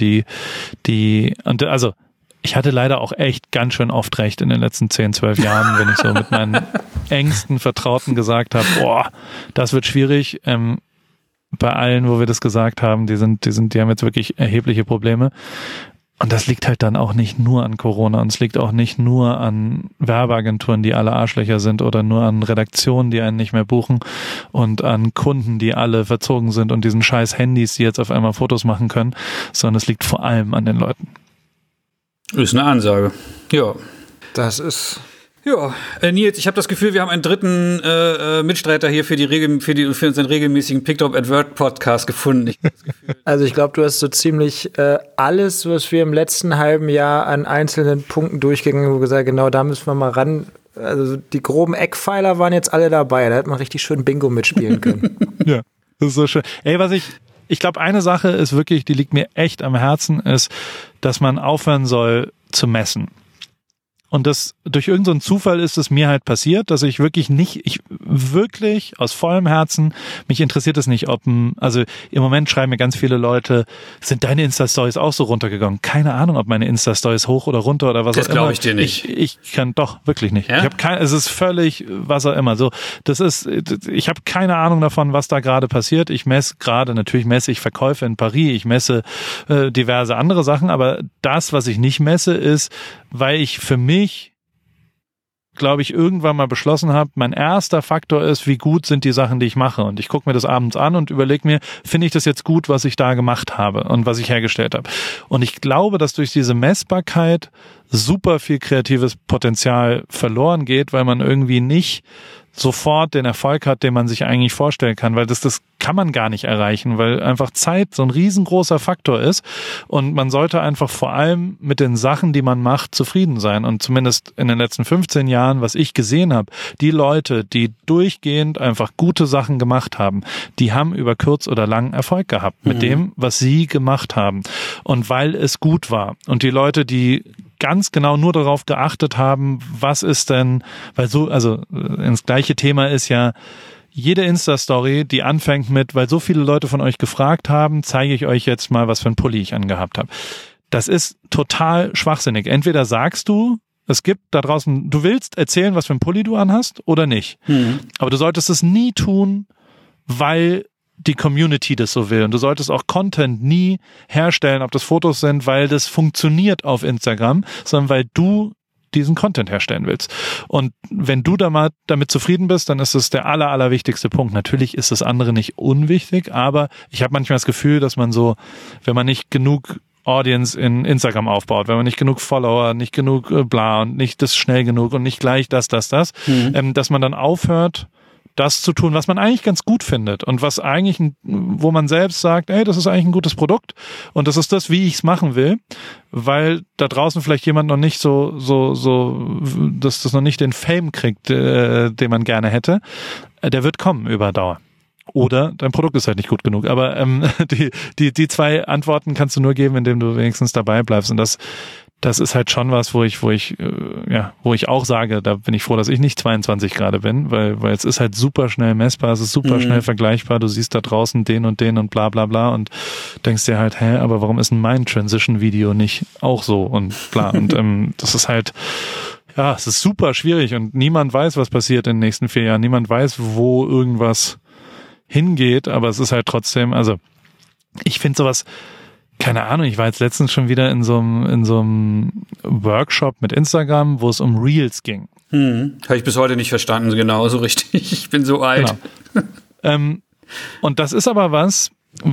und also ich hatte leider auch echt ganz schön oft recht in den letzten 10, 12 Jahren, wenn ich so mit meinen engsten Vertrauten gesagt habe, boah, das wird schwierig, bei allen, wo wir das gesagt haben, die haben jetzt wirklich erhebliche Probleme. Und das liegt halt dann auch nicht nur an Corona und es liegt auch nicht nur an Werbeagenturen, die alle Arschlöcher sind oder nur an Redaktionen, die einen nicht mehr buchen und an Kunden, die alle verzogen sind und diesen scheiß Handys, die jetzt auf einmal Fotos machen können, sondern es liegt vor allem an den Leuten. Ist eine Ansage. Ja. Das ist... Ja, Nils, ich habe das Gefühl, wir haben einen dritten Mitstreiter hier für unseren regelmäßigen Picked Up at Work Podcast gefunden. Also ich glaube, du hast so ziemlich alles, was wir im letzten halben Jahr an einzelnen Punkten durchgegangen haben, gesagt, genau da müssen wir mal ran. Also die groben Eckpfeiler waren jetzt alle dabei. Da hätte man richtig schön Bingo mitspielen können. Ja, das ist so schön. Ey, ich glaube, eine Sache ist wirklich, die liegt mir echt am Herzen, ist, dass man aufhören soll zu messen. Und das, durch irgendeinen Zufall ist es mir halt passiert, dass ich wirklich aus vollem Herzen, mich interessiert es nicht, also im Moment schreiben mir ganz viele Leute, sind deine Insta-Stories auch so runtergegangen? Keine Ahnung, ob meine Insta-Stories hoch oder runter oder was auch immer. Das glaube ich dir nicht. Ich kann doch, wirklich nicht. Ja? Es ist völlig, was auch immer. So, ich habe keine Ahnung davon, was da gerade passiert. Natürlich messe ich Verkäufe in Paris, ich messe diverse andere Sachen, aber das, was ich nicht messe, ist, weil ich für mich, glaube ich, irgendwann mal beschlossen habe, mein erster Faktor ist, wie gut sind die Sachen, die ich mache. Und ich gucke mir das abends an und überlege mir, finde ich das jetzt gut, was ich da gemacht habe und was ich hergestellt habe. Und ich glaube, dass durch diese Messbarkeit super viel kreatives Potenzial verloren geht, weil man irgendwie nicht sofort den Erfolg hat, den man sich eigentlich vorstellen kann, weil das kann man gar nicht erreichen, weil einfach Zeit so ein riesengroßer Faktor ist und man sollte einfach vor allem mit den Sachen, die man macht, zufrieden sein und zumindest in den letzten 15 Jahren, was ich gesehen habe, die Leute, die durchgehend einfach gute Sachen gemacht haben, die haben über kurz oder lang Erfolg gehabt mit dem, was sie gemacht haben und weil es gut war und die Leute, die ganz genau nur darauf geachtet haben, was ist denn, ins gleiche Thema ist ja jede Insta-Story, die anfängt mit, weil so viele Leute von euch gefragt haben, zeige ich euch jetzt mal, was für ein Pulli ich angehabt habe. Das ist total schwachsinnig. Entweder sagst du, es gibt da draußen, du willst erzählen, was für ein Pulli du anhast oder nicht. Aber du solltest es nie tun, weil die Community das so will. Und du solltest auch Content nie herstellen, ob das Fotos sind, weil das funktioniert auf Instagram, sondern weil du diesen Content herstellen willst. Und wenn du da mal damit zufrieden bist, dann ist es der allerwichtigste Punkt. Natürlich ist das andere nicht unwichtig, aber ich habe manchmal das Gefühl, dass man so, wenn man nicht genug Audience in Instagram aufbaut, wenn man nicht genug Follower, nicht genug bla und nicht das schnell genug und nicht gleich das, dass man dann aufhört, das zu tun, was man eigentlich ganz gut findet und was eigentlich, wo man selbst sagt, ey, das ist eigentlich ein gutes Produkt und das ist das, wie ich es machen will, weil da draußen vielleicht jemand noch nicht dass das noch nicht den Fame kriegt, den man gerne hätte, der wird kommen über Dauer. Oder dein Produkt ist halt nicht gut genug. Aber die zwei Antworten kannst du nur geben, indem du wenigstens dabei bleibst. Und das ist halt schon was, wo ich auch sage, da bin ich froh, dass ich nicht 22 gerade bin, weil es ist halt super schnell messbar, es ist super schnell vergleichbar, du siehst da draußen den und bla bla bla und denkst dir halt, aber warum ist denn mein Transition-Video nicht auch so und bla und das ist halt, ja, es ist super schwierig und niemand weiß, was passiert in den nächsten 4 Jahren, niemand weiß, wo irgendwas hingeht, aber es ist halt trotzdem, also ich finde sowas, keine Ahnung, ich war jetzt letztens schon wieder in so einem Workshop mit Instagram, wo es um Reels ging. Habe ich bis heute nicht verstanden, genau so richtig. Ich bin so alt. Genau. Und das ist aber was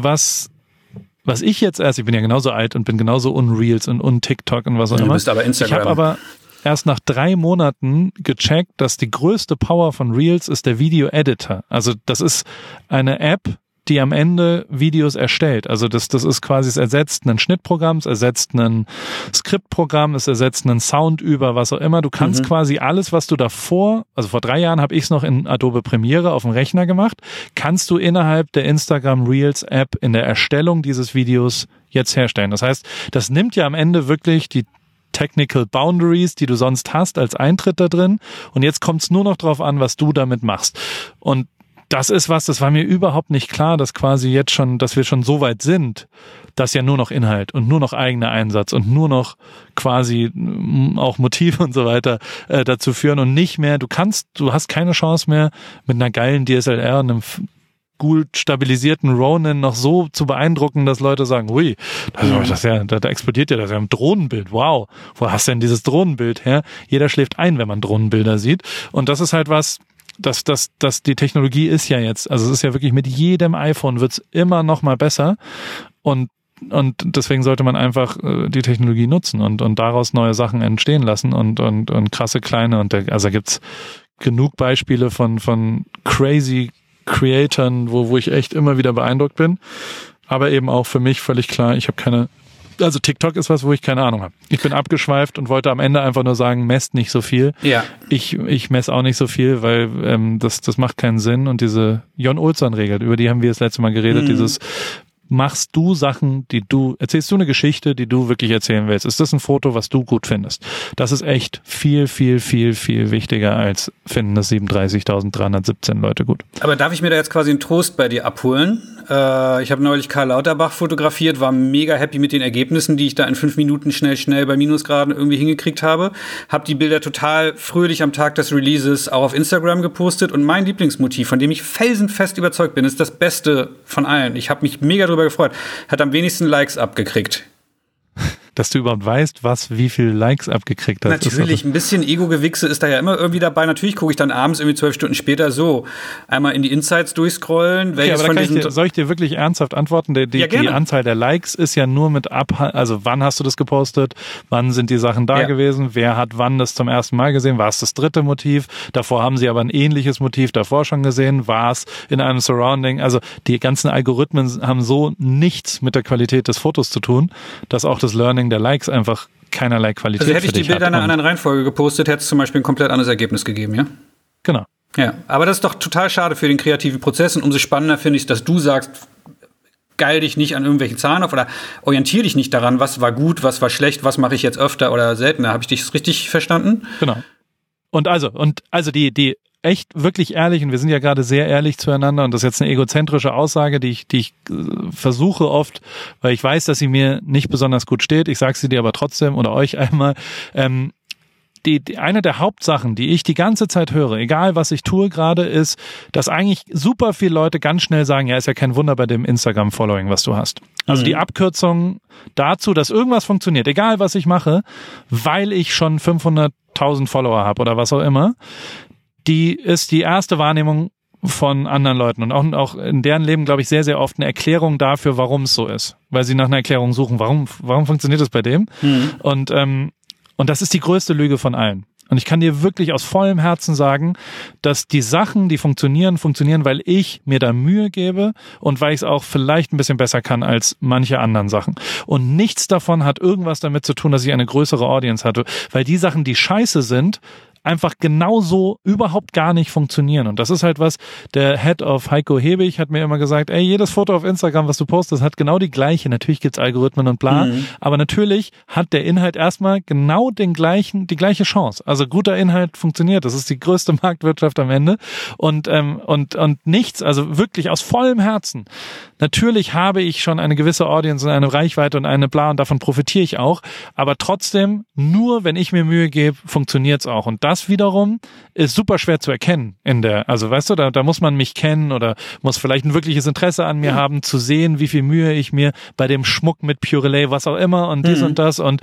ich jetzt ich bin ja genauso alt und bin genauso un-Reels und TikTok und was auch immer. Du bist aber Instagram. Ich habe aber erst nach 3 Monaten gecheckt, dass die größte Power von Reels ist der Video-Editor. Also das ist eine App, die am Ende Videos erstellt. Also das ist quasi, es ersetzt ein Schnittprogramm, es ersetzt ein Skriptprogramm, es ersetzt einen Sound über, was auch immer. Du kannst quasi alles, was du davor, also vor 3 Jahren habe ich es noch in Adobe Premiere auf dem Rechner gemacht, kannst du innerhalb der Instagram Reels App in der Erstellung dieses Videos jetzt herstellen. Das heißt, das nimmt ja am Ende wirklich die Technical Boundaries, die du sonst hast, als Eintritt da drin. Und jetzt kommt es nur noch drauf an, was du damit machst. Und das war mir überhaupt nicht klar, dass wir schon so weit sind, dass ja nur noch Inhalt und nur noch eigener Einsatz und nur noch quasi auch Motive und so weiter dazu führen und nicht mehr, du hast keine Chance mehr mit einer geilen DSLR und einem gut stabilisierten Ronin noch so zu beeindrucken, dass Leute sagen, hui, da explodiert ja das ja im Drohnenbild. Wow, wo hast du denn dieses Drohnenbild her? Jeder schläft ein, wenn man Drohnenbilder sieht. Und das ist halt was, dass die Technologie ist ja jetzt, also es ist ja wirklich mit jedem iPhone wird's immer noch mal besser und deswegen sollte man einfach die Technologie nutzen und daraus neue Sachen entstehen lassen und krasse kleine also da gibt's genug Beispiele von crazy Creatoren, wo ich echt immer wieder beeindruckt bin, aber eben auch für mich völlig klar, ich habe also TikTok ist was, wo ich keine Ahnung habe. Ich bin abgeschweift und wollte am Ende einfach nur sagen, messt nicht so viel. Ja. Ich messe auch nicht so viel, weil das macht keinen Sinn. Und diese Jon-Olsson-Regel, über die haben wir das letzte Mal geredet, dieses machst du Sachen, erzählst du eine Geschichte, die du wirklich erzählen willst? Ist das ein Foto, was du gut findest? Das ist echt viel, viel, viel, viel wichtiger als finden das 37.317 Leute gut. Aber darf ich mir da jetzt quasi einen Trost bei dir abholen? Ich habe neulich Karl Lauterbach fotografiert, war mega happy mit den Ergebnissen, die ich da in 5 Minuten schnell bei Minusgraden irgendwie hingekriegt habe. Hab die Bilder total fröhlich am Tag des Releases auch auf Instagram gepostet und mein Lieblingsmotiv, von dem ich felsenfest überzeugt bin, ist das Beste von allen. Ich habe mich mega drüber gefreut. Hat am wenigsten Likes abgekriegt. Dass du überhaupt weißt, wie viele Likes abgekriegt hast. Natürlich, ein bisschen Ego-Gewichse ist da ja immer irgendwie dabei. Natürlich gucke ich dann abends irgendwie 12 Stunden später so einmal in die Insights durchscrollen. Okay, aber soll ich dir wirklich ernsthaft antworten? Die Anzahl der Likes ist ja nur mit also wann hast du das gepostet? Wann sind die Sachen da gewesen? Wer hat wann das zum ersten Mal gesehen? War es das 3. Motiv? Davor haben sie aber ein ähnliches Motiv davor schon gesehen. War es in einem Surrounding? Also die ganzen Algorithmen haben so nichts mit der Qualität des Fotos zu tun, dass auch das Learning der Likes einfach keinerlei Qualität hat. Also hätte ich die Bilder in einer anderen Reihenfolge gepostet, hätte es zum Beispiel ein komplett anderes Ergebnis gegeben, ja? Genau. Ja, aber das ist doch total schade für den kreativen Prozess und umso spannender finde ich, dass du sagst, geil dich nicht an irgendwelchen Zahlen auf oder orientier dich nicht daran, was war gut, was war schlecht, was mache ich jetzt öfter oder seltener. Habe ich dich richtig verstanden? Genau. Und also die echt wirklich ehrlich, und wir sind ja gerade sehr ehrlich zueinander, und das ist jetzt eine egozentrische Aussage, die ich versuche oft, weil ich weiß, dass sie mir nicht besonders gut steht, ich sage sie dir aber trotzdem oder euch einmal, eine der Hauptsachen, die ich die ganze Zeit höre, egal was ich tue gerade, ist, dass eigentlich super viele Leute ganz schnell sagen, ja, ist ja kein Wunder bei dem Instagram-Following, was du hast. Also die Abkürzung dazu, dass irgendwas funktioniert, egal was ich mache, weil ich schon 500.000 Follower habe oder was auch immer, die ist die erste Wahrnehmung von anderen Leuten und auch in deren Leben, glaube ich, sehr, sehr oft eine Erklärung dafür, warum es so ist. Weil sie nach einer Erklärung suchen, warum funktioniert das bei dem? Und das ist die größte Lüge von allen. Und ich kann dir wirklich aus vollem Herzen sagen, dass die Sachen, die funktionieren, weil ich mir da Mühe gebe und weil ich es auch vielleicht ein bisschen besser kann als manche anderen Sachen. Und nichts davon hat irgendwas damit zu tun, dass ich eine größere Audience hatte. Weil die Sachen, die scheiße sind, einfach genauso überhaupt gar nicht funktionieren. Und das ist halt was, der Head of Heiko Hebig hat mir immer gesagt, jedes Foto auf Instagram, was du postest, hat genau die gleiche, natürlich gibt's Algorithmen und bla, aber natürlich hat der Inhalt erstmal genau die gleiche Chance. Also guter Inhalt funktioniert, das ist die größte Marktwirtschaft am Ende und nichts, also wirklich aus vollem Herzen. Natürlich habe ich schon eine gewisse Audience und eine Reichweite und eine bla und davon profitiere ich auch, aber trotzdem, nur wenn ich mir Mühe gebe, funktioniert's auch. Und das wiederum ist super schwer zu erkennen also weißt du, da muss man mich kennen oder muss vielleicht ein wirkliches Interesse an mir haben, zu sehen, wie viel Mühe ich mir bei dem Schmuck mit Purelay, was auch immer und dies und das und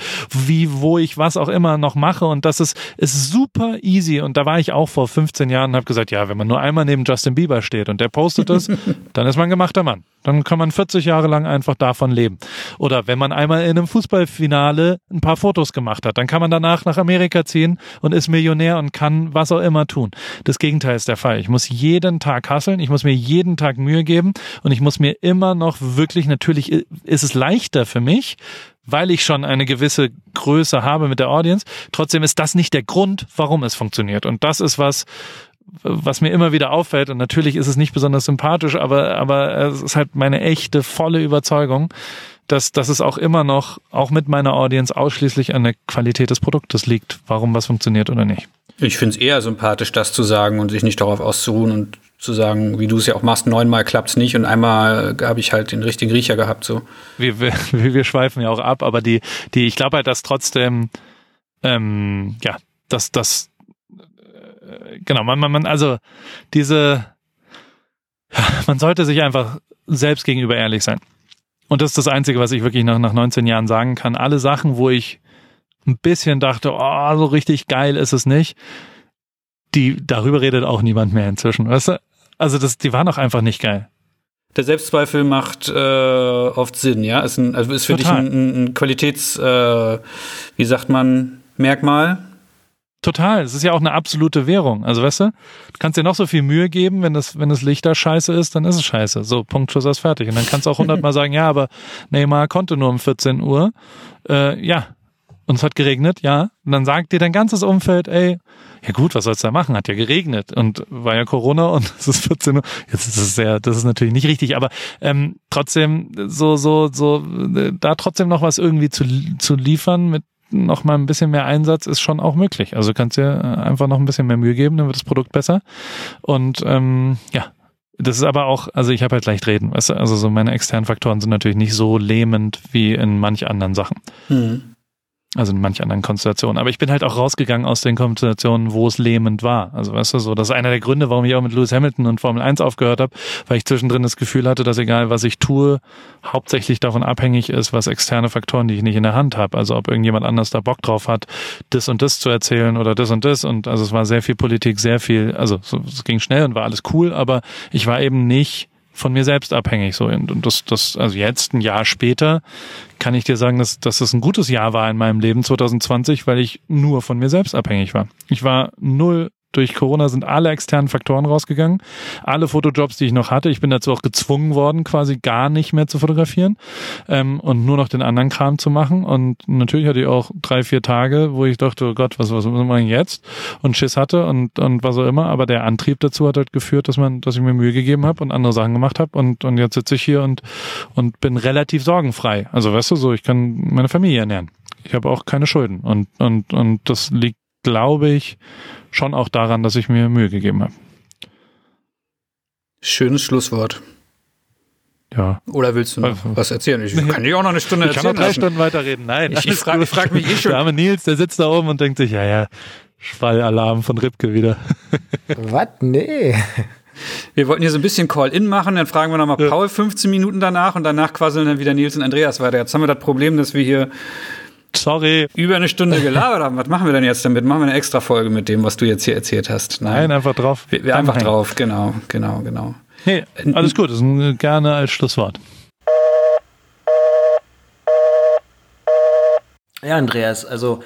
wo ich was auch immer noch mache und das ist super easy und da war ich auch vor 15 Jahren und habe gesagt, ja, wenn man nur einmal neben Justin Bieber steht und der postet es, dann ist man ein gemachter Mann. Dann kann man 40 Jahre lang einfach davon leben. Oder wenn man einmal in einem Fußballfinale ein paar Fotos gemacht hat, dann kann man danach nach Amerika ziehen und ist Millionär und kann was auch immer tun. Das Gegenteil ist der Fall. Ich muss jeden Tag hustlen, ich muss mir jeden Tag Mühe geben und ich muss mir immer noch wirklich, natürlich ist es leichter für mich, weil ich schon eine gewisse Größe habe mit der Audience. Trotzdem ist das nicht der Grund, warum es funktioniert. Und das ist was mir immer wieder auffällt und natürlich ist es nicht besonders sympathisch, aber es ist halt meine echte, volle Überzeugung, dass es auch immer noch, auch mit meiner Audience, ausschließlich an der Qualität des Produktes liegt, warum was funktioniert oder nicht. Ich finde es eher sympathisch, das zu sagen und sich nicht darauf auszuruhen und zu sagen, wie du es ja auch machst, 9-mal klappt's nicht und einmal habe ich halt den richtigen Riecher gehabt. So. Wir schweifen ja auch ab, aber ich glaube halt, dass trotzdem, genau, also man sollte sich einfach selbst gegenüber ehrlich sein. Und das ist das Einzige, was ich wirklich nach 19 Jahren sagen kann. Alle Sachen, wo ich ein bisschen dachte, so richtig geil ist es nicht, darüber redet auch niemand mehr inzwischen, weißt du? Also die waren auch einfach nicht geil. Der Selbstzweifel macht oft Sinn, ja? Ist für dich ein Qualitäts, wie sagt man, Merkmal? Total. Es ist ja auch eine absolute Währung. Also weißt du kannst dir noch so viel Mühe geben, wenn das Licht da scheiße ist, dann ist es scheiße. So, Punkt, Schuss, aus, fertig. Und dann kannst du auch 100 Mal sagen, ja, aber Neymar konnte nur um 14 Uhr. Ja. Und es hat geregnet, ja. Und dann sagt dir dein ganzes Umfeld, ey, ja gut, was sollst du da machen? Hat ja geregnet und war ja Corona und es ist 14 Uhr. Jetzt ist es das ist natürlich nicht richtig, aber trotzdem da trotzdem noch was irgendwie zu liefern mit noch mal ein bisschen mehr Einsatz ist schon auch möglich. Also kannst dir einfach noch ein bisschen mehr Mühe geben, dann wird das Produkt besser. Und ja, das ist aber auch, also ich habe halt leicht reden, weißt du? Also so meine externen Faktoren sind natürlich nicht so lähmend wie in manch anderen Sachen. Also in manch anderen Konstellationen. Aber ich bin halt auch rausgegangen aus den Konstellationen, wo es lähmend war. Also weißt du, so, das ist einer der Gründe, warum ich auch mit Lewis Hamilton und Formel 1 aufgehört habe, weil ich zwischendrin das Gefühl hatte, dass egal was ich tue, hauptsächlich davon abhängig ist, was externe Faktoren, die ich nicht in der Hand habe. Also ob irgendjemand anders da Bock drauf hat, das und das zu erzählen oder das und das. Und also es war sehr viel Politik, sehr viel, also es ging schnell und war alles cool, aber ich war eben nicht von mir selbst abhängig. So. Und das, also jetzt, ein Jahr später, kann ich dir sagen, dass das ein gutes Jahr war in meinem Leben 2020, weil ich nur von mir selbst abhängig war. Ich war null. Durch Corona sind alle externen Faktoren rausgegangen. Alle Fotojobs, die ich noch hatte, ich bin dazu auch gezwungen worden, quasi gar nicht mehr zu fotografieren und nur noch den anderen Kram zu machen. Und natürlich hatte ich auch 3-4 Tage, wo ich dachte, oh Gott, was machen wir jetzt? Und Schiss hatte und was auch immer. Aber der Antrieb dazu hat halt geführt, dass ich mir Mühe gegeben habe und andere Sachen gemacht habe. Und jetzt sitze ich hier und bin relativ sorgenfrei. Also weißt du, so, ich kann meine Familie ernähren. Ich habe auch keine Schulden. Und das liegt, glaube ich, schon auch daran, dass ich mir Mühe gegeben habe. Schönes Schlusswort. Ja. Oder willst du noch was erzählen? Ich kann dir auch noch eine Stunde erzählen. Ich kann noch 3 Stunden weiterreden. Nein. Ich frag mich schon. Der arme Nils, der sitzt da oben und denkt sich, ja, Schwallalarm von Ripke wieder. Was? Nee. Wir wollten hier so ein bisschen Call-In machen, dann fragen wir nochmal Paul 15 Minuten danach und danach quasseln dann wieder Nils und Andreas weiter. Jetzt haben wir das Problem, dass wir hier über eine Stunde gelabert haben. Was machen wir denn jetzt damit? Machen wir eine extra Folge mit dem, was du jetzt hier erzählt hast? Nein, einfach drauf. Wir einfach drauf, genau. Nee, alles gut, das ist gerne als Schlusswort. Ja, Andreas, also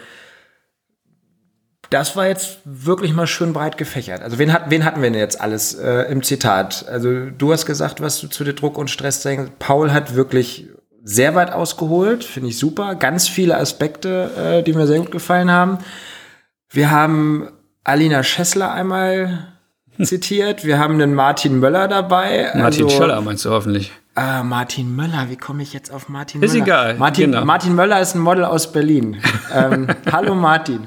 das war jetzt wirklich mal schön breit gefächert. Also wen hatten wir denn jetzt alles im Zitat? Also du hast gesagt, was du zu der Druck und Stress denkst. Paul hat wirklich sehr weit ausgeholt, finde ich super. Ganz viele Aspekte, die mir sehr gut gefallen haben. Wir haben Alina Schessler einmal zitiert. Wir haben einen Martin Möller dabei. Martin Schöller meinst du hoffentlich? Martin Möller, wie komme ich jetzt auf Martin Möller? Ist egal. Martin Möller ist ein Model aus Berlin. Hallo Martin.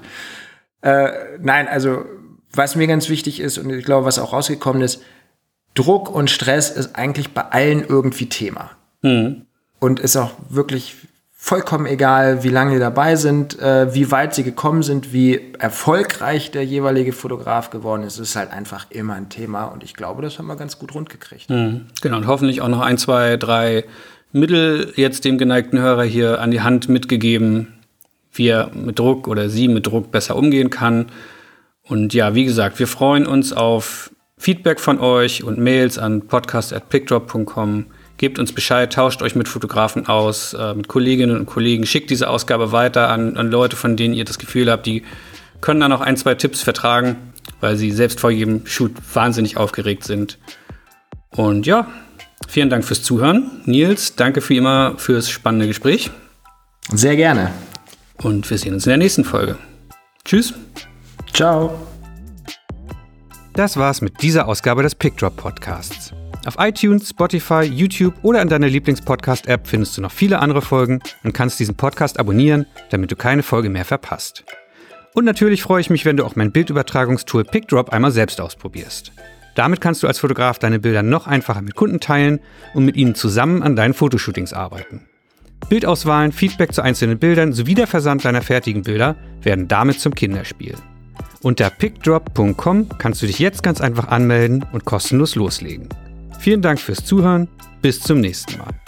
Nein, also was mir ganz wichtig ist und ich glaube, was auch rausgekommen ist, Druck und Stress ist eigentlich bei allen irgendwie Thema. Und ist auch wirklich vollkommen egal, wie lange die dabei sind, wie weit sie gekommen sind, wie erfolgreich der jeweilige Fotograf geworden ist. Es ist halt einfach immer ein Thema und ich glaube, das haben wir ganz gut rund gekriegt. Genau, und hoffentlich auch noch 1, 2, 3 Mittel jetzt dem geneigten Hörer hier an die Hand mitgegeben, wie er mit Druck oder sie mit Druck besser umgehen kann. Und ja, wie gesagt, wir freuen uns auf Feedback von euch und Mails an podcast@picdrop.com. Gebt uns Bescheid, tauscht euch mit Fotografen aus, mit Kolleginnen und Kollegen, schickt diese Ausgabe weiter an Leute, von denen ihr das Gefühl habt, die können da noch 1, 2 Tipps vertragen, weil sie selbst vor jedem Shoot wahnsinnig aufgeregt sind. Und ja, vielen Dank fürs Zuhören. Nils, danke wie immer fürs spannende Gespräch. Sehr gerne. Und wir sehen uns in der nächsten Folge. Tschüss. Ciao. Das war's mit dieser Ausgabe des PicDrop Podcasts. Auf iTunes, Spotify, YouTube oder in deiner Lieblings-Podcast-App findest du noch viele andere Folgen und kannst diesen Podcast abonnieren, damit du keine Folge mehr verpasst. Und natürlich freue ich mich, wenn du auch mein Bildübertragungstool PicDrop einmal selbst ausprobierst. Damit kannst du als Fotograf deine Bilder noch einfacher mit Kunden teilen und mit ihnen zusammen an deinen Fotoshootings arbeiten. Bildauswahlen, Feedback zu einzelnen Bildern sowie der Versand deiner fertigen Bilder werden damit zum Kinderspiel. Unter picdrop.com kannst du dich jetzt ganz einfach anmelden und kostenlos loslegen. Vielen Dank fürs Zuhören. Bis zum nächsten Mal.